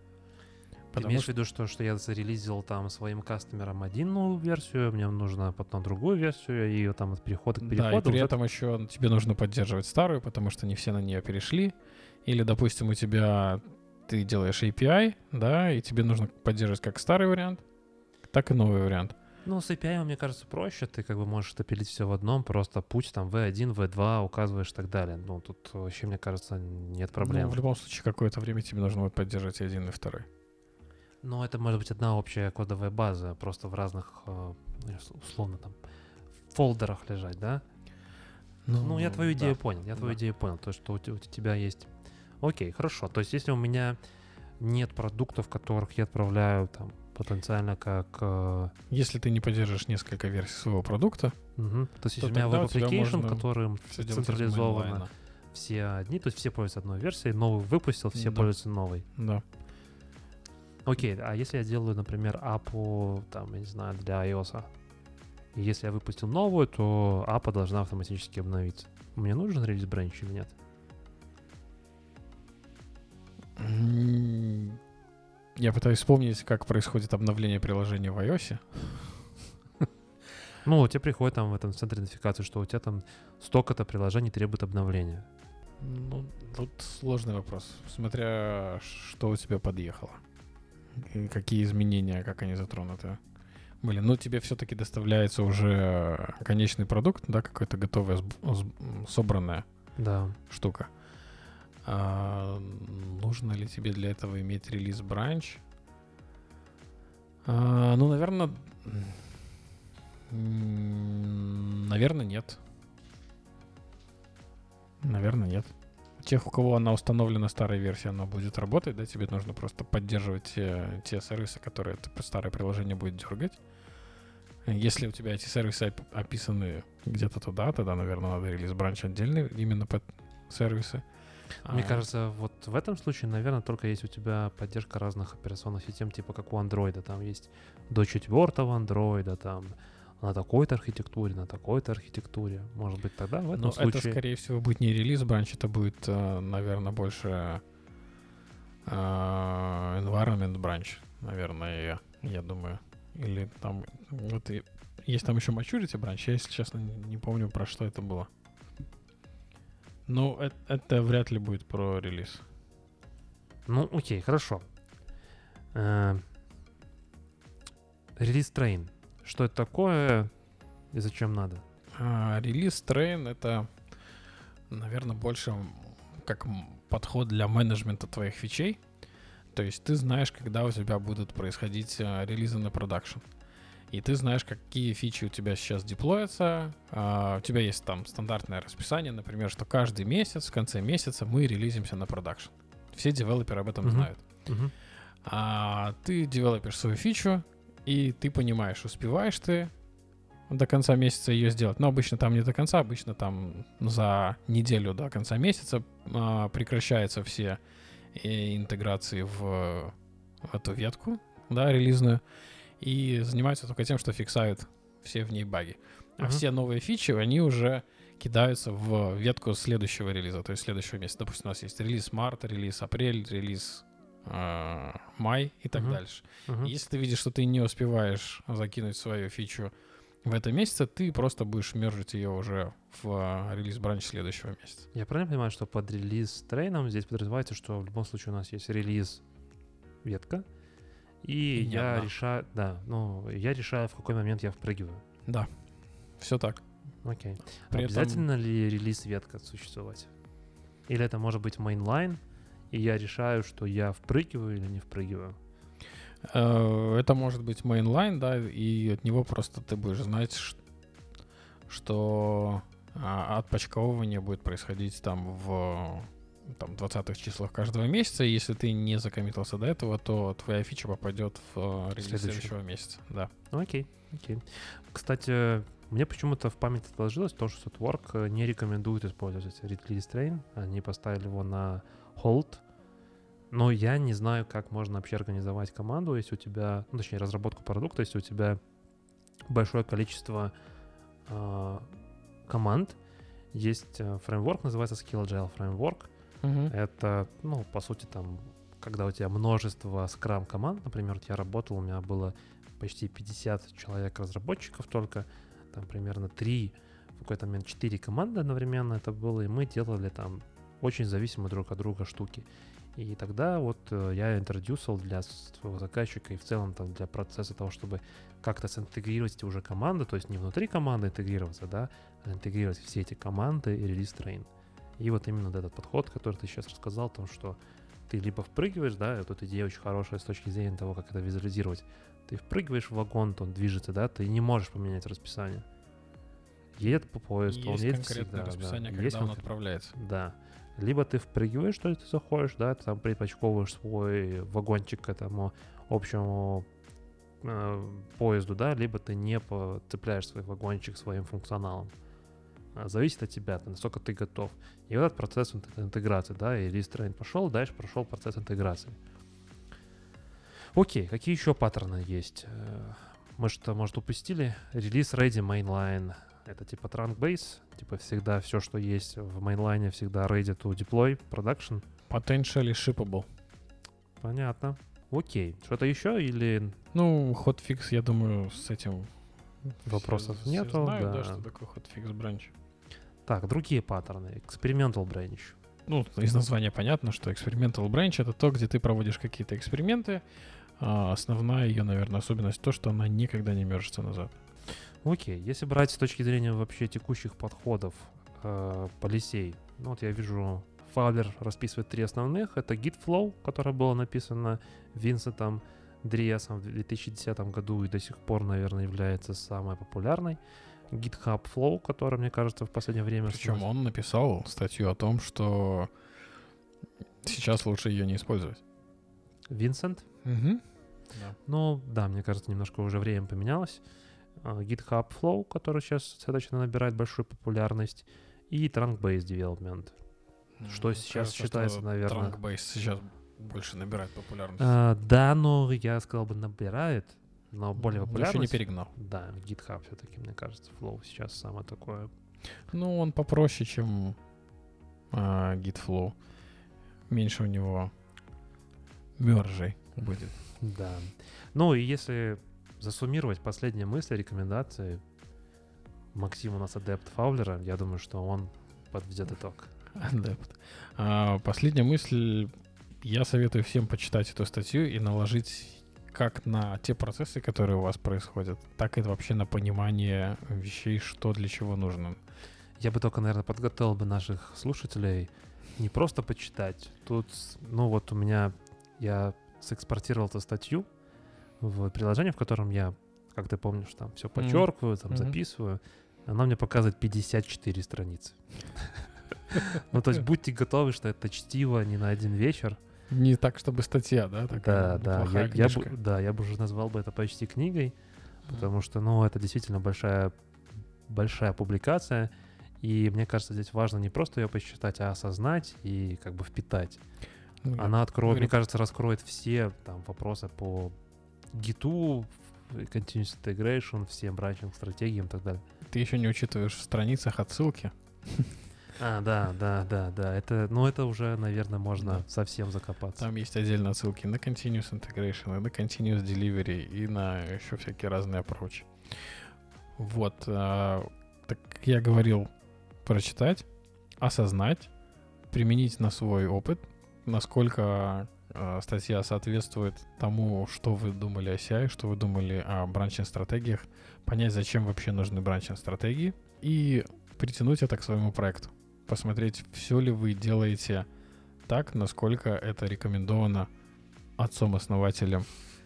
Ты имеешь в виду, что я зарелизил там своим кастомерам одну версию, мне нужно потом другую версию, и там от перехода к переходу. Да, и при этом еще тебе нужно поддерживать старую, потому что не все на нее перешли. Или, допустим, у тебя ты делаешь API, да, и тебе нужно поддерживать как старый вариант, так и новый вариант. Ну, с API, мне кажется, проще. Ты как бы можешь это пилить все в одном, просто путь там V1, V2 указываешь и так далее. Ну, тут вообще, мне кажется, нет проблем. Ну, в любом случае, какое-то время тебе нужно будет поддерживать и один, и второй. Ну, это может быть одна общая кодовая база, просто в разных, условно, там, фолдерах лежать, да? Ну, я твою идею понял, то, что у тебя есть... Окей, хорошо. То есть, если у меня нет продуктов, которых я отправляю там потенциально как... Если ты не поддержишь несколько версий своего продукта, то есть, если у меня веб-аппликейшн, которым централизовано все одни, то есть все пользуются одной версией, новый выпустил, все пользуются новой. Да. Окей, а если я делаю, например, аппу, там, я не знаю, для iOS, и если я выпустил новую, то аппа должна автоматически обновиться. Мне нужен релиз branch или нет? Я пытаюсь вспомнить, как происходит обновление приложения в iOS. Ну, тебе приходит там в этом центре нотификации, что у тебя там столько-то приложений требует обновления. Ну, тут сложный вопрос. Смотря, что у тебя подъехало. И какие изменения, как они затронуты были. Ну, тебе все-таки доставляется уже конечный продукт, да, какая-то готовая, собранная Да. штука. Нужно ли тебе для этого иметь релиз-бранч? Ну, наверное, нет. Наверное, нет. У тех, у кого она установлена старой версией, она будет работать, да, тебе нужно просто поддерживать те сервисы, которые это старое приложение будет дергать. Если у тебя эти сервисы описаны где-то туда, тогда, наверное, надо релиз-бранч отдельный именно под сервисы. Мне кажется, вот в этом случае, наверное, только есть у тебя поддержка разных операционных систем, типа как у Android. Там есть до 4-го Android, там на такой-то архитектуре, на такой-то архитектуре. Может быть, тогда в этом Но случае... это, скорее всего, будет не релиз-бранч, это будет, наверное, больше environment branch, наверное, я думаю. Или там... Вот есть там еще maturity branch, я, если честно, не помню, про что это было. Ну, это вряд ли будет про релиз. Ну, окей, хорошо. Релиз-трейн. Что это такое и зачем надо? Релиз-трейн — это, наверное, больше как подход для менеджмента твоих фичей. То есть ты знаешь, когда у тебя будут происходить релизы на продакшн. И ты знаешь, какие фичи у тебя сейчас деплоятся. У тебя есть там стандартное расписание, например, что каждый месяц, в конце месяца мы релизимся на продакшн. Все девелоперы об этом знают. Ты девелопишь свою фичу, и ты понимаешь, успеваешь ты до конца месяца ее сделать. Но обычно там не до конца, обычно там за неделю до конца месяца прекращаются все интеграции в эту ветку, да, релизную. И занимаются только тем, что фиксают все в ней баги. А все новые фичи, они уже кидаются в ветку следующего релиза, то есть следующего месяца. Допустим, у нас есть релиз март, релиз апрель, релиз май и так дальше. Если ты видишь, что ты не успеваешь закинуть свою фичу в этом месяце, ты просто будешь мержить ее уже в релиз-бранч следующего месяца. Я правильно понимаю, что под релиз-трейном здесь подразумевается, что в любом случае у нас есть релиз-ветка, и я решаю, я решаю, в какой момент я впрыгиваю. Да, все так. Окей. Обязательно ли релиз-ветка существовать? Или это может быть мейнлайн, и я решаю, что я впрыгиваю или не впрыгиваю? Это может быть мейнлайн, да, и от него просто ты будешь знать, что отпочковывание будет происходить там в 20-х числах каждого месяца, и если ты не закоммитился до этого, то твоя фича попадет в релиз следующего месяца. Да. Окей. Кстати, мне почему-то в памяти отложилось то, что Thoughtworks не рекомендует использовать release train. Они поставили его на hold. Но я не знаю, как можно вообще организовать команду, если у тебя, точнее, разработку продукта, если у тебя большое количество команд. Есть фреймворк, называется Skill Agile Framework. Это, по сути, там, когда у тебя множество Scrum команд, например, я работал, у меня было почти 50 человек разработчиков только, там примерно 3, в какой-то момент 4 команды одновременно это было, и мы делали там очень зависимые друг от друга штуки. И тогда вот я интродюсил для своего заказчика и в целом там для процесса того, чтобы как-то синтегрировать эти уже команды, то есть не внутри команды интегрироваться, да, а интегрировать все эти команды и релиз-трейн. И вот именно этот подход, который ты сейчас рассказал, о том, что ты либо впрыгиваешь, да, тут идея очень хорошая с точки зрения того, как это визуализировать. Ты впрыгиваешь в вагон, то он движется, да, ты не можешь поменять расписание. Едет по поезду, он едет конкретное всегда. расписание, Да, когда он отправляется. Да. Либо ты впрыгиваешь, что ли, ты заходишь, да, ты там припачковываешь свой вагончик к этому общему поезду, да, либо ты не цепляешь свой вагончик своим функционалом. Зависит от тебя, насколько ты готов. И вот этот процесс интеграции, да, и релиз-трейн пошел, дальше прошел процесс интеграции. Окей, какие еще паттерны есть? Мы что, может, упустили? Релиз ready mainline. Это типа trunk base, типа всегда все, что есть в mainline, всегда ready to deploy, production. Potentially shippable. Понятно. Окей. Что-то еще или Ну, хотфикс, я думаю, с этим вопросов все нету? знают, Да. что такое хотфикс бранч. Так, другие паттерны. Experimental branch. Ну, из названия понятно, что experimental branch — это то, где ты проводишь какие-то эксперименты. А основная ее, наверное, особенность то, что она никогда не мержится назад. Окей. Если брать с точки зрения вообще текущих подходов полисей, ну вот я вижу, Fowler расписывает 3 основных. Это Git Flow, которое было написано Винсентом Дриасом в 2010 году и до сих пор, наверное, является самой популярной. GitHub Flow, который, мне кажется, в последнее время... Причем он написал статью о том, что сейчас лучше ее не использовать. Винсент? Угу. Ну, да, мне кажется, немножко уже время поменялось. GitHub Flow, который сейчас достаточно набирает большую популярность, и Trunk-Based Development. Что сейчас считается, наверное... Trunk-Based сейчас больше набирает популярность. Да, но я сказал бы набирает, но более популярность. Еще не перегнал. Да, GitHub все-таки, мне кажется, Flow сейчас самое такое. Ну, он попроще, чем Git Flow. Меньше у него мержей будет. Да. Ну и если засуммировать последние мысли, рекомендации, Максим у нас адепт Фаулера, я думаю, что он подведет итог. Адепт. Последняя мысль. Я советую всем почитать эту статью и наложить как на те процессы, которые у вас происходят, так и вообще на понимание вещей, что для чего нужно. Я бы только, наверное, подготовил бы наших слушателей не просто почитать. Тут, ну вот у меня, я сэкспортировал эту статью в приложение, в котором я, как ты помнишь, там все подчеркиваю, там записываю. Она мне показывает 54 страницы. Ну, то есть будьте готовы, что это чтиво не на один вечер. Не так, чтобы статья, да? Да. Я бы уже назвал бы это почти книгой, потому что, ну, это действительно большая публикация. И мне кажется, здесь важно не просто ее посчитать, а осознать и как бы впитать. Она откроет, мне кажется, раскроет все там вопросы по гиту, continuous integration, всем бранчинг-стратегиям и так далее. Ты еще не учитываешь в страницах отсылки. Да. Это уже, наверное, можно совсем закопаться. Там есть отдельно отсылки на continuous integration, и на continuous delivery, и на еще всякие разные approach. Вот. Так я говорил, прочитать, осознать, применить на свой опыт, насколько статья соответствует тому, что вы думали о CI, что вы думали о бранчинг-стратегиях, понять, зачем вообще нужны бранчинг-стратегии, и притянуть это к своему проекту. Посмотреть, все ли вы делаете так, насколько это рекомендовано отцом-основателем.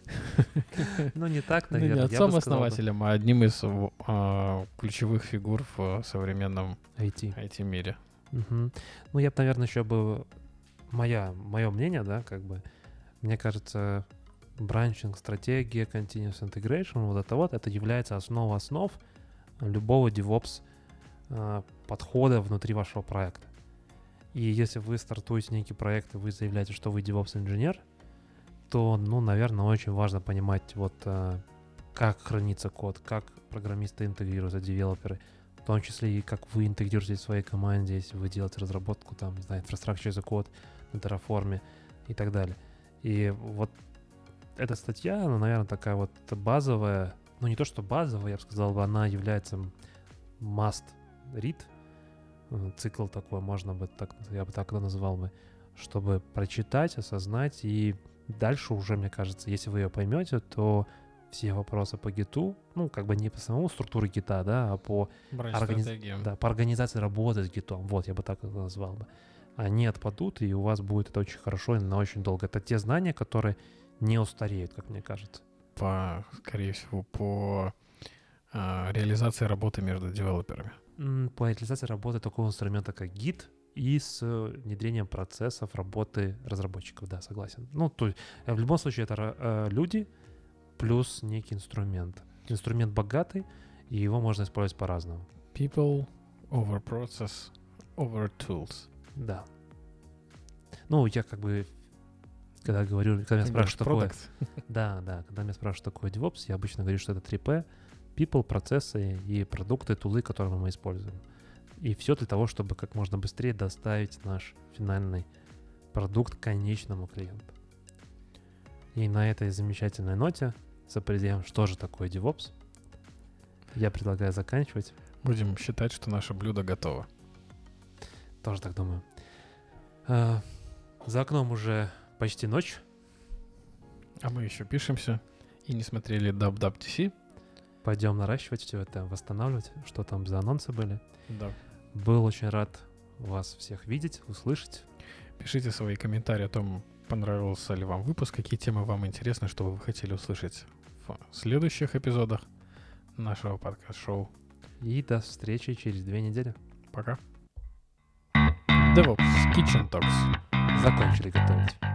Ну, не так, наверное. Не отцом-основателем, а одним из ключевых фигур в современном IT-мире. Ну, я бы, наверное, еще бы... Мое мнение, да, как бы, мне кажется, бранчинг, стратегия, continuous integration, вот это является основой основ любого DevOps подхода внутри вашего проекта. И если вы стартуете некий проект, и вы заявляете, что вы DevOps-инженер, то, ну, наверное, очень важно понимать, вот, как хранится код, как программисты интегрируются, девелоперы, в том числе и как вы интегрируете в своей команде, если вы делаете разработку, там, не знаю, infrastructure as a code на Terraform и так далее. И вот эта статья, она, наверное, такая вот базовая, ну, не то, что базовая, я бы сказал, она является must read, цикл такой, можно бы так, я бы так это назвал бы, чтобы прочитать, осознать, и дальше уже, мне кажется, если вы ее поймете, то все вопросы по гиту, ну, как бы не по самому структуре гита, да, а по организации работы с гитом, вот, я бы так это назвал бы, они отпадут, и у вас будет это очень хорошо и на очень долго. Это те знания, которые не устареют, как мне кажется. Скорее всего, по реализации работы между девелоперами. По реализации работы такого инструмента, как Git, и с внедрением процессов работы разработчиков, да, согласен. Ну, то есть в любом случае это люди плюс некий инструмент. Инструмент богатый, и его можно использовать по-разному. People over process over tools. Да. Ну, я как бы, когда меня спрашивают, что такое... Да, когда меня спрашивают, что такое DevOps, я обычно говорю, что это 3P. People, процессы и продукты, тулы, которые мы используем. И все для того, чтобы как можно быстрее доставить наш финальный продукт конечному клиенту. И на этой замечательной ноте с определением, что же такое DevOps, я предлагаю заканчивать. Будем считать, что наше блюдо готово. Тоже так думаю. За окном уже почти ночь. А мы еще пишемся и не смотрели WWDC. Пойдем наращивать все это, восстанавливать, что там за анонсы были. Да. Был очень рад вас всех видеть, услышать. Пишите свои комментарии о том, понравился ли вам выпуск, какие темы вам интересны, что вы хотели услышать в следующих эпизодах нашего подкаст-шоу. И до встречи через 2 недели. Пока. DevOps Kitchen Talks. Закончили готовить.